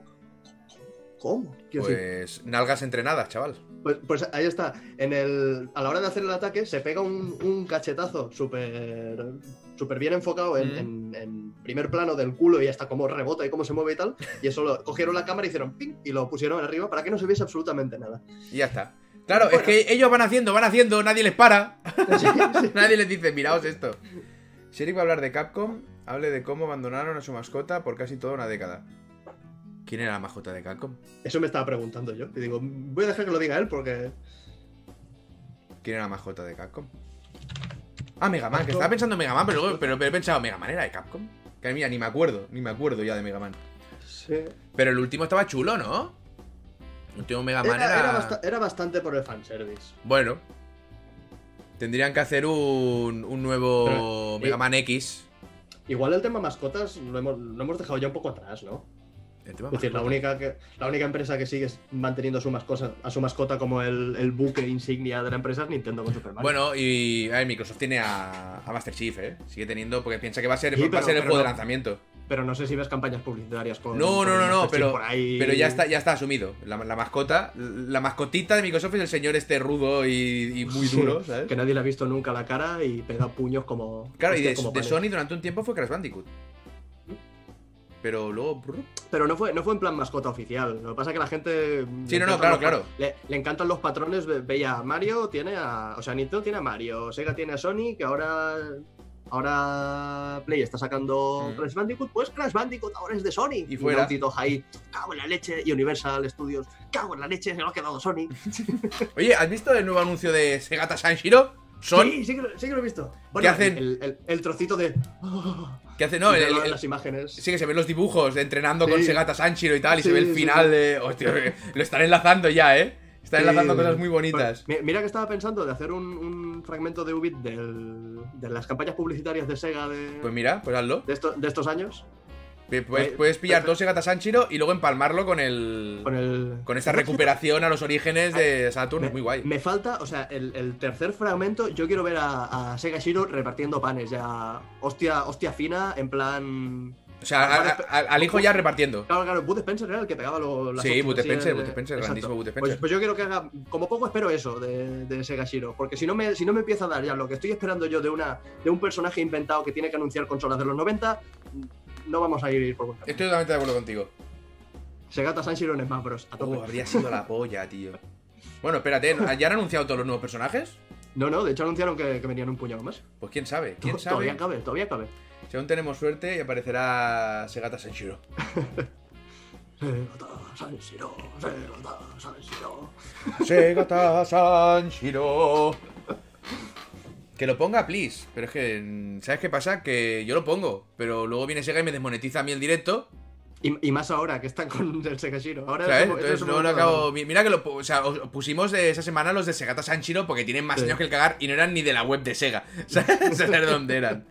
¿cómo? Pues decir? Nalgas entrenadas, chaval. Pues, pues ahí está. En el, a la hora de hacer el ataque se pega un, un cachetazo súper súper bien enfocado en, mm. en, en primer plano del culo y hasta cómo rebota y cómo se mueve y tal. Y eso lo cogieron la cámara y hicieron ping y lo pusieron arriba para que no se viese absolutamente nada. Y ya está. Claro, bueno. Es que ellos van haciendo, van haciendo, nadie les para. Sí, sí. Nadie les dice, miraos esto. Sheriff va a hablar de Capcom, hable de cómo abandonaron a su mascota por casi toda una década. ¿Quién era la mascota de Capcom? Eso me estaba preguntando yo. Y digo, voy a dejar que lo diga él porque... ¿Quién era la mascota de Capcom? Ah, Mega Man, Capcom. Que estaba pensando en Mega Man, pero luego pero, pero he pensado, ¿Mega Man era de Capcom? Que mira, ni me acuerdo, ni me acuerdo ya de Mega Man. Sí. Pero el último estaba chulo, ¿no? El último Mega Man era... Era, era, bast era bastante por el fanservice. Bueno. Tendrían que hacer un, un nuevo pero, Mega Man X. Igual el tema mascotas lo hemos, lo hemos dejado ya un poco atrás, ¿no? Es decir, la única, que, la única empresa que sigue manteniendo a su mascota, a su mascota como el, el buque insignia de la empresa es Nintendo con Super Mario. Bueno, y a ver, Microsoft tiene a, a Master Chief, ¿eh? Sigue teniendo, porque piensa que va a ser, sí, va pero, a ser el juego no, de lanzamiento. Pero no sé si ves campañas publicitarias con... No, con no, no, no, pero, por ahí... pero ya está, ya está asumido. La, la mascota, la mascotita de Microsoft es el señor este rudo y, y muy duro, ¿sabes? Que nadie le ha visto nunca la cara y pega puños como... Claro, y de, como de Sony durante un tiempo fue Crash Bandicoot. Pero luego... Pero no fue, no fue en plan mascota oficial. Lo que pasa es que la gente... Sí, no, no, claro, claro. Le, le encantan los patrones. Veía a Mario, tiene a... O sea, Nintendo tiene a Mario, Sega tiene a Sony, que ahora ahora Play está sacando Mm. Crash Bandicoot, pues Crash Bandicoot ahora es de Sony. Y fuera. Naughty Dog ahí, cago en la leche, y Universal Studios, cago en la leche, se lo ha quedado Sony. Oye, ¿has visto el nuevo anuncio de Segata Sanshiro? Son. Sí, sí que, lo, sí que lo he visto. ¿Qué hacen? El, el, el trocito de... ¿Qué hace? No, y el, luego el- las imágenes. sí que se ven los dibujos de entrenando con Sí. Segata Sanshiro y tal, y se Sí, ve el sí, final sí. de. Hostia, lo están enlazando ya, ¿eh? Están Sí. enlazando cosas muy bonitas. Pues, mi- mira que estaba pensando de hacer un, un fragmento de Ubit del, de las campañas publicitarias de Sega de, Pues mira, pues hazlo. de, esto- de estos años. Puedes, Eh, puedes pillar perfecto. dos Segata Sanshiro y luego empalmarlo con el. Con el. Con esta recuperación a los orígenes de Saturn, Me, es muy guay. me falta, o sea, el, el tercer fragmento. Yo quiero ver a, a Sega Shiro repartiendo panes ya. Hostia, hostia fina, en plan. O sea, a- a- a- al hijo ya repartiendo. Claro, claro, Bud Spencer era el que pegaba los. Sí, Bud Spencer, Bud Spencer, exacto. grandísimo Bud Pues, Spencer. pues yo quiero que haga. Como poco espero eso de, de Sega Shiro. Porque si no, me, si no me empieza a dar ya lo que estoy esperando yo de una de un personaje inventado que tiene que anunciar consolas de los noventa, no vamos a ir por buen camino. Estoy totalmente de acuerdo contigo. Segata Sanshiro en Smash Bros. A tope. Oh, habría sido la polla, tío. Bueno, espérate, ¿no? ¿ya han anunciado todos los nuevos personajes? No, no, de hecho anunciaron que, que venían un puñado más. Pues quién sabe, quién Todavía sabe. cabe, todavía cabe. Si aún tenemos suerte y aparecerá Segata Sanshiro. Segata Sanshiro, Segata Sanshiro. Segata Sanshiro. Que lo ponga, please. Pero es que, ¿sabes qué pasa? Que yo lo pongo, pero luego viene Sega y me desmonetiza a mí el directo. Y, y más ahora que están con el Sega Shiro. Ahora ¿Sabes? es como- Entonces es no como- lo acabo. mi- Mira que lo pu- o sea, os- pusimos de esa semana los de Segata Sanshiro porque tienen más Sí. años que el cagar y no eran ni de la web de Sega. ¿Sabes? ¿Sabes dónde eran?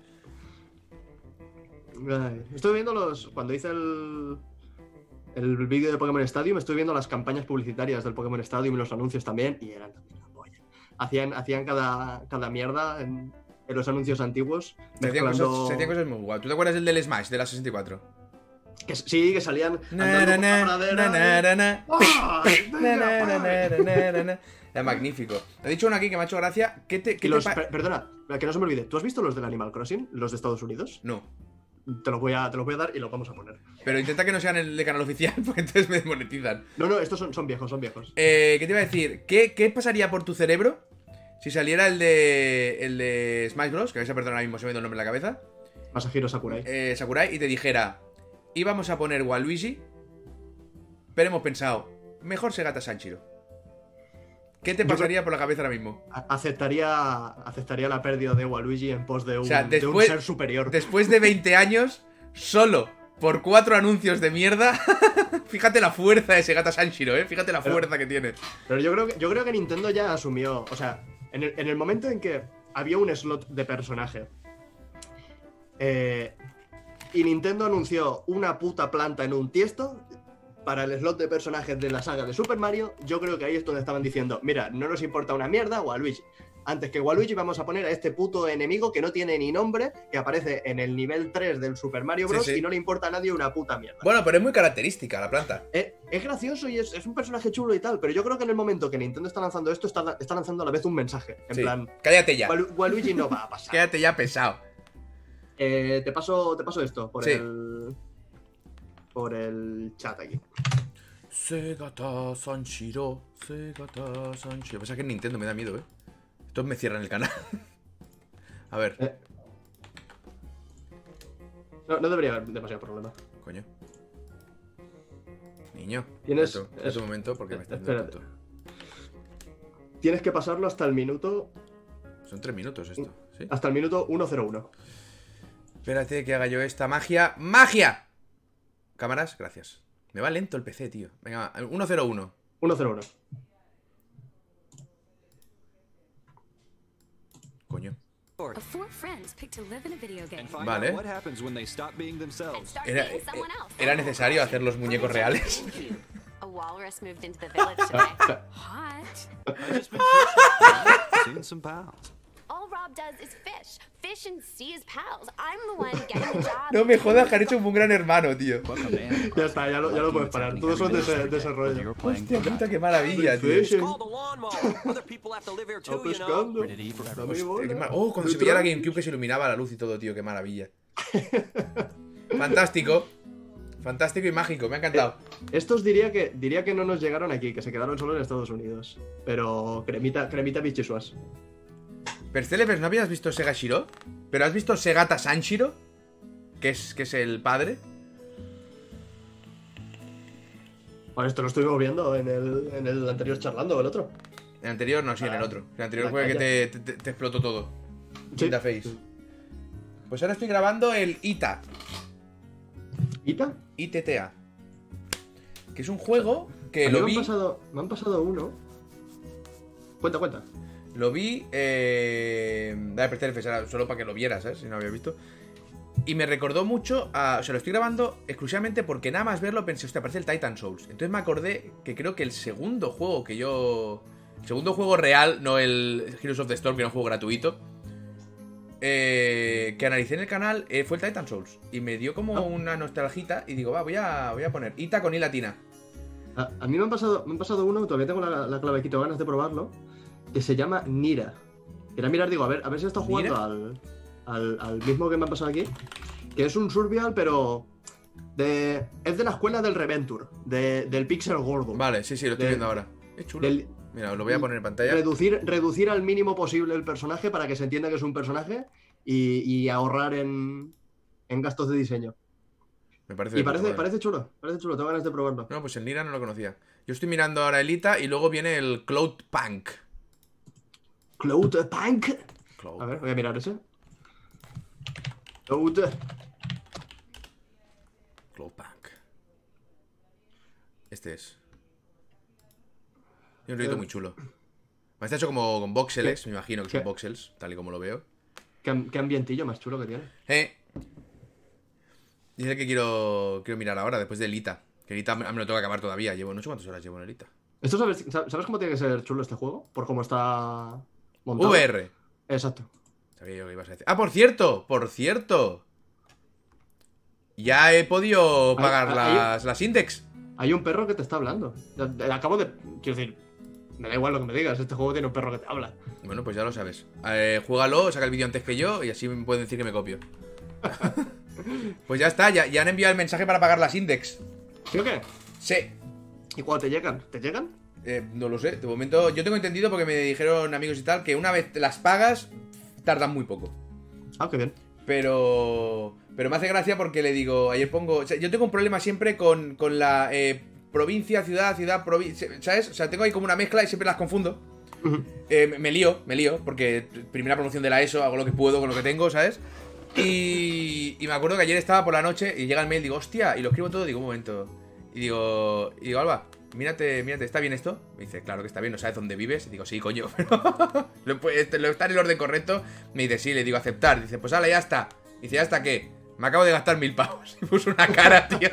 Ay, estoy viendo los. Cuando hice el. El vídeo de Pokémon Stadium, estoy viendo las campañas publicitarias del Pokémon Stadium y los anuncios también, y eran también la polla. Hacían, hacían cada, cada mierda en, en los anuncios antiguos. Se hacían, mezclando- cosas, se hacían cosas muy guay. ¿Tú te acuerdas del del Smash de la sesenta y cuatro? que, sí, que salían. Na, andando na, por la na, pradera, na, na, na. ¡Ay, Na, venga, na, na, padre! na, na, na, na. Era magnífico. He dicho uno aquí que me ha hecho gracia. ¿Qué te, qué Y te los, pa- per- perdona, que no se me olvide. ¿Tú has visto los del Animal Crossing? Los de Estados Unidos. No. Te los voy a, te los voy a dar y los vamos a poner. Pero intenta que no sean el de canal oficial, porque entonces me desmonetizan. No, no, estos son, son viejos, son viejos. Eh, ¿Qué te iba a decir? ¿Qué, ¿Qué pasaría por tu cerebro si saliera el de el de Smash Bros? Que vais a perdonar ahora mismo, se me ha ido el nombre en la cabeza. Masahiro Sakurai. Eh, Sakurai, y te dijera: íbamos a poner Waluigi, pero hemos pensado, mejor Segata Sanshiro. ¿Qué te Yo pasaría por la cabeza ahora mismo? A- Aceptaría, aceptaría la pérdida de Waluigi en pos de un, O sea, de un después- ser superior. Después de veinte años, solo por cuatro anuncios de mierda. Fíjate la fuerza de Segata Sanshiro, eh. Fíjate la Pero- fuerza que tiene. Pero yo creo, que, yo creo que Nintendo ya asumió. O sea, en el, en el momento en que había un slot de personaje. eh, y Nintendo anunció una puta planta en un tiesto. Para el slot de personajes de la saga de Super Mario, yo creo que ahí es donde estaban diciendo: mira, no nos importa una mierda, Waluigi. Antes que Waluigi vamos a poner a este puto enemigo que no tiene ni nombre, que aparece en el nivel tres del Super Mario Sí, Bros. sí. Y no le importa a nadie una puta mierda. Bueno, pero es muy característica la planta. Eh, es gracioso y es, es un personaje chulo y tal, pero yo creo que en el momento que Nintendo está lanzando esto, está, está lanzando a la vez un mensaje. En Sí. plan, Cállate ya. Walu- Waluigi no va a pasar. Quédate ya pesado. Eh, te, paso, te paso esto por Sí. el. Por el chat aquí. Segata Sanshiro, Segata Sanshiro. Pasa que en Nintendo me da miedo, eh. Estos me cierran el canal. A ver, Eh. No, no debería haber demasiado problema. coño. Niño, Tienes- espera tu- espera es- tu momento porque me está espérate. dando tonto. Tienes que pasarlo hasta el minuto. Son tres minutos esto, ¿sí? Hasta el minuto ciento uno. Espérate que haga yo esta magia. ¡Magia! Cámaras, gracias. Me va lento el P C, tío. Venga, ciento uno. ciento uno. Coño. Of four friends picked to live in a video game. And find Vale. out what happens when they stop being And themselves. start Era, being someone eh, else. era necesario hacer los muñecos reales. A walrus moved into the village today. Hot. I've just been fishing, seeing some pals. All Rob does is fish. Fish and see his pals. I'm the one getting the job. No me jodas que han hecho un gran hermano, tío. Ya está, ya lo, ya lo puedes parar. Todos son de ese, de ese rollo. Hostia puta, qué maravilla, tío. Fishing. Called a lawnmower. Other people have to live here Está too, you know. pescando. Ready for Dame Hostia, bola. qué mar- Oh, cuando se veía la GameCube que se iluminaba la luz y todo, tío, qué maravilla. Fantástico. Fantástico y mágico, me ha encantado. Estos diría que diría que no nos llegaron aquí, que se quedaron solo en Estados Unidos. Pero cremita, cremita bichisuas. Pero Celebes, ¿no habías visto Sega Shiro? ¿Pero has visto Segata Sanshiro? Que es, que es el padre. Bueno, esto lo estuvimos viendo en el, en el anterior charlando, el otro. El anterior no, sí, en el Ah, otro. El anterior la fue que calla. te, te, te- te explotó todo. Sí. Interface. Pues ahora estoy grabando el I T A. ¿Ita? I T T A. Que es un juego que A mí lo me, vi. han pasado, me han pasado uno. Cuenta, cuenta. Lo vi. Eh... Dale, presté el F S, era solo para que lo vieras, ¿sabes? Si no lo había visto. Y me recordó mucho a. O sea, lo estoy grabando exclusivamente porque nada más verlo pensé, hostia, parece el Titan Souls. Entonces me acordé que creo que el segundo juego que yo. El segundo juego real, no el Heroes of the Storm, que era un juego gratuito. Eh, que analicé en el canal eh, fue el Titan Souls. Y me dio como Ah. una nostalgita. Y digo, va, voy a, voy a poner Ita con I latina. A, a mí me han pasado, me han pasado uno, todavía tengo la, la clave aquí, tengo ganas de probarlo, que se llama Nira. Quería mirar, digo, a ver, a ver si está jugando al, al, al mismo que me ha pasado aquí, que es un survival, pero de, es de la escuela del Reventure, de, del Pixel Gordo. Vale, sí, sí, lo estoy De- viendo ahora. Es chulo. Del- Mira, os lo voy a poner en pantalla. reducir, reducir al mínimo posible el personaje para que se entienda que es un personaje y, y ahorrar en, en gastos de diseño. Me parece Y de puta parece, madre. parece chulo, parece chulo, tengo ganas de probarlo. No, pues el Nira no lo conocía. Yo estoy mirando ahora el Ita y luego viene el Cloud Punk. Cloud Punk. Cloud. A ver, voy a mirar ese. Cloud. Cloud Punk. Este es. Tiene un rollito Eh. muy chulo. Me está hecho como con voxels, ¿Qué? me imagino que ¿Qué? son voxels, tal y como lo veo. Qué, qué ambientillo más chulo que tiene. Eh. Y es el que quiero, quiero mirar ahora, después del Ita. Que el Ita me me lo tengo que acabar todavía. Llevo, no sé cuántas horas llevo en el Ita. ¿Esto sabes, sabes cómo tiene que ser chulo este juego? Por cómo está montado. V R. Exacto. Sabía yo que ibas a decir. Ah, por cierto, por cierto. Ya he podido Hay- pagar hay- las, las index. Hay un perro que te está hablando. Eh, Acabo de. Quiero decir, me da igual lo que me digas. Este juego tiene un perro que te habla. Bueno, pues ya lo sabes. Eh, juégalo, saca el vídeo antes que yo y así me pueden decir que me copio. Pues ya está, ya, ya han enviado el mensaje para pagar las index. ¿Sí o qué? Sí. ¿Y cuándo te llegan? ¿Te llegan? Eh, no lo sé, de momento yo tengo entendido porque me dijeron amigos y tal que una vez las pagas tardan muy poco. Ah, qué bien. Pero pero me hace gracia porque le digo, ayer pongo, o sea, yo tengo un problema siempre con, con la eh, provincia, ciudad, ciudad, provincia, ¿sabes? O sea, tengo ahí como una mezcla y siempre las confundo. Ujú. Eh, me- me lío, me lío, porque primera promoción de la ESO, hago lo que puedo con lo que tengo, ¿sabes? Y, y me acuerdo que ayer estaba por la noche y llega el mail, digo, hostia, y lo escribo todo, digo, un momento. Y digo, y digo, Alba, mírate, mírate, ¿está bien esto? Me dice, claro que está bien, ¿no sabes dónde vives? Y digo, sí, coño, pero lo, pues, lo está en el orden correcto. Me dice, sí, le digo, aceptar. Dice, pues hala, ya está. Dice, ¿ya está qué? Me acabo de gastar mil pavos. Y puso una cara, tío.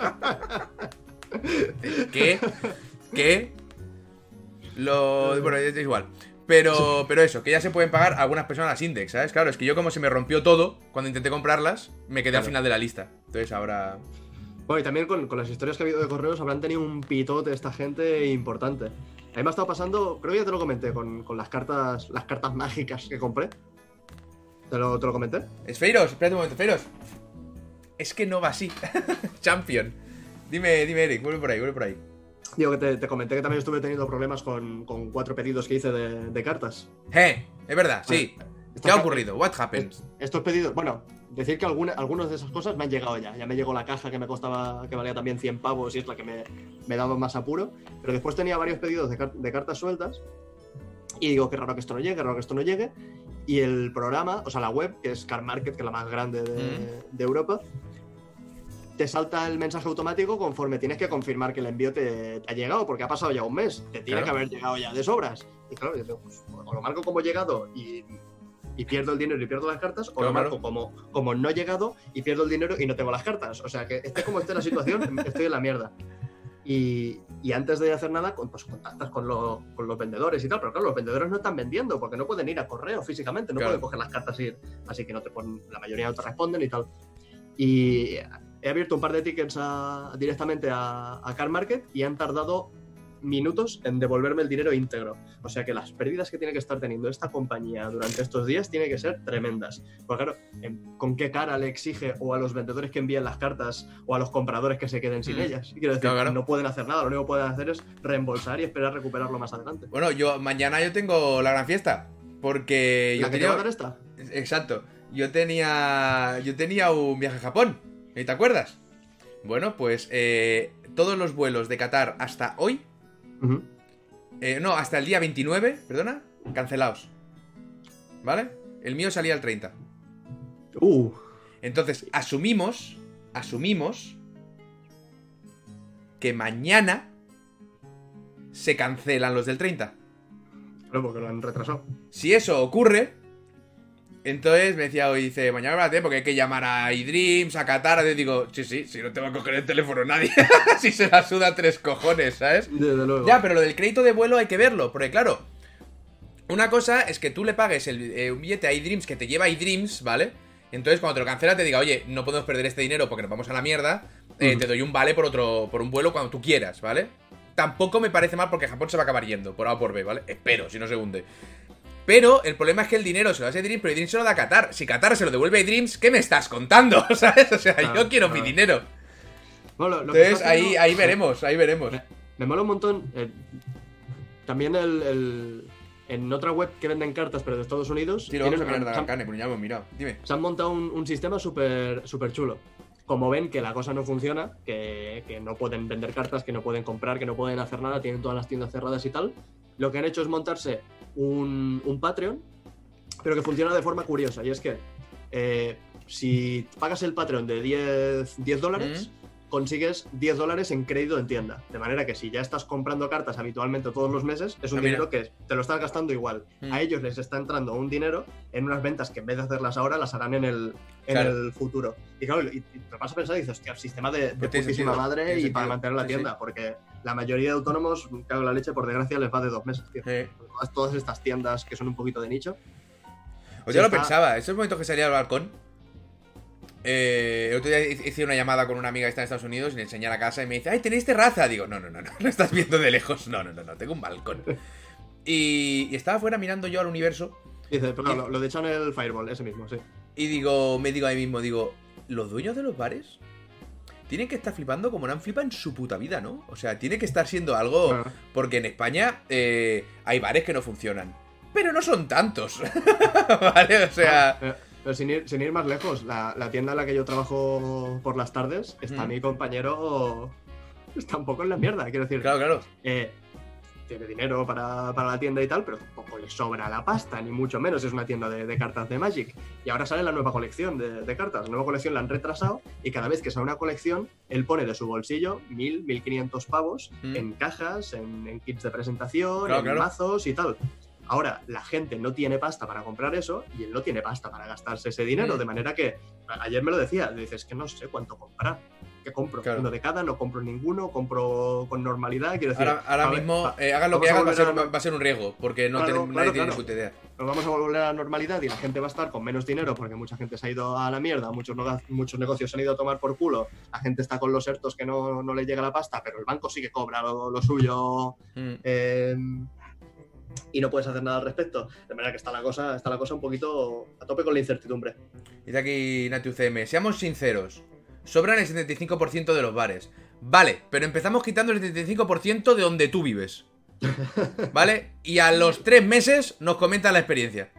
¿Qué? ¿Qué? Lo... Bueno, es igual. Pero, pero eso, que ya se pueden pagar algunas personas las index, ¿sabes? Claro, es que yo como se me rompió todo cuando intenté comprarlas, me quedé Claro. al final de la lista. Entonces ahora... Bueno, y también con, con las historias que ha habido de correos habrán tenido un pitote esta gente importante. A mí me ha estado pasando, creo que ya te lo comenté, con, con las cartas las cartas mágicas que compré. ¿Te lo, te lo comenté? Esfeiros, espérate un momento, Esfeiros. Es que no va así. Champion. Dime, dime, Eric, vuelve por ahí, vuelve por ahí. Digo que te, te comenté que también estuve teniendo problemas con, con cuatro pedidos que hice de, de cartas. Eh, es verdad, sí. Vale. ¿Qué ha ocurrido? What happened? Est- Estos pedidos, bueno, decir que alguna, algunas de esas cosas me han llegado ya. Ya me llegó la caja que me costaba, que valía también cien pavos y es la que me, me daba más apuro. Pero después tenía varios pedidos de, car- de cartas sueltas. Y digo, qué raro que esto no llegue, qué raro que esto no llegue. Y el programa, o sea, la web, que es Card Market, que es la más grande de, Mm. de Europa, te salta el mensaje automático conforme tienes que confirmar que el envío te, te ha llegado, porque ha pasado ya un mes. Te tiene Claro. que haber llegado ya de sobras. Y claro, yo digo, pues, o lo marco como llegado y, y pierdo el dinero y pierdo las cartas, o Claro, lo marco claro. como, como no llegado y pierdo el dinero y no tengo las cartas. O sea, que esté como esté la situación, estoy en la mierda. Y, y antes de hacer nada, con- pues contactas con, los- con los vendedores y tal, pero claro, los vendedores no están vendiendo porque no pueden ir a correo físicamente, no Claro. pueden coger las cartas y ir, así que no te ponen, la mayoría no te responden y tal. Y he abierto un par de tickets a- directamente a, a Car Market y han tardado minutos en devolverme el dinero íntegro. O sea que las pérdidas que tiene que estar teniendo esta compañía durante estos días tienen que ser tremendas. Porque claro, em, ¿con qué cara le exige o a los vendedores que envían las cartas o a los compradores que se queden sin Mm. ellas? Y quiero decir, Claro, claro. no pueden hacer nada, lo único que pueden hacer es reembolsar y esperar recuperarlo más adelante. Bueno, yo mañana yo tengo la gran fiesta. Porque yo ¿La que te tenía... va a dar esta? Exacto. Yo tenía... Yo tenía un viaje a Japón. ¿Y te acuerdas? Bueno, pues eh, todos los vuelos de Qatar hasta hoy... Ujú. Eh, no, hasta el día veintinueve, perdona, cancelados. ¿Vale? El mío salía el treinta. Uh, Entonces, asumimos, asumimos que mañana se cancelan los del treinta. claro, porque lo han retrasado. Si eso ocurre, entonces me decía hoy, dice, mañana me va a tener porque hay que llamar a iDreams, a Qatar. Y digo, sí, sí, si no te va a coger el teléfono nadie. Si se la suda tres cojones, ¿sabes? Desde luego. Ya, pero lo del crédito de vuelo hay que verlo, porque claro, una cosa es que tú le pagues el, eh, un billete a iDreams que te lleva a iDreams, ¿vale? Entonces cuando te lo cancela te diga, oye, no podemos perder este dinero porque nos vamos a la mierda, eh, Ujú. te doy un vale por otro, por un vuelo cuando tú quieras, ¿vale? Tampoco me parece mal porque Japón se va a acabar yendo, por A o por B, ¿vale? Espero, si no se hunde. Pero el problema es que el dinero se lo da a iDreams, pero iDreams se lo da a Qatar. Si Qatar se lo devuelve a iDreams, ¿qué me estás contando? ¿Sabes? O sea, Claro, yo quiero claro. mi dinero. Bueno, lo- lo que Entonces está ahí, haciendo- ahí veremos, ahí veremos. Me, me mola un montón. eh, también el, el- en otra web que venden cartas, pero de Estados Unidos, Sí, lo vamos a tienen- mirar de se, han, Arcane, pero ya lo hemos mirado. Dime. se han montado un, un sistema súper súper chulo. Como ven que la cosa no funciona, que, que no pueden vender cartas, que no pueden comprar, que no pueden hacer nada, tienen todas las tiendas cerradas y tal, lo que han hecho es montarse un, un Patreon, pero que funciona de forma curiosa. Y es que eh, si pagas el Patreon de diez dólares, consigues diez dólares en crédito en tienda. De manera que si ya estás comprando cartas habitualmente todos los meses, es un Ah, mira. dinero que te lo estás gastando igual. Mm. A ellos les está entrando un dinero en unas ventas que en vez de hacerlas ahora, las harán en el, en Claro. el futuro. Y claro, y, y te vas a pensar y dices, hostia, el sistema de, de Pues tiene putísima sentido, madre tiene y sentido. para mantener la Sí, tienda, sí. porque la mayoría de autónomos, cago en la leche, por desgracia, les va de dos meses, tío. Sí. Todas, todas estas tiendas que son un poquito de nicho. Pues Sí, yo lo está- pensaba, esos momentos que salía al balcón. Eh, el otro día hice una llamada con una amiga que está en Estados Unidos y le enseñé la casa y me dice, ¡ay, tenéis terraza! Digo, no, no, no, no, lo estás viendo de lejos. No, no, no, no, tengo un balcón. Y, y estaba afuera mirando yo al universo Dice, pero lo, lo de Channel Fireball, ese mismo, sí. y digo, me digo a mí mismo, digo, ¿los dueños de los bares tienen que estar flipando como no han flipado en su puta vida, ¿no? O sea, tiene que estar siendo algo... Claro. Porque en España eh, hay bares que no funcionan. Pero no son tantos. ¿Vale? O sea... Eh, Pero sin ir, sin ir más lejos, la, la tienda en la que yo trabajo por las tardes, está Mm. mi compañero. Está un poco en la mierda, quiero decir. Claro, claro. eh, tiene dinero para, para la tienda y tal, pero tampoco le sobra la pasta, ni mucho menos. Es una tienda de, de cartas de Magic. Y ahora sale la nueva colección de, de cartas. La nueva colección la han retrasado y cada vez que sale una colección, él pone de su bolsillo mil, mil quinientos pavos Mm. en cajas, en, en kits de presentación, Claro, en claro. mazos y tal. Ahora, la gente no tiene pasta para comprar eso y él no tiene pasta para gastarse ese dinero. Mm. De manera que, a- ayer me lo decía, dices que no sé cuánto comprar. ¿Qué compro? Claro. Uno de cada, no compro ninguno, compro con normalidad. Quiero decir, Ahora, ahora a ver, mismo, va- eh, hagan lo vamos que a hagan, va a, volver ser, a- va a ser un riesgo. Porque no Claro, tenemos, claro, nadie tiene claro. ni puta idea. nos vamos a volver a la normalidad y la gente va a estar con menos dinero porque mucha gente se ha ido a la mierda, muchos, no- muchos negocios se han ido a tomar por culo, la gente está con los ERTOs que no, no le llega la pasta, pero el banco sí que cobra lo, lo suyo Mm. eh, y no puedes hacer nada al respecto. De manera que está la cosa, está la cosa un poquito a tope con la incertidumbre. Dice aquí Nati U C M, seamos sinceros, sobran el setenta y cinco por ciento de los bares. Vale, pero empezamos quitando el setenta y cinco por ciento de donde tú vives. ¿Vale? Y a los tres meses nos comentan la experiencia.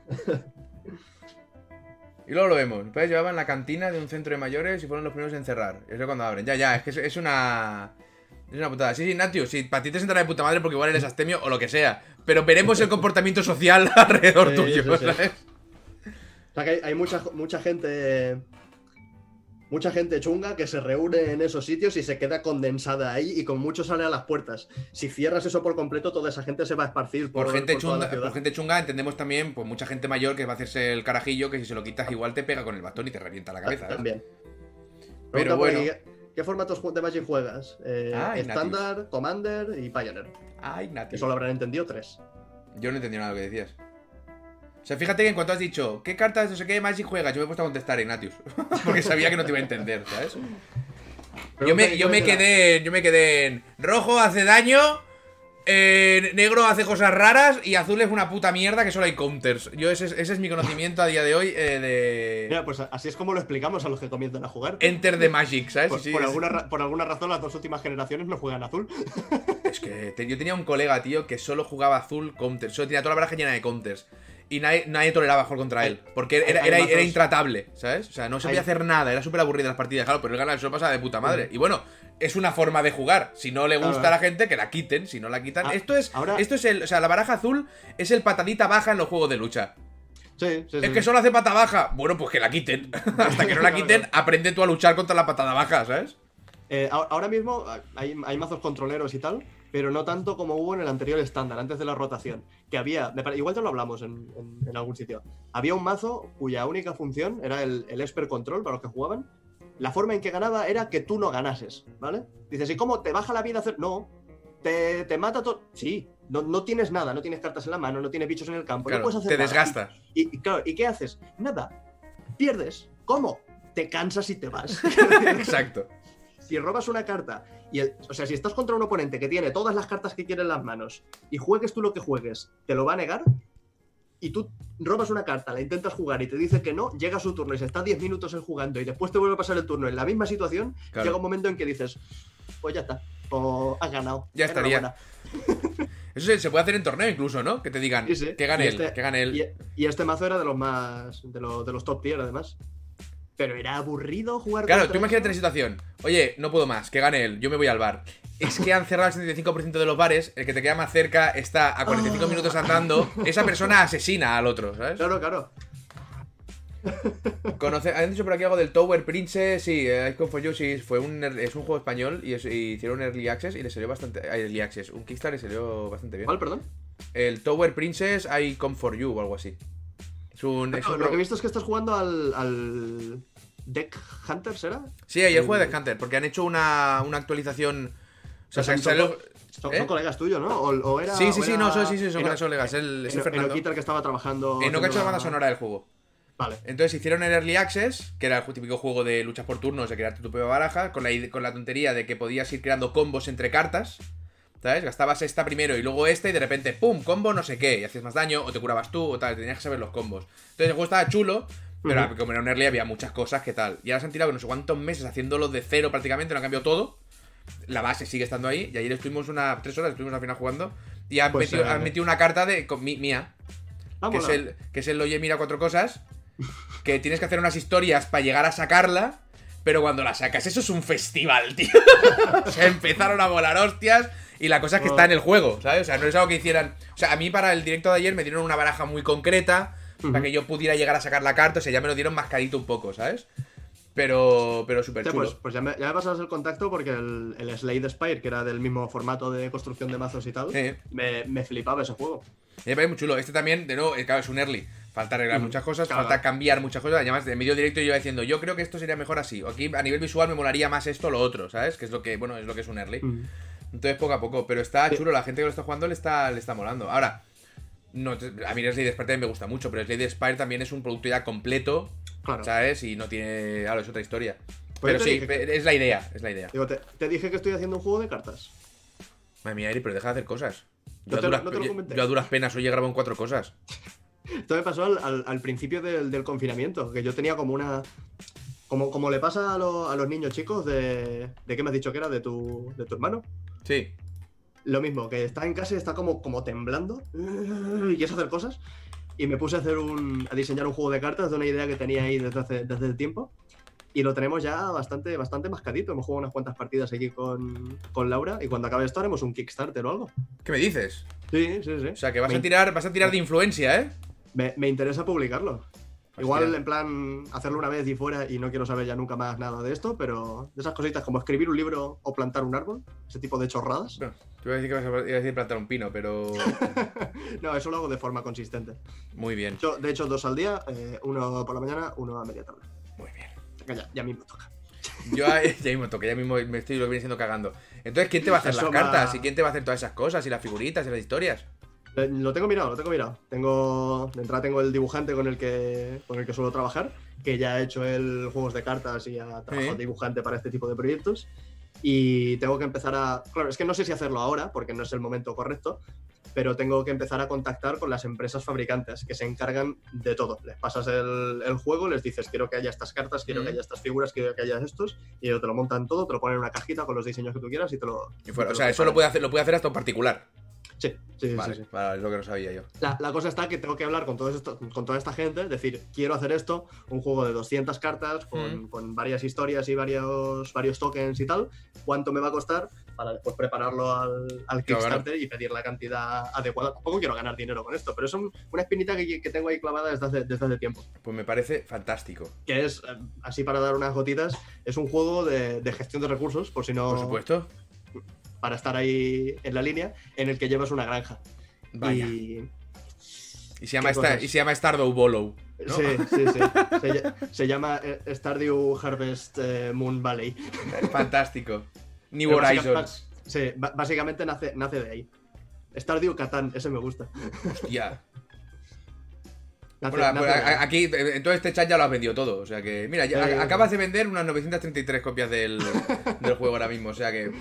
Y luego lo vemos. Mis padres llevaban la cantina de un centro de mayores y fueron los primeros en cerrar. Eso es cuando abren. Ya, ya, es que es, es una... Es una putada. Sí, sí, Natiu, sí, para ti te sentará de puta madre porque igual eres astemio o lo que sea. Pero veremos el comportamiento social alrededor Sí, tuyo, sí, sí. ¿sabes? O sea que hay, hay mucha, mucha gente. Mucha gente chunga que se reúne en esos sitios y se queda condensada ahí y con mucho sale a las puertas. Si cierras eso por completo, toda esa gente se va a esparcir por, Por gente, por toda la chunga, ciudad. por gente chunga entendemos también pues mucha gente mayor que va a hacerse el carajillo que si se lo quitas igual te pega con el bastón y te revienta la cabeza. ¿eh? También. Pero Pregunta por bueno. aquí, ¿qué, qué formatos de Magic juegas? Eh, Ay, Estándar, Commander y Pioneer. Ay, Nati. Eso lo habrán entendido tres. Yo no entendí nada de lo que decías. O sea, fíjate que en cuanto has dicho, ¿qué cartas no sé qué Magic juegas? Yo me he puesto a contestar Ignatius. Porque sabía que no te iba a entender, ¿sabes? Yo me, yo me quedé. Yo me quedé en. Rojo hace daño. eh, negro hace cosas raras. Y azul es una puta mierda que solo hay counters. Yo ese, es- ese es mi conocimiento a día de hoy eh, de. Mira, pues así es como lo explicamos a los que comienzan a jugar. Enter the Magic, ¿sabes? por, Sí, por es- alguna, ra- por alguna razón, las dos últimas generaciones no juegan azul. Es que te- yo tenía un colega, tío, que solo jugaba azul counters. Solo tenía toda la baraja llena de counters. y nadie, nadie toleraba jugar contra él. Porque era, Hay era, mazos- era intratable, ¿sabes? O sea, no se podía Hay- hacer nada, era súper aburrida las partidas, claro, pero él gana, eso pasa de puta madre. Y bueno, es una forma de jugar. Si no le gusta Claro. a la gente, que la quiten. Si no la quitan. Ah, esto es. ahora- Esto es el. O sea, la baraja azul es el patadita baja en los juegos de lucha. Sí, sí, Es sí. que solo hace pata baja. Bueno, pues que la quiten. Hasta que no la quiten, aprende tú a luchar contra la patada baja, ¿sabes? Eh, ahora ahora mismo hay, hay mazos controleros y tal, pero no tanto como hubo en el anterior estándar, antes de la rotación. Que había, me pare- igual te lo hablamos en, en- en algún sitio. Había un mazo cuya única función era el, el Esper Control para los que jugaban. La forma en que ganaba era que tú no ganases, ¿vale? Dices, ¿y cómo te baja la vida hacer? No. ¿Te, te mata todo? Sí. No, no tienes nada, no tienes cartas en la mano, no tienes bichos en el campo, Claro, no puedes hacer te nada. desgasta. Y, y claro, ¿y qué haces? Nada. Pierdes. ¿Cómo? Te cansas y te vas. Exacto. Si robas una carta y el, o sea, si estás contra un oponente que tiene todas las cartas que quiere en las manos y juegues tú lo que juegues, te lo va a negar. Y tú robas una carta, la intentas jugar y te dice que no, llega su turno y se está diez minutos él jugando y después te vuelve a pasar el turno en la misma situación, Claro. llega un momento en que dices, pues ya está, o has ganado. Ya estaría. Enhorabuena. Eso se, se puede hacer en torneo incluso, ¿no? Que te digan Sí, sí. que gane Y él, este- que gane él. Y, y este mazo era de los más, de, los- de los top tier además. Pero era aburrido jugar Claro, contra tú imagínate la eso. situación. Oye, no puedo más, que gane él, yo me voy al bar. Es que han cerrado el setenta y cinco por ciento de los bares, el que te queda más cerca está a cuarenta y cinco minutos andando. Esa persona asesina al otro, ¿sabes? Claro, claro. Conoce, han dicho por aquí algo del Tower Princess. Sí, eh, Icon for You sí, fue un, er- es un juego español y, es- y hicieron Early Access y le salió bastante. ah, Early Access, un Kickstarter y salió bastante bien. ¿Cuál, perdón? El Tower Princess Icon for You o algo así. Es un. es No, un lo ro- que he visto es que estás jugando al, al Deck Hunter, ¿será? Sí, ahí el juego de Hunter, porque han hecho una, una actualización. O sea, Son- se salió- son, son- ¿Eh? son colegas tuyos, ¿no? O, o era, Sí, sí, o sí, era no, sí, sí, sí, son Eno- colegas. El, es el Eno- Fernando. Enoquita el que estaba trabajando. Eh, no que ha hecho la haciendo banda sonora del juego. Vale. Entonces hicieron el Early Access, que era el típico juego de luchas por turnos, de crearte tu propia baraja, con la, ide- con la tontería de que podías ir creando combos entre cartas, ¿sabes? Gastabas esta primero y luego esta y de repente, ¡pum! Combo no sé qué, y hacías más daño, o te curabas tú, o tal, tenías que saber los combos. Entonces el juego estaba chulo, pero Ujú. como era un Early había muchas cosas que tal. Y ahora se han tirado no sé cuántos meses haciéndolo de cero prácticamente, no han cambiado todo. La base sigue estando ahí, y ayer estuvimos una tres horas, estuvimos al final jugando, y han, Pues, metido, eh, han metido una carta de con, mi- mía, Ah, que es, mola. el, que es el Oye, mira cuatro cosas. Que tienes que hacer unas historias para llegar a sacarla. Pero cuando la sacas, eso es un festival, tío. O sea, empezaron a volar hostias. Y la cosa es que está en el juego, ¿sabes? O sea, no es algo que hicieran. O sea, a mí para el directo de ayer me dieron una baraja muy concreta. Para que yo pudiera llegar a sacar la carta. O sea, ya me lo dieron mascadito un poco, ¿sabes? Pero, pero súper Hostia, chulo. pues, pues ya, me, ya me pasas el contacto porque el, el Slade Spire, que era del mismo formato de construcción de mazos y tal, Sí. me, me flipaba ese juego. Me parece muy chulo. Este también, de nuevo, eh, claro, es un early. Falta arreglar Mm, muchas cosas, claro. falta cambiar muchas cosas. Además, en medio directo yo iba diciendo, yo creo que esto sería mejor así. O aquí, a nivel visual, me molaría más esto o lo otro, ¿sabes? Que es lo que, bueno, es lo que es un early. Mm. Entonces, poco a poco. Pero está Sí. chulo, la gente que lo está jugando le está, le está molando. Ahora, no, te- a mí el Slade Spire también me gusta mucho, pero el Slade Spire también es un producto ya completo, Claro. ¿sabes? Y no tiene. Claro, es otra historia. Pues pero te sí, dije que- es la idea, es la idea. Digo, te, te dije que estoy haciendo un juego de cartas. Madre mía, Eri, pero deja de hacer cosas. Yo, No a, te- duras, no te lo yo- comenté. yo a duras penas hoy he grabado en cuatro cosas. Esto me pasó al, al- al principio del, del confinamiento, que yo tenía como una... Como, como le pasa a, lo- a los niños chicos de... ¿De qué me has dicho que era? ¿De tu, de tu hermano? Sí. Lo mismo, que está en casa y está como, como temblando y quiere hacer cosas. Y me puse a hacer un, a diseñar un juego de cartas de una idea que tenía ahí desde hace, desde el tiempo. Y lo tenemos ya bastante, bastante mascadito. Hemos jugado unas cuantas partidas aquí con, con Laura. Y cuando acabe esto haremos un Kickstarter o algo. ¿Qué me dices? Sí, sí, sí. O sea, que vas me, a tirar, vas a tirar de influencia, ¿eh? me, me interesa publicarlo. Igual, Hostia. en plan, hacerlo una vez y fuera y no quiero saber ya nunca más nada de esto, pero de esas cositas como escribir un libro o plantar un árbol, ese tipo de chorradas. No, te iba a decir que vas a, iba a decir plantar un pino, pero. No, eso lo hago de forma consistente. Muy bien, Yo, de hecho, dos al día, eh, uno por la mañana, uno a media tarde. muy bien. Venga, Ya, ya mismo toca. Yo ah, ya mismo toque, ya mismo me estoy lo que viene siendo cagando. Entonces, ¿quién te va a hacer Eso las va- cartas? ¿Y quién te va a hacer todas esas cosas? ¿Y las figuritas y las historias? Eh, Lo tengo mirado, lo tengo mirado. Tengo, de entrada tengo el dibujante con el que con el que suelo trabajar, que ya ha hecho el juegos de cartas y ha trabajado Sí. de dibujante para este tipo de proyectos. Y tengo que empezar a... Claro, es que no sé si hacerlo ahora, porque no es el momento correcto, pero tengo que empezar a contactar con las empresas fabricantes que se encargan de todo. Les pasas el, el juego, les dices, quiero que haya estas cartas, quiero Mm. que haya estas figuras, quiero que haya estos, y ellos te lo montan todo, te lo ponen en una cajita con los diseños que tú quieras y te lo... Y fuera, te o sea, eso lo preparan. puede hacer, lo puede hacer hasta un particular. Sí, Sí, Vale, sí, sí. vale, es lo que no sabía yo. La, la cosa está que tengo que hablar con, todo esto, con toda esta gente, decir, quiero hacer esto, un juego de doscientas cartas, con, Mm. con varias historias y varios, varios tokens y tal, cuánto me va a costar para después prepararlo al, al Claro, Kickstarter y pedir la cantidad adecuada. Tampoco quiero ganar dinero con esto, pero es un- una espinita que, que tengo ahí clavada desde hace, desde hace tiempo. Pues me parece fantástico. Que es, eh, así para dar unas gotitas, es un juego de, de gestión de recursos, por si no... Por supuesto. Para estar ahí en la línea, en el que llevas una granja. Vaya. Y... Y se llama, ¿Qué esta, cosas? y se llama Stardew Bollow. ¿no? Sí, sí, sí. Se, ll- se llama eh, Stardew Harvest eh, Moon Valley. Fantástico. New Pero básica- Horizons. ba- Sí, ba- básicamente nace, nace de ahí. Stardew Catán, ese me gusta. Hostia. Nace- Bueno, nace pues, de ahí. a- aquí, en todo este chat ya lo has vendido todo. O sea que, mira, ya, Eh, acabas de vender unas novecientas treinta y tres copias del, del juego ahora mismo. O sea que.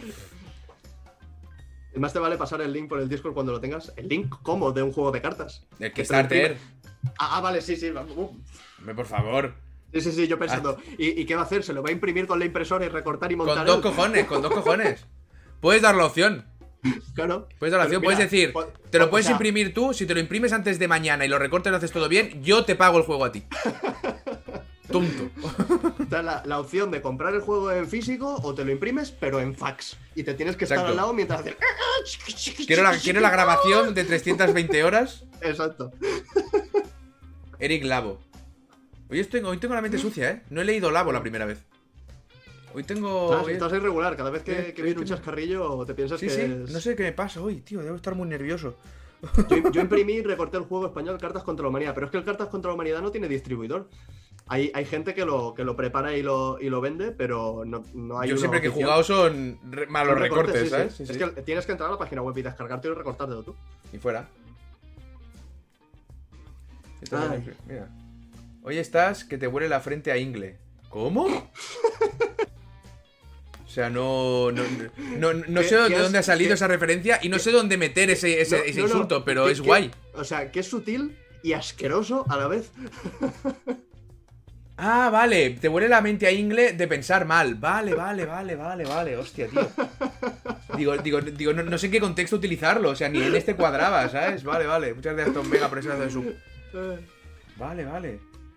Es más te vale pasar el link por el Discord cuando lo tengas. ¿El link cómo? De un juego de cartas. El Que te lo Kickstarter. imprime. Ah, ah, vale, sí, sí. va- uh. Hombre, por favor. Sí, sí, sí, yo pensando. ¿Y, y qué va a hacer? ¿Se lo va a imprimir con la impresora y recortar y montar Con dos él? cojones, con dos cojones. Puedes dar la opción. Claro. Puedes dar la opción. Pero mira, Puedes decir, po- te lo o puedes sea, imprimir tú. Si te lo imprimes antes de mañana y lo recortas y lo haces todo bien, yo te pago el juego a ti. Tonto. Te da la, la opción de comprar el juego en físico o te lo imprimes, pero en fax. Y te tienes que estar Exacto. al lado mientras haces. Quiero la, quiero la grabación de trescientas veinte horas. Exacto. Eric Lavo. Hoy, estoy, hoy tengo la mente sucia, ¿eh? No he leído Lavo la primera vez. Hoy tengo... Estás, hoy- estás irregular. Cada vez Eh, que, que eh, viene un eh, chascarrillo te piensas Sí, que sí. es... No sé qué me pasa hoy, tío. Debo estar muy nervioso. Yo, yo imprimí y recorté el juego español Cartas contra la Humanidad, pero es que el Cartas contra la Humanidad no tiene distribuidor. Hay, hay gente que lo, que lo prepara y lo, y lo vende, pero no, no hay Yo uno siempre que he oficial. jugado son re- malos Son recortes, sí, sí. ¿sabes? Sí, es sí. que tienes que entrar a la página web y descargarte y recortártelo tú. Y fuera. Esto Ay. es- Mira. Hoy estás que te huele la frente a ingle. ¿Cómo? O sea, no. No, no, no ¿Qué- sé de qué has- dónde ha salido qué- esa referencia y no sé dónde meter ese, ese, No, ese no, no, insulto, pero que- es que- guay. O sea, que es sutil y asqueroso a la vez. Ah, vale. Te huele la mente a ingle de pensar mal. Vale, vale, vale, vale, vale. Hostia, tío. Digo, digo, digo no, no sé en qué contexto utilizarlo. O sea, ni en este cuadraba, ¿sabes? Vale, vale. Muchas gracias, Tom Vega, por ese lado de sub. Vale, vale.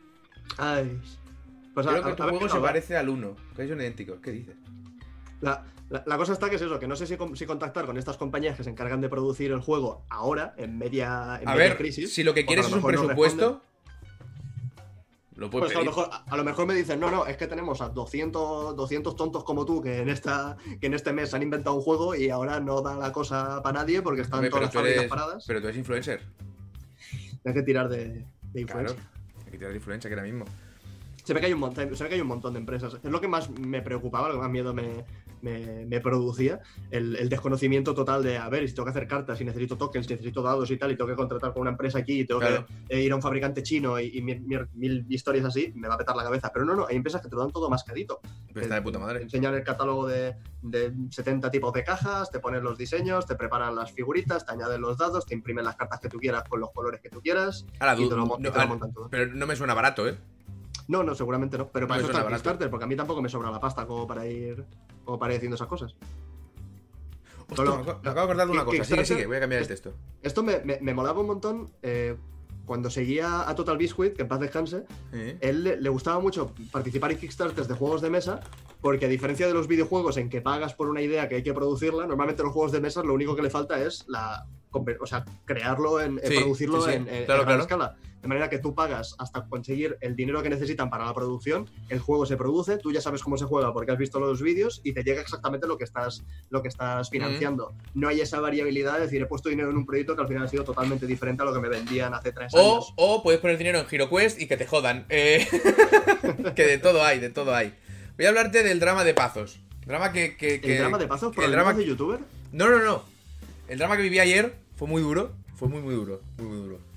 Ay. Pues a- Creo que a- tu a ver, juego no, se va. parece al uno. Que son idénticos. ¿Qué dices? La, la- la cosa está que es eso, que no sé si, com- si contactar con estas compañías que se encargan de producir el juego ahora, en media, en A media ver, crisis. si lo que porque quieres a es lo un mejor no presupuesto, responden, lo puedes pues a lo, pedir. mejor, a, a lo mejor me dicen, no, no, es que tenemos a doscientos, doscientos tontos como tú que en esta que en este mes han inventado un juego y ahora no da la cosa para nadie porque están Hombre, todas pero, las tú fábricas eres, paradas. pero tú eres influencer. Hay que tirar de, de Claro. influencia. Hay que tirar de influencer que ahora mismo. Se ve que hay un montón, se ve que hay un montón de empresas. Es lo que más me preocupaba, lo que más miedo me, me, me producía, el, el desconocimiento total de, a ver, y si tengo que hacer cartas, y necesito tokens, y necesito dados y tal, y tengo que contratar con una empresa aquí, y tengo Claro. que eh, ir a un fabricante chino y, y mil, mil- mil historias así, me va a petar la cabeza. Pero no, no, hay empresas que te lo dan todo mascadito. Pero está de puta Te madre. enseñan el catálogo de, de setenta tipos de cajas, te ponen los diseños, te preparan las figuritas, te añaden los dados, te imprimen las cartas que tú quieras con los colores que tú quieras, Ahora, y du- te lo, mo- y no, te lo ah, montan todo. pero no me suena barato, ¿eh? No, no, seguramente no. Pero para No eso me está suena el barato. Kickstarter, porque a mí tampoco me sobra la pasta como para ir, como para ir haciendo esas cosas. Hostia, Solo- me, acabo, me acabo de acordar de una Ki- cosa. Sigue, Kickstarter- sigue, voy a cambiar el texto. Esto me, me- me molaba un montón eh, cuando seguía a Total Biscuit, que en paz descanse. ¿Eh? Él le, le gustaba mucho participar en Kickstarters de juegos de mesa, porque a diferencia de los videojuegos en que pagas por una idea que hay que producirla, normalmente los juegos de mesa lo único que le falta es la, o sea, crearlo, en, en Sí, producirlo sí, sí. en, en- Claro, en gran claro. escala. De manera que tú pagas hasta conseguir el dinero que necesitan para la producción, el juego se produce, tú ya sabes cómo se juega porque has visto los vídeos y te llega exactamente lo que estás, lo que estás financiando. No hay esa variabilidad de decir, he puesto dinero en un proyecto que al final ha sido totalmente diferente a lo que me vendían hace tres O, años. o puedes poner dinero en HeroQuest y que te jodan. Eh, que de todo hay, de todo hay. Voy a hablarte del drama de Pazos. Drama que. que, que ¿El drama de Pazos? el ¿Problemas drama de youtuber? No, no, no. El drama que viví ayer fue muy duro. Fue muy, muy duro. Muy, muy duro.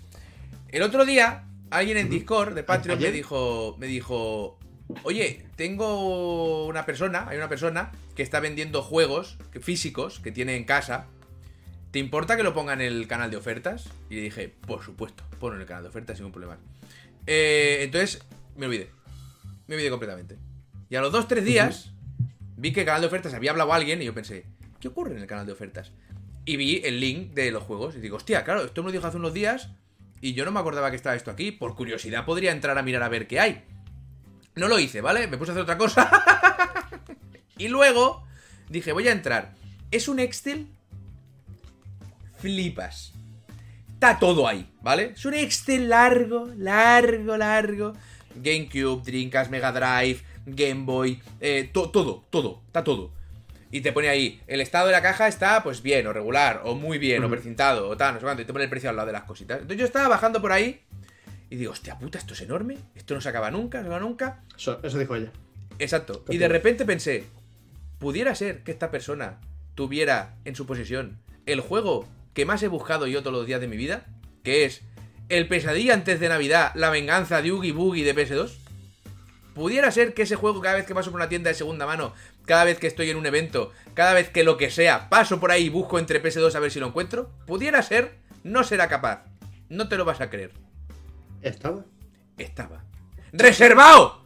El otro día, alguien en Discord de Patreon me ¿Ayer? dijo. Me dijo. Oye, tengo una persona. Hay una persona que está vendiendo juegos que- físicos que tiene en casa. ¿Te importa que lo ponga en el canal de ofertas? Y le dije, por supuesto, ponlo en el canal de ofertas sin ningún problema. Eh, entonces, me olvidé. Me olvidé completamente. Y a los dos, tres días, vi que el canal de ofertas había hablado alguien y yo pensé, ¿qué ocurre en el canal de ofertas? y vi el link de los juegos. Y digo, hostia, claro, esto me lo dijo hace unos días y yo no me acordaba que estaba esto aquí. Por curiosidad podría entrar a mirar a ver qué hay. No lo hice, ¿vale? Me puse a hacer otra cosa. Y luego dije, voy a entrar. ¿Es un Excel? Flipas. Está todo ahí, ¿vale? Es un Excel largo, largo, largo. GameCube, Dreamcast, Mega Drive, Game Boy, eh, to todo, todo, está todo. Y te pone ahí, el estado de la caja está, pues bien, o regular, o muy bien, uh-huh. o precintado, o tal, no sé cuánto. Y te pone el precio al lado de las cositas. Entonces yo estaba bajando por ahí y digo, hostia puta, esto es enorme. Esto no se acaba nunca, no se acaba nunca. Eso, eso dijo ella. Exacto. Y de repente pensé, pudiera ser que esta persona tuviera en su posesión el juego que más he buscado yo todos los días de mi vida, que es el Pesadilla antes de Navidad, la venganza de Oogie Boogie de P S dos. Pudiera ser que ese juego, cada vez que paso por una tienda de segunda mano, cada vez que estoy en un evento, cada vez que lo que sea, paso por ahí y busco entre P S dos a ver si lo encuentro. Pudiera ser, no será capaz. No te lo vas a creer. ¿Estaba? Estaba. ¡Reservado!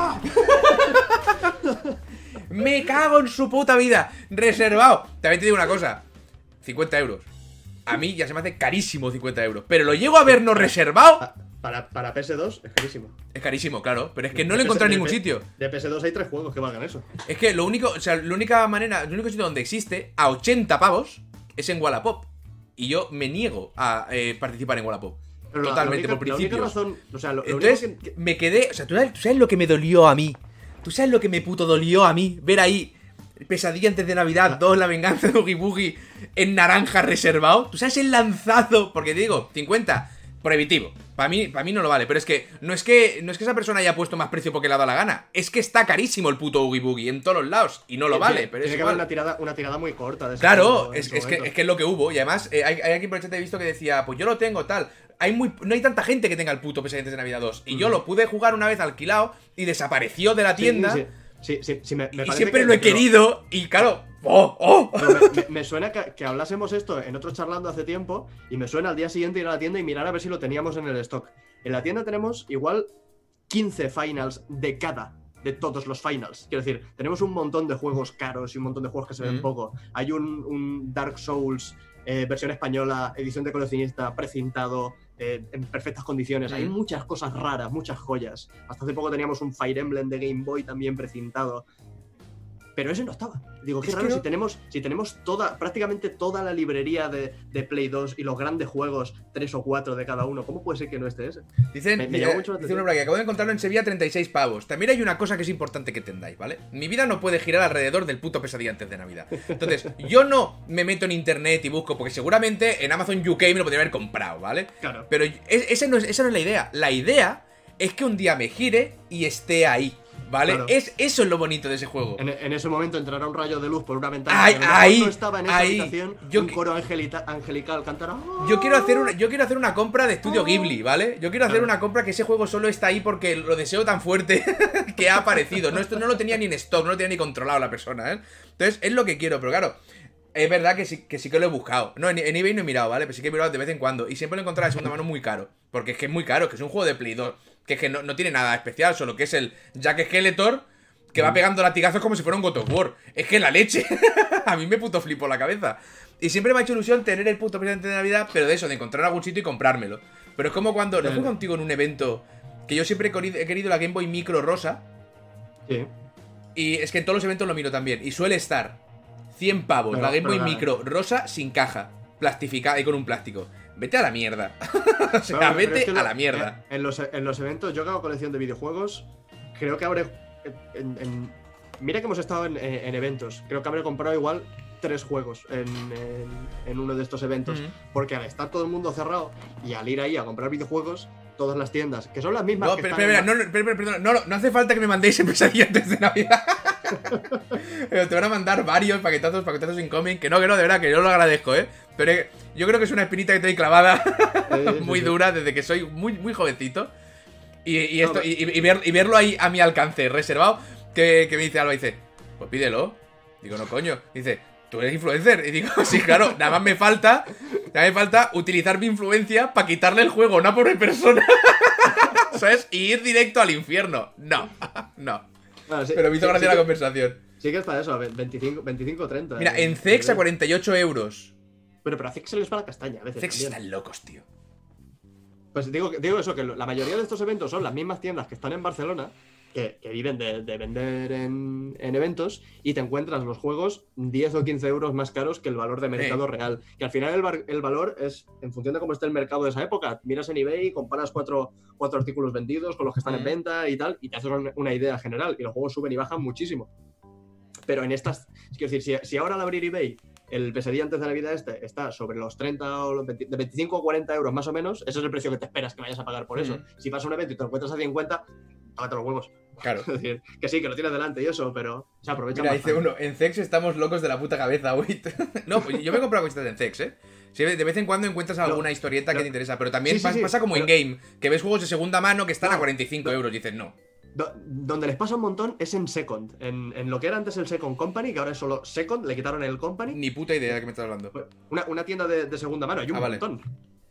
Me cago en su puta vida. Reservado. También te digo una cosa, cincuenta euros. A mí ya se me hace carísimo cincuenta euros. Pero lo llego a ver no reservado. Para, para P S dos es carísimo. Es carísimo, claro. Pero es que no lo he encontrado en ningún sitio. De P S dos hay tres juegos que valgan eso. Es que lo único, o sea, la única manera, el único sitio donde existe a ochenta pavos es en Wallapop. Y yo me niego a eh, participar en Wallapop. Pero Totalmente, la única, por principios. La única razón, o sea, lo, lo Entonces, único que... me quedé. O sea, ¿tú sabes, tú sabes lo que me dolió a mí. ¿Tú sabes lo que me puto dolió a mí? Ver ahí Pesadilla antes de Navidad, dos, la venganza de Oogie Boogie en naranja reservado. ¿Tú sabes el lanzazo? Porque te digo, cincuenta, prohibitivo. Para mí, para mí no lo vale, pero es que no es que no es que esa persona haya puesto más precio porque le ha dado la gana. Es que está carísimo el puto Oogie Boogie en todos los lados y no lo vale, pero tiene es que igual. haber una tirada, una tirada muy corta de ese Claro, en es, su es, que, momento. es que es lo que hubo. Y además, eh, hay, hay aquí por el chat he visto que decía, pues yo lo tengo, tal. Hay muy, no hay tanta gente que tenga el puto Pesadilla antes de Navidad dos. Y uh-huh. yo lo pude jugar una vez alquilado y desapareció de la tienda. Sí, sí, sí, sí, sí, me, me y siempre que, lo he pero, querido y claro... ¡Oh! ¡Oh! Me, me, me suena que, que hablásemos esto en otro charlando hace tiempo y me suena al día siguiente ir a la tienda y mirar a ver si lo teníamos en el stock. En la tienda tenemos igual quince finals de cada, de todos los finals. Quiero decir, tenemos un montón de juegos caros y un montón de juegos que se ven mm. poco. Hay un, un Dark Souls, eh, versión española, edición de coleccionista, precintado, eh, en perfectas condiciones. Mm. Hay muchas cosas raras, muchas joyas. Hasta hace poco teníamos un Fire Emblem de Game Boy también precintado. Pero ese no estaba. Digo, qué es raro, no... si tenemos si tenemos toda, prácticamente toda la librería de, de Play dos y los grandes juegos, tres o cuatro de cada uno, ¿cómo puede ser que no esté ese? Dicen, me, me eh, mucho dice uno por aquí, acabo de encontrarlo en Sevilla treinta y seis pavos. También hay una cosa que es importante que entendáis, ¿vale? Mi vida no puede girar alrededor del puto Pesadilla antes de Navidad. Entonces, yo no me meto en internet y busco, porque seguramente en Amazon U K me lo podría haber comprado, ¿vale? Claro. Pero es, ese no es, esa no es la idea. La idea es que un día me gire y esté ahí. ¿Vale? Claro. Es, eso es lo bonito de ese juego. En, en ese momento entrará un rayo de luz por una ventana. Ay, ahí, no estaba en esa ahí, habitación, yo, un coro angelita, angelical cantará. Yo quiero hacer una, yo quiero hacer una compra de Estudio Ghibli, ¿vale? Yo quiero hacer una compra que ese juego solo está ahí porque lo deseo tan fuerte que ha aparecido. No, esto no lo tenía ni en stock, no lo tenía ni controlado la persona, ¿eh? Entonces, es lo que quiero, pero claro, es verdad que sí, que sí que lo he buscado. No, en, en eBay no he mirado, ¿vale? Pero sí que he mirado de vez en cuando. Y siempre lo he encontrado de segunda mano muy caro. Porque es que es muy caro, que es un juego de Play dos. Que es que no, no tiene nada especial, solo que es el Jack Skeletor que va pegando latigazos como si fuera un God of War. Es que la leche. A mí me puto flipo la cabeza. Y siempre me ha hecho ilusión tener el puto presente de Navidad, pero de eso, de encontrar algún sitio y comprármelo. Pero es como cuando... ¿No fue contigo en un evento que yo siempre he querido la Game Boy Micro rosa? Sí. Y es que en todos los eventos lo miro también. Y suele estar cien pavos pero, la Game Boy Micro rosa sin caja, plastificada y con un plástico. Vete a la mierda. O sea, no, vete es que a lo, la mierda. En, en, los, en los eventos, yo que hago colección de videojuegos, creo que habré... En, en, mira que hemos estado en, en, en eventos. Creo que habré comprado igual tres juegos en, en, en uno de estos eventos. Mm-hmm. Porque al estar todo el mundo cerrado y al ir ahí a comprar videojuegos, todas las tiendas, que son las mismas no, que pero, están pero, en... no, no, pero, pero, no, no, no hace falta que me mandéis en Pesadilla antes de Navidad. Pero te van a mandar varios paquetazos, paquetazos incoming. Que no, que no, de verdad, que yo lo agradezco, ¿eh? Pero yo creo que es una espinita que te doy clavada sí, muy sí, dura sí. Desde que soy muy, muy jovencito. Y, y esto, no, y, y, ver, y verlo ahí a mi alcance, reservado, que, que me dice Alba, dice, pues pídelo. Digo, no coño. Dice, tú eres influencer. Y digo, sí, claro, nada más me falta, nada más me falta utilizar mi influencia para quitarle el juego a una pobre persona. ¿Sabes? Y ir directo al infierno. No, no. Bueno, sí, pero me hizo sí, gracia sí, la conversación. Sí que es para eso, veinticinco, veinticinco treinta. Mira, en Cex a cuarenta y ocho euros. Pero, pero hace que se les va la castaña a veces Zex también. están locos, tío. Pues digo, digo eso, que lo- la mayoría de estos eventos son las mismas tiendas que están en Barcelona, que, que viven de, de vender en, en eventos, y te encuentras los juegos diez o quince euros más caros que el valor de mercado Sí. real. Que al final el, bar- el valor es en función de cómo esté el mercado de esa época. Miras en eBay, comparas cuatro, cuatro artículos vendidos con los que están en Mm. venta y tal, y te haces una, una idea general. Y los juegos suben y bajan muchísimo. Pero en estas, quiero decir, si, si ahora al abrir eBay el pesadilla antes de Navidad este está sobre los treinta o los veinte, de veinticinco o cuarenta euros más o menos, ese es el precio que te esperas que vayas a pagar por eso. Mm. Si vas a un evento y te lo encuentras a cincuenta, tócate los huevos. Claro. Es decir, que sí, que lo tienes delante y eso, pero se aprovecha Mira, más. dice uno, en Zex estamos locos de la puta cabeza, güey. No, pues yo me he comprado cositas en Zex, ¿eh? Sí, de vez en cuando encuentras alguna No, historieta que no. te interesa, pero también Sí, sí, pas- sí, pasa como pero- en Game, que ves juegos de segunda mano que están No, a cuarenta y cinco no. euros y dices, no. Do- donde les pasa un montón es en Second. En, en lo que era antes el Second Company, que ahora es solo Second, le quitaron el Company. Ni puta idea de qué me estás hablando. Una, una tienda de, de segunda mano, hay un Ah, vale. montón.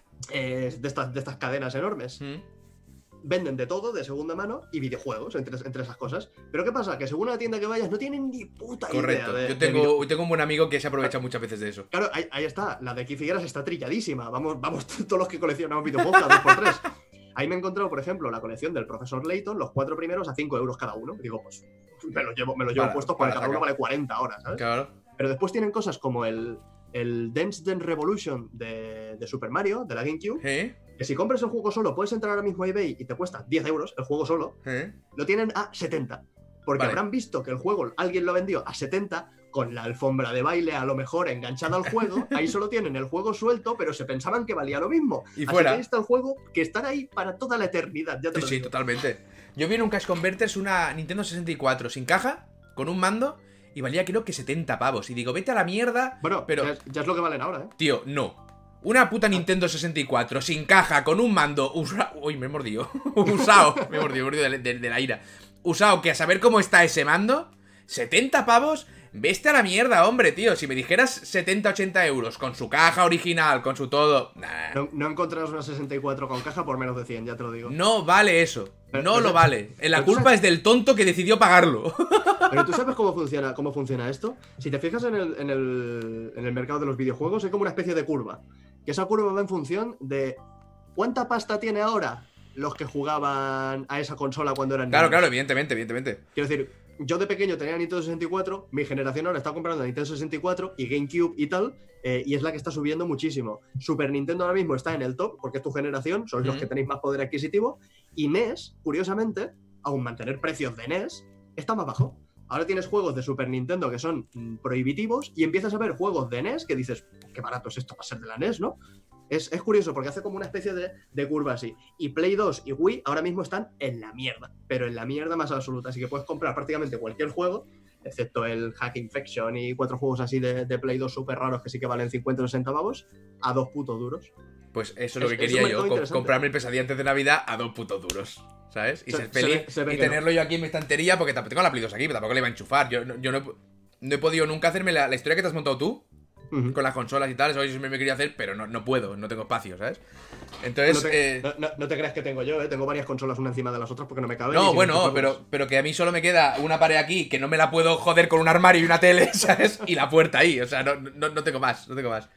Eh, de, estas, de estas cadenas enormes. ¿Mm? Venden de todo, de segunda mano, y videojuegos, entre, entre esas cosas. Pero ¿qué pasa? Que según la tienda que vayas, no tienen ni puta Correcto. idea de, Yo de tengo, videojuegos. tengo un buen amigo que se aprovecha muchas veces de eso. Claro, ahí, ahí está. La de aquí Figueras está trilladísima. Vamos, vamos todos los que coleccionamos videojuegos a dos por tres. Ahí me he encontrado, por ejemplo, la colección del profesor Layton, los cuatro primeros a cinco euros cada uno. Digo, pues me los llevo, me los llevo Para- puestos porque para cada uno sacar. vale cuarenta horas, ¿sabes? Claro. Pero después tienen cosas como el, el Dance Dance Revolution de, de Super Mario, de la GameCube, ¿Eh? que si compras el juego solo, puedes entrar ahora mismo a eBay y te cuesta diez euros el juego solo, ¿Eh? lo tienen a setenta. Porque Vale. habrán visto que el juego alguien lo vendió a setenta con la alfombra de baile a lo mejor enganchada al juego. Ahí solo tienen el juego suelto, pero se pensaban que valía lo mismo. Y Así fuera. que ahí está el juego que estará ahí para toda la eternidad. Ya te Sí, lo sí, digo. totalmente. Yo vi en un Cash Converters una Nintendo sesenta y cuatro sin caja, con un mando, y valía creo que setenta pavos. Y digo, vete a la mierda. Bueno, pero, ya, es- ya es lo que valen ahora, ¿eh? tío, no. Una puta Nintendo sesenta y cuatro sin caja, con un mando usa... Uy, me he mordido. Usado. Me he mordido, me he mordido de, de- de la ira. Usado, que a saber cómo está ese mando. ¿setenta pavos? Vete a la mierda, hombre, tío. Si me dijeras setenta, ochenta euros, con su caja original, con su todo... Nah. No, no encontrarás una sesenta y cuatro con caja por menos de cien, ya te lo digo. No vale eso. Pero- No pero- lo vale. La pero tú culpa sabes- es del tonto que decidió pagarlo. Pero tú sabes cómo funciona, cómo funciona esto. Si te fijas en el, en, el, en el mercado de los videojuegos, hay como una especie de curva. Que esa curva va en función de cuánta pasta tiene ahora los que jugaban a esa consola cuando eran Claro, niños. claro, evidentemente, evidentemente. Quiero decir, yo de pequeño tenía Nintendo sesenta y cuatro, mi generación ahora está comprando Nintendo sesenta y cuatro y GameCube y tal, eh, y es la que está subiendo muchísimo. Super Nintendo ahora mismo está en el top, porque es tu generación, sois los Ujú. que tenéis más poder adquisitivo, y N E S, curiosamente, aun mantener precios de N E S, está más bajo. Ahora tienes juegos de Super Nintendo que son mm, prohibitivos y empiezas a ver juegos de N E S que dices, qué barato es esto para ser de la N E S, ¿no? Es, es curioso porque hace como una especie de, de curva así. Y Play dos y Wii ahora mismo están en la mierda, pero en la mierda más absoluta. Así que puedes comprar prácticamente cualquier juego, excepto el Hack Infection y cuatro juegos así de, de Play dos súper raros que sí que valen cincuenta o sesenta pavos, a dos putos duros. Pues eso es lo Es- que es un quería mercado yo, co- interesante. comprarme el pesadilla antes de Navidad a dos putos duros, ¿sabes? Y Se- ser se feliz ve- se ve y que no. tenerlo yo aquí en mi estantería, porque tampoco tengo la Play dos aquí, pero tampoco le iba a enchufar. Yo, no- yo no, he, no he podido nunca hacerme la, la historia que te has montado tú, Ujú. con las consolas y tal, eso yo siempre me quería hacer, pero no, no puedo, no tengo espacio, ¿sabes? Entonces, no, te, eh, no- no- no te creas que tengo yo, ¿eh? Tengo varias consolas una encima de las otras porque no me caben. y no, sin bueno, enchufarlos. pero, pero que a mí solo me queda una pared aquí, que no me la puedo joder con un armario y una tele, ¿sabes? Y la puerta ahí, o sea, no, no, no tengo más, no tengo más.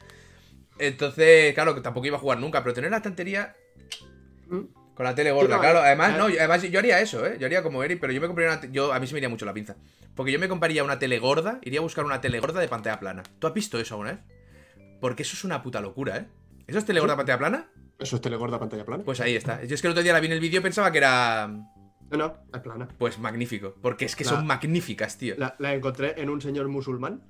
Entonces, claro, que tampoco iba a jugar nunca, pero tener la estantería Mm. con la tele gorda, no, claro. eh, Además, eh. no, yo- además yo haría eso, ¿eh? Yo haría como Eric, pero yo me compraría una... te- Yo, a mí se me iría mucho la pinza. Porque yo me compraría una tele gorda, iría a buscar una tele gorda de pantalla plana. ¿Tú has visto eso alguna vez? Porque eso es una puta locura, ¿eh? ¿Eso es tele gorda de pantalla plana? ¿Eso es telegorda pantalla plana? Pues ahí está. Yo es que el otro día la vi en el vídeo y pensaba que era... No, no, es plana. Pues magnífico. Porque es que La- son magníficas, tío. La, la encontré en un señor musulmán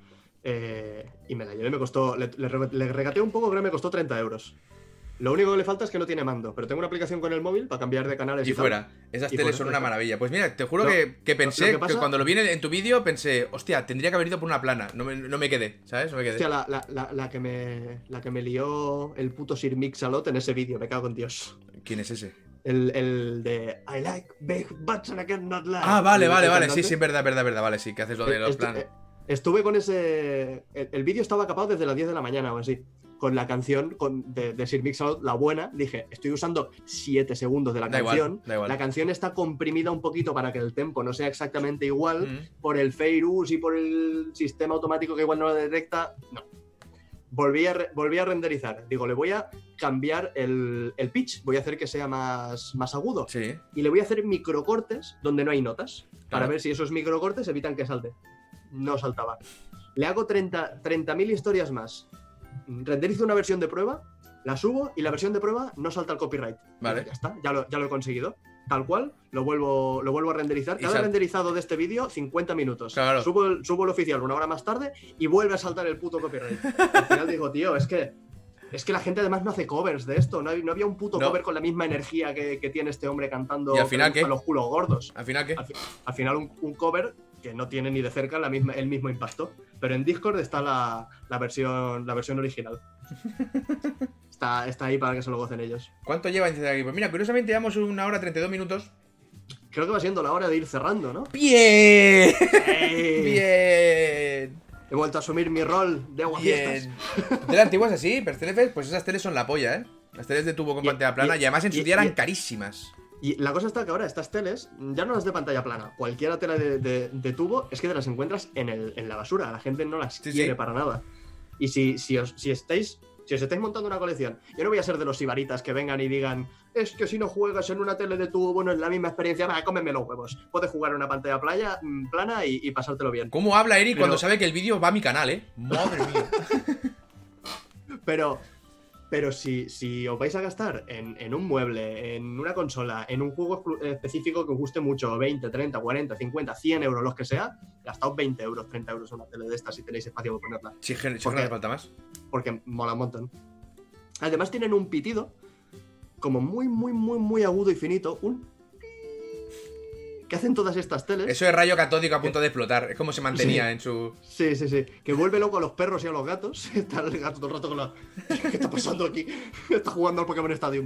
eh, y me la llevé, me costó, le, le, re- le regateé un poco, creo que me costó treinta euros. Lo único que le falta es que no tiene mando, pero tengo una aplicación con el móvil para cambiar de canales y, Y tal. fuera. Esas Y teles fuera, son ya una está. maravilla. Pues mira, te juro Lo- que, que pensé lo que que, pasa- cuando lo vi en, en tu vídeo pensé, hostia, tendría que haber ido por una plana. No me, no me quedé, ¿sabes? No me quedé. Hostia, la, la, la, la que me, la que me lió el puto Sir Mix-a-Lot en ese vídeo, me cago en Dios. ¿Quién es ese? El, el de I like big butts and I cannot lie. Ah, vale, El- vale, el vale. Sí, cantante. sí, es verdad, verdad, verdad. Vale, sí, que haces lo de Eh, los estu- planos. eh, Estuve con ese. El, el vídeo estaba capado desde las diez de la mañana o así. Con la canción con, de, de Sir Mix-a-Lot, la buena. Dije, estoy usando siete segundos de la Da igual, canción. da igual. La canción está comprimida un poquito para que el tempo no sea exactamente igual. Mm. Por el Fairus y por el sistema automático que igual no lo detecta. No. volví a, re- volví a renderizar. Digo, le voy a cambiar el, el pitch, voy a hacer que sea más, más agudo. Sí. Y le voy a hacer microcortes donde no hay notas, para Claro. ver si esos microcortes evitan que salte. No saltaba. Le hago treinta mil historias más. Renderizo una versión de prueba, la subo y la versión de prueba no salta el copyright. Vale. Ya está, ya lo, ya lo he conseguido. Tal cual, lo vuelvo, lo vuelvo a renderizar. Y Cada sal- renderizado de este vídeo, cincuenta minutos. Claro. Subo, el, subo el oficial una hora más tarde y vuelve a saltar el puto copyright. Al final digo, tío, es que es que la gente además no hace covers de esto. No, hay- no había un puto No. cover con la misma energía que, que tiene este hombre cantando ¿Y al final qué? a los culos gordos. ¿Al final qué? Al, fi- al final un, un cover que no tiene ni de cerca la misma, el mismo impacto. Pero en Discord está la, la versión, la versión original. Está, está ahí para que se lo gocen ellos. ¿Cuánto lleva en aquí? Pues mira, curiosamente llevamos una hora treinta y dos minutos. Creo que va siendo la hora de ir cerrando, ¿no? ¡Bien! ¡Eh! ¡Bien! He vuelto a asumir mi rol de aguafiestas. Bien. ¿Teles antiguas así? ¿Pero teles? Pues esas teles son la polla, ¿eh? Las teles de tubo con Y- pantalla plana. y- Y, además en su y- día eran y- carísimas. Y la cosa está que ahora estas teles, ya no las de pantalla plana, cualquier tela de, de- de tubo, es que te las encuentras en, el, en la basura. La gente no las Sí, quiere sí. para nada. Y si, si, os, si estáis... Si os estáis montando una colección, yo no voy a ser de los sibaritas que vengan y digan, es que si no juegas en una tele de tubo, bueno, es la misma experiencia, va, cómeme los huevos. Puedes jugar en una pantalla playa, mm, plana y, y pasártelo bien. ¿Cómo habla Eric Pero- cuando sabe que el vídeo va a mi canal, eh? Madre mía. Pero, pero si, si os vais a gastar en, en un mueble, en una consola, en un juego exclu- específico que os guste mucho, veinte, treinta, cuarenta, cincuenta, cien euros, los que sea, gastaos veinte euros, treinta euros en una tele de estas si tenéis espacio para ponerla. Si, gen- si ¿Por no qué? hace falta más. Porque mola un montón. Además tienen un pitido como muy, muy, muy, muy agudo y finito. Un... que hacen todas estas teles. Eso es rayo catódico a punto de explotar. Es como se mantenía en su... Sí, sí, sí. Que vuelve loco a los perros y a los gatos. Está el gato todo el rato con la... ¿Qué está pasando aquí? Está jugando al Pokémon Stadium.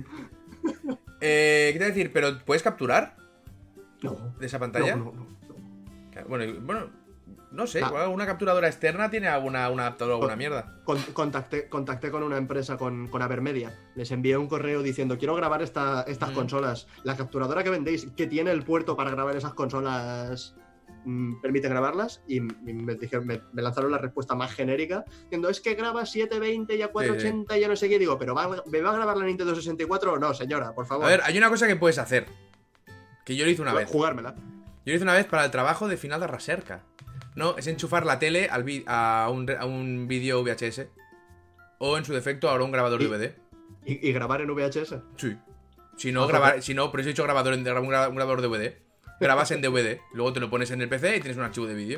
Eh, ¿qué te voy a decir? ¿Pero puedes capturar No. de esa pantalla? No, no, no, no. Bueno, y- bueno, no sé. Ah. Igual una capturadora externa tiene alguna, un adaptador o alguna mierda. Con- contacté, contacté con una empresa, con, con Avermedia. Les envié un correo diciendo, quiero grabar esta, estas Mm. consolas. La capturadora que vendéis, que tiene el puerto para grabar esas consolas, mm, ¿permite grabarlas? Y, y me, dijeron, me, me lanzaron la respuesta más genérica, diciendo, es que graba setecientos veinte y a cuatrocientos ochenta y ya no sé qué. Digo, ¿pero va, me va a grabar la Nintendo sesenta y cuatro o no, señora? Por favor. A ver, hay una cosa que puedes hacer. Que yo lo hice una vez. Jugármela. Yo lo hice una vez para el trabajo de final de Raserca. No, es enchufar la tele al vi- a, un, re- a un vídeo V H S. O en su defecto ahora un grabador Y- D V D. Y, y grabar en V H S. Sí. Si no, Ojo, grabar, pero- si no, por eso he dicho grabador en, un gra- un grabador D V D. Grabas en D V D, luego te lo pones en el P C y tienes un archivo de vídeo.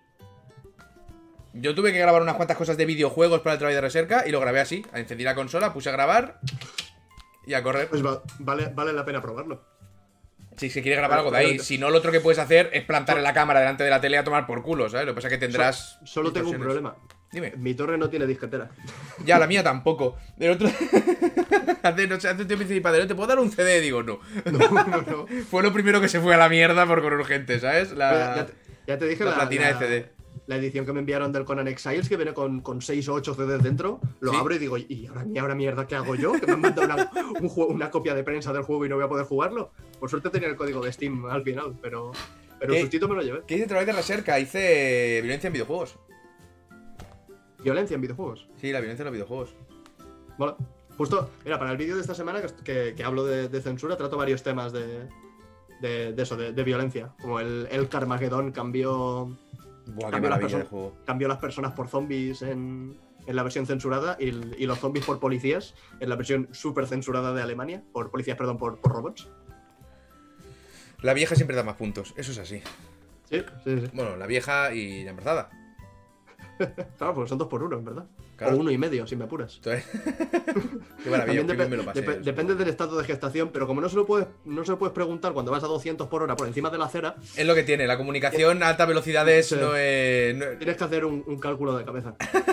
Yo tuve que grabar unas cuantas cosas de videojuegos para el trabajo de Raserca y lo grabé así. Encendí la consola, puse a grabar y a correr. Pues va- vale, vale la pena probarlo. Si se quiere grabar Pero- algo de ahí. pero- Si no, lo otro que puedes hacer es plantar la cámara delante de la tele a tomar por culo, ¿sabes? Lo que pasa es que tendrás. So- solo tengo un distorsiones. problema. Dime. Mi torre no tiene disquetera. Ya, la mía tampoco. El otro. hace, no sé, hace un tiempo me dice, padre, ¿te puedo dar un C D? Digo, no. No, no, no. Fue lo primero que se fue a la mierda por con urgente, ¿sabes? Ya, La, ya te, ya te dije la la, platina la- de C D. la edición que me enviaron del Conan Exiles, que viene con, con seis o ocho C Ds dentro. Lo Sí. abro y digo, ¿y ahora, ¿y ahora mierda qué hago yo? Que me han mandado una, un juego- una copia de prensa del juego y no voy a poder jugarlo. Por suerte tenía el código de Steam al final, pero, pero ¿Qué? el sustito me lo llevé. ¿Qué hice trabajo de Raserca? Hice violencia en videojuegos. Violencia en videojuegos. Sí, la violencia en los videojuegos. Mola. Justo, mira, para el vídeo de esta semana que, que- que hablo de, de censura, trato varios temas de, de, de eso, de, de violencia. Como el, el Carmageddon cambió, Buah, qué cambió, las maravilla de perso- juego. cambió las personas por zombies en, en la versión censurada y, y los zombies por policías en la versión súper censurada de Alemania. Por policías, perdón, por, por robots. La vieja siempre da más puntos, eso es así. Sí, sí, sí. Bueno, la vieja y la embarazada. Claro, porque son dos por uno, en verdad. Claro. O uno y medio, si me apuras. Entonces... qué maravilla, También qué depe- bien me lo pasé. depe- depende del estado de gestación, pero como no se lo puedes, no se lo puedes preguntar cuando vas a doscientos por hora por encima de la acera, Es lo que tiene, la comunicación a altas velocidades Sí. no es... no es- tienes que hacer un, un cálculo de cabeza.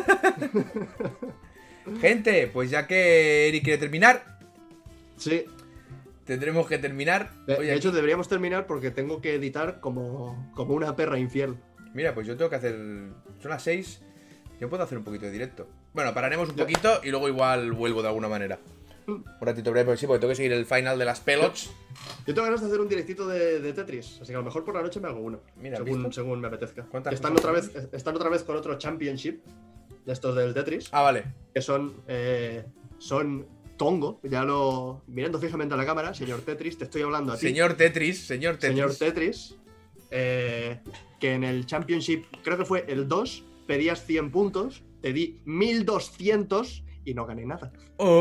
Gente, pues ya que Eric quiere terminar, Sí, tendremos que terminar. de, Oye, de hecho aquí- deberíamos terminar porque tengo que editar como, como una perra infiel. Mira, pues yo tengo que hacer... Son las seis. Yo puedo hacer un poquito de directo. Bueno, pararemos un Ya. poquito y luego igual vuelvo de alguna manera. Un ratito breve, porque sí, porque tengo que seguir el final de las pelots. Yo tengo ganas de hacer un directito de, de Tetris, así que a lo mejor por la noche me hago uno. Mira, ¿has según, visto? según me apetezca. ¿Cuántas Están cosas otra, vez, están otra vez con otro Championship. de estos del Tetris, Ah, vale. que son, eh, son tongo, ya lo... Mirando fijamente a la cámara, señor Tetris, te estoy hablando a ti. Señor Tetris, señor Tetris. Señor Tetris, eh, que en el Championship, creo que fue el dos, pedías cien puntos, te di mil doscientos y no gané nada.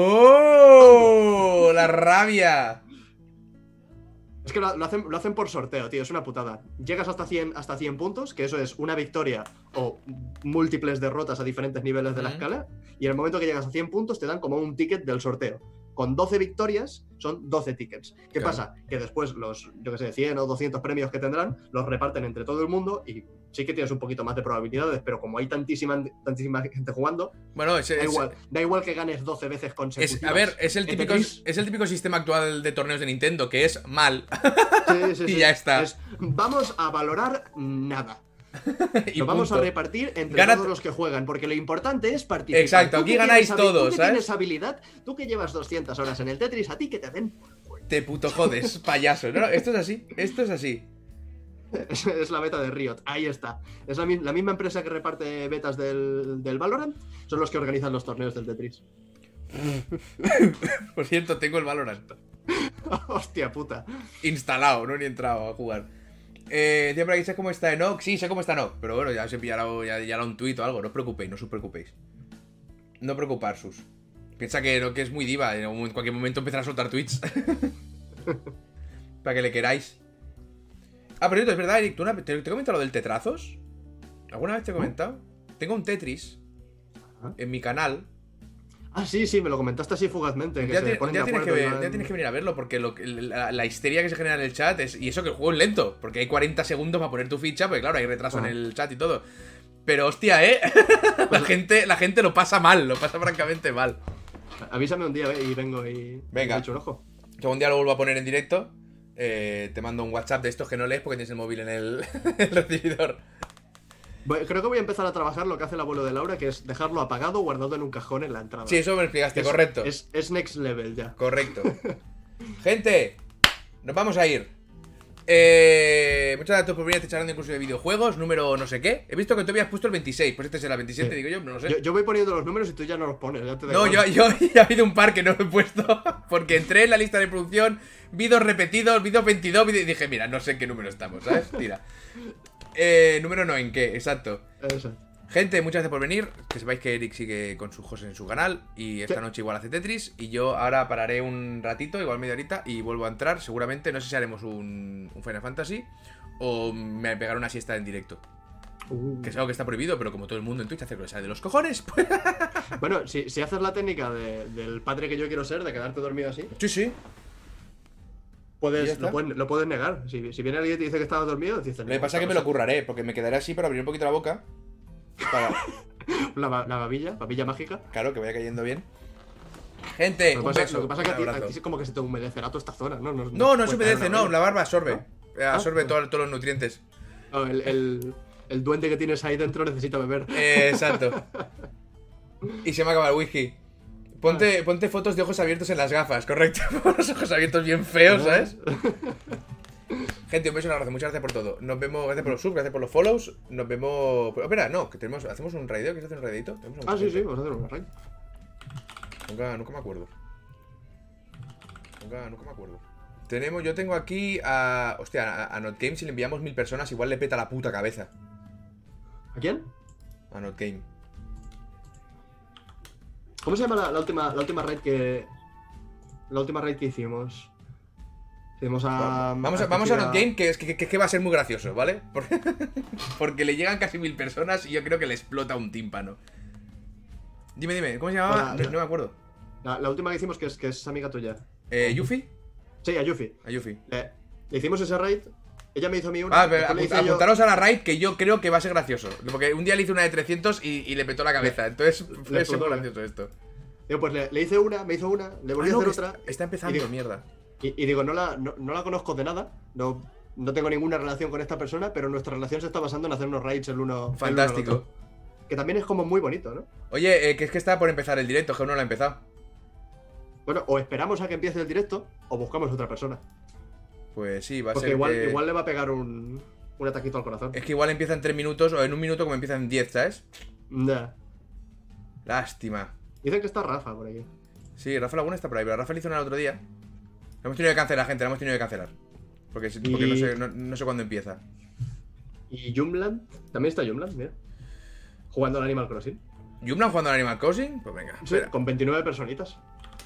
¡Oh! ¡La rabia! Es que lo, lo hacen, lo hacen por sorteo, tío, es una putada. Llegas hasta cien, hasta cien puntos, que eso es una victoria o múltiples derrotas a diferentes niveles de la Ujú. escala, y en el momento que llegas a cien puntos te dan como un ticket del sorteo. Con doce victorias son doce tickets. ¿Qué Claro. pasa? Que después los, yo que sé, cien o doscientos premios que tendrán los reparten entre todo el mundo y sí que tienes un poquito más de probabilidades, pero como hay tantísima, tantísima gente jugando, Bueno, es, da es- igual, da igual que ganes doce veces es- consecutivas. a ver, es el, En típico, Tetris, es el típico sistema actual de torneos de Nintendo, que es mal. sí, sí, y sí. ya está. Es, vamos a valorar nada. y Lo vamos a punto. repartir entre Gana- todos los que juegan, porque lo importante es participar. Exacto, Tú aquí que ganáis tienes habi- todos, tú que ¿sabes? tienes habilidad, tú que llevas doscientas horas en el Tetris, a ti que te den. Te puto jodes, payaso. No, no, esto es así, esto es así. Es, es la beta de Riot, ahí está. Es la, mi- la misma empresa que reparte betas del, del Valorant, son los que organizan los torneos del Tetris. Por cierto, tengo el Valorant Hostia puta. instalado, no he ni entrado a jugar. Eh, tío, por aquí, ¿sabes cómo está Enoch? Sí, sé cómo está Enoch, pero bueno, ya os he pillado ya, ya un tuit o algo, no os preocupéis, no os preocupéis. No preocupar, sus. Piensa que Enoch es muy diva, en algún- en cualquier momento empezará a soltar tweets. Para que le queráis. Ah, pero es verdad, Eric, ¿tú una- ¿te, te he comentado lo del tetrazos? ¿Alguna vez te he comentado? Tengo un Tetris Ajá. en mi canal. Ah, sí, sí, me lo comentaste así fugazmente. Un Que día, se ti- un ponen día de tienes que acuerdo y ver- un van- día tienes que venir a verlo porque lo que- la, la histeria que se genera en el chat es. Y eso que el juego es lento, porque hay cuarenta segundos para poner tu ficha, porque claro, hay retraso en Ah. el chat y todo. Pero hostia, ¿eh? la, gente, la gente lo pasa mal, lo pasa francamente mal. Avísame un día eh, y vengo y Venga. y echo un ojo. Que un día lo vuelvo a poner en directo. eh, te mando un WhatsApp de estos que no lees porque tienes el móvil en el, el recibidor. Voy- Creo que voy a empezar a trabajar lo que hace el abuelo de Laura, que es dejarlo apagado, guardado en un cajón en la entrada. Sí, eso me lo explicaste, Es- correcto. Es, es next level ya. Correcto. Gente, nos vamos a ir. Eh, muchas gracias por venir a este charlando incluso de videojuegos, número no sé qué. He visto que tú habías puesto el veintiséis, pues este será el veintisiete, Sí. digo yo, no lo sé. Yo, yo voy poniendo los números y tú ya no los pones. Ya te da No, yo, igual. yo ya ha habido un par que no he puesto porque entré en la lista de producción, vi dos repetidos, vi dos veintidós y dije, mira, no sé en qué número estamos, ¿sabes? Tira. Eh, número no, ¿en qué? Exacto. Eso. Gente, muchas gracias por venir. Que sepáis que Eric sigue con sus cosas en su canal y esta Sí. noche igual hace Tetris. Y yo ahora pararé un ratito, igual media horita, y vuelvo a entrar. Seguramente, no sé si haremos un, un Final Fantasy o me pegaré una siesta en directo. Uh. Que es algo que está prohibido, pero como todo el mundo en Twitch hace que le sale de los cojones, pues... Bueno, si, si haces la técnica de- del padre que yo quiero ser, de quedarte dormido así, Sí, sí. ¿Y ya puedes, está? lo, puedes, lo puedes negar. Si, si viene alguien y te dice que estabas dormido, dices... Lo que pasa es que me lo curraré, porque me quedaré así para abrir un poquito la boca. Para... La, ba- la babilla, babilla mágica. Claro, que vaya cayendo bien. Gente, Lo que un pasa, beso, lo que pasa es que un a ti, abrazo. a ti es como que se te humedecerá toda esta zona, ¿no? No, No, no puedes se caer humedece, una no, babilla. la barba absorbe. Eh, Absorbe Ah. todo- todos los nutrientes. No, el, el, el duende que tienes ahí dentro necesita beber. Eh, exacto. Y se me acaba el whisky. Ponte, Ah. ponte fotos de ojos abiertos en las gafas, correcto. Los ojos abiertos bien feos, ¿sabes? Gente, un beso y un abrazo. Muchas gracias por todo. Nos vemos, gracias por los subs, gracias por los follows. Nos vemos. Pero, espera, no, que tenemos. ¿Hacemos un raideo? ¿Quieres hacer un raidito? ¿Tenemos Ah, sí, sí, algún- vamos a hacer una raid. Nunca, nunca me acuerdo. Nunca, nunca me acuerdo. Tenemos, yo tengo aquí a. Hostia, a, a NotGame, si le enviamos mil personas, igual le peta la puta cabeza. ¿A quién? A NotGame. ¿Cómo se llama la, la última, la última raid que. La última raid que hicimos? Hicimos a. Vamos a, vamos a NotGame, que, es que, que, que va a ser muy gracioso, ¿vale? Porque, porque le llegan casi mil personas y yo creo que le explota un tímpano. Dime, dime, ¿cómo se llamaba? Hola, No, no me acuerdo. La, la última que hicimos, que es, que es amiga tuya. Eh, ¿Yuffie? Sí, a Yuffie. A Yuffie. Le, le hicimos ese raid. Ella me hizo a mí una. Ah, pero después le apunt- hice yo- apuntaros a la raid que yo creo que va a ser gracioso. Porque un día le hice una de trescientos y, y le petó la cabeza. Entonces le fue explotó, súper ¿eh? gracioso esto. Digo, pues le, le hice una, me hizo una, le volví Ah, a no, hacer que otra. está, está empezando, y digo- mierda. Y, y digo, no la, no, no la conozco de nada. No, no tengo ninguna relación con esta persona, pero nuestra relación se está basando en hacer unos raids el uno. el uno al Fantástico. otro. Que también es como muy bonito, ¿no? Oye, eh, que es que está por empezar el directo, que aún no lo ha empezado. Bueno, o esperamos a que empiece el directo o buscamos otra persona. Pues sí, va a Porque ser igual, que- igual le va a pegar un, un ataquito al corazón. Es que igual empieza en tres minutos o en un minuto como empieza en diez, ¿sabes? Ya. Lástima. Dicen que está Rafa por aquí. Sí, Rafa Laguna está por ahí, pero Rafa le hizo una el otro día. Lo hemos tenido que cancelar, gente, lo hemos tenido que cancelar. Porque, porque Y- no, sé, no, no sé cuándo empieza. Y Jumland. También está Jumland, mira. Jugando al Animal Crossing. ¿Jumlan jugando al Animal Crossing? Pues venga, Sí, espera. con veintinueve personitas.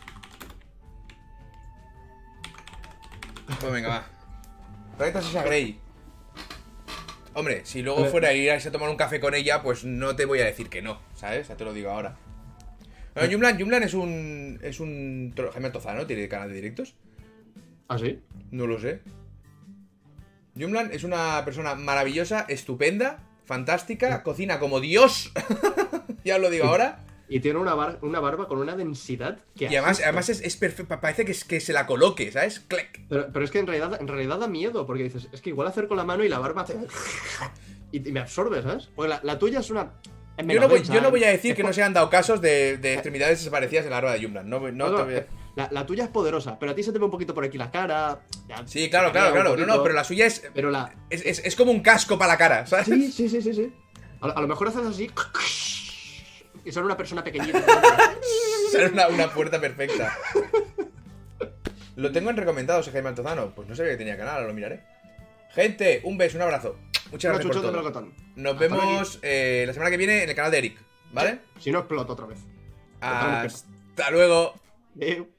Pues venga, va. Trae esa Grey. Hombre, si luego Hombre. fuera a ir a irse a tomar un café con ella, pues no te voy a decir que no, ¿sabes? Ya te lo digo ahora. Bueno, Jumlan, Jumlan es un. Es un. tro- Jaime Altozano, ¿tiene canal de directos? ¿Ah, sí? No lo sé. Jumlan es una persona maravillosa, estupenda, fantástica, cocina como Dios. Ya os lo digo ahora. Y tiene una, bar- una barba con una densidad que Y además, asusta. además es, es perfecto. Parece que, es, que se la coloque, ¿sabes? Clec. Pero, pero es que en realidad, en realidad da miedo, porque dices, es que igual hacer con la mano y la barba hace... Y, y me absorbe, ¿sabes? Porque la, la tuya es una... es Yo menos no, voy, densa, yo no voy a decir es que po- no se han dado casos de, de extremidades desaparecidas en la barba de Jumlan. No, voy- no no, te no, voy a... la, la tuya es poderosa, pero a ti se te ve un poquito por aquí la cara. ya Sí, claro, se claro, cambia un claro. No, poquito, no, pero la suya es. Pero la... Es, es, es como un casco para la cara, ¿sabes? Sí, sí, sí, sí, sí. A, lo- a lo mejor haces así... Y son una persona pequeñita. Será una, una puerta perfecta. Lo tengo en recomendados, Jaime Altozano. Pues no sabía que tenía canal, ahora lo miraré. Gente, un beso, un abrazo. Muchas Un gracias por chuchón de todo. melocotón. Nos Hasta luego. vemos eh, la semana que viene en el canal de Eric, ¿vale? Si no exploto otra vez. Hasta luego. Eh,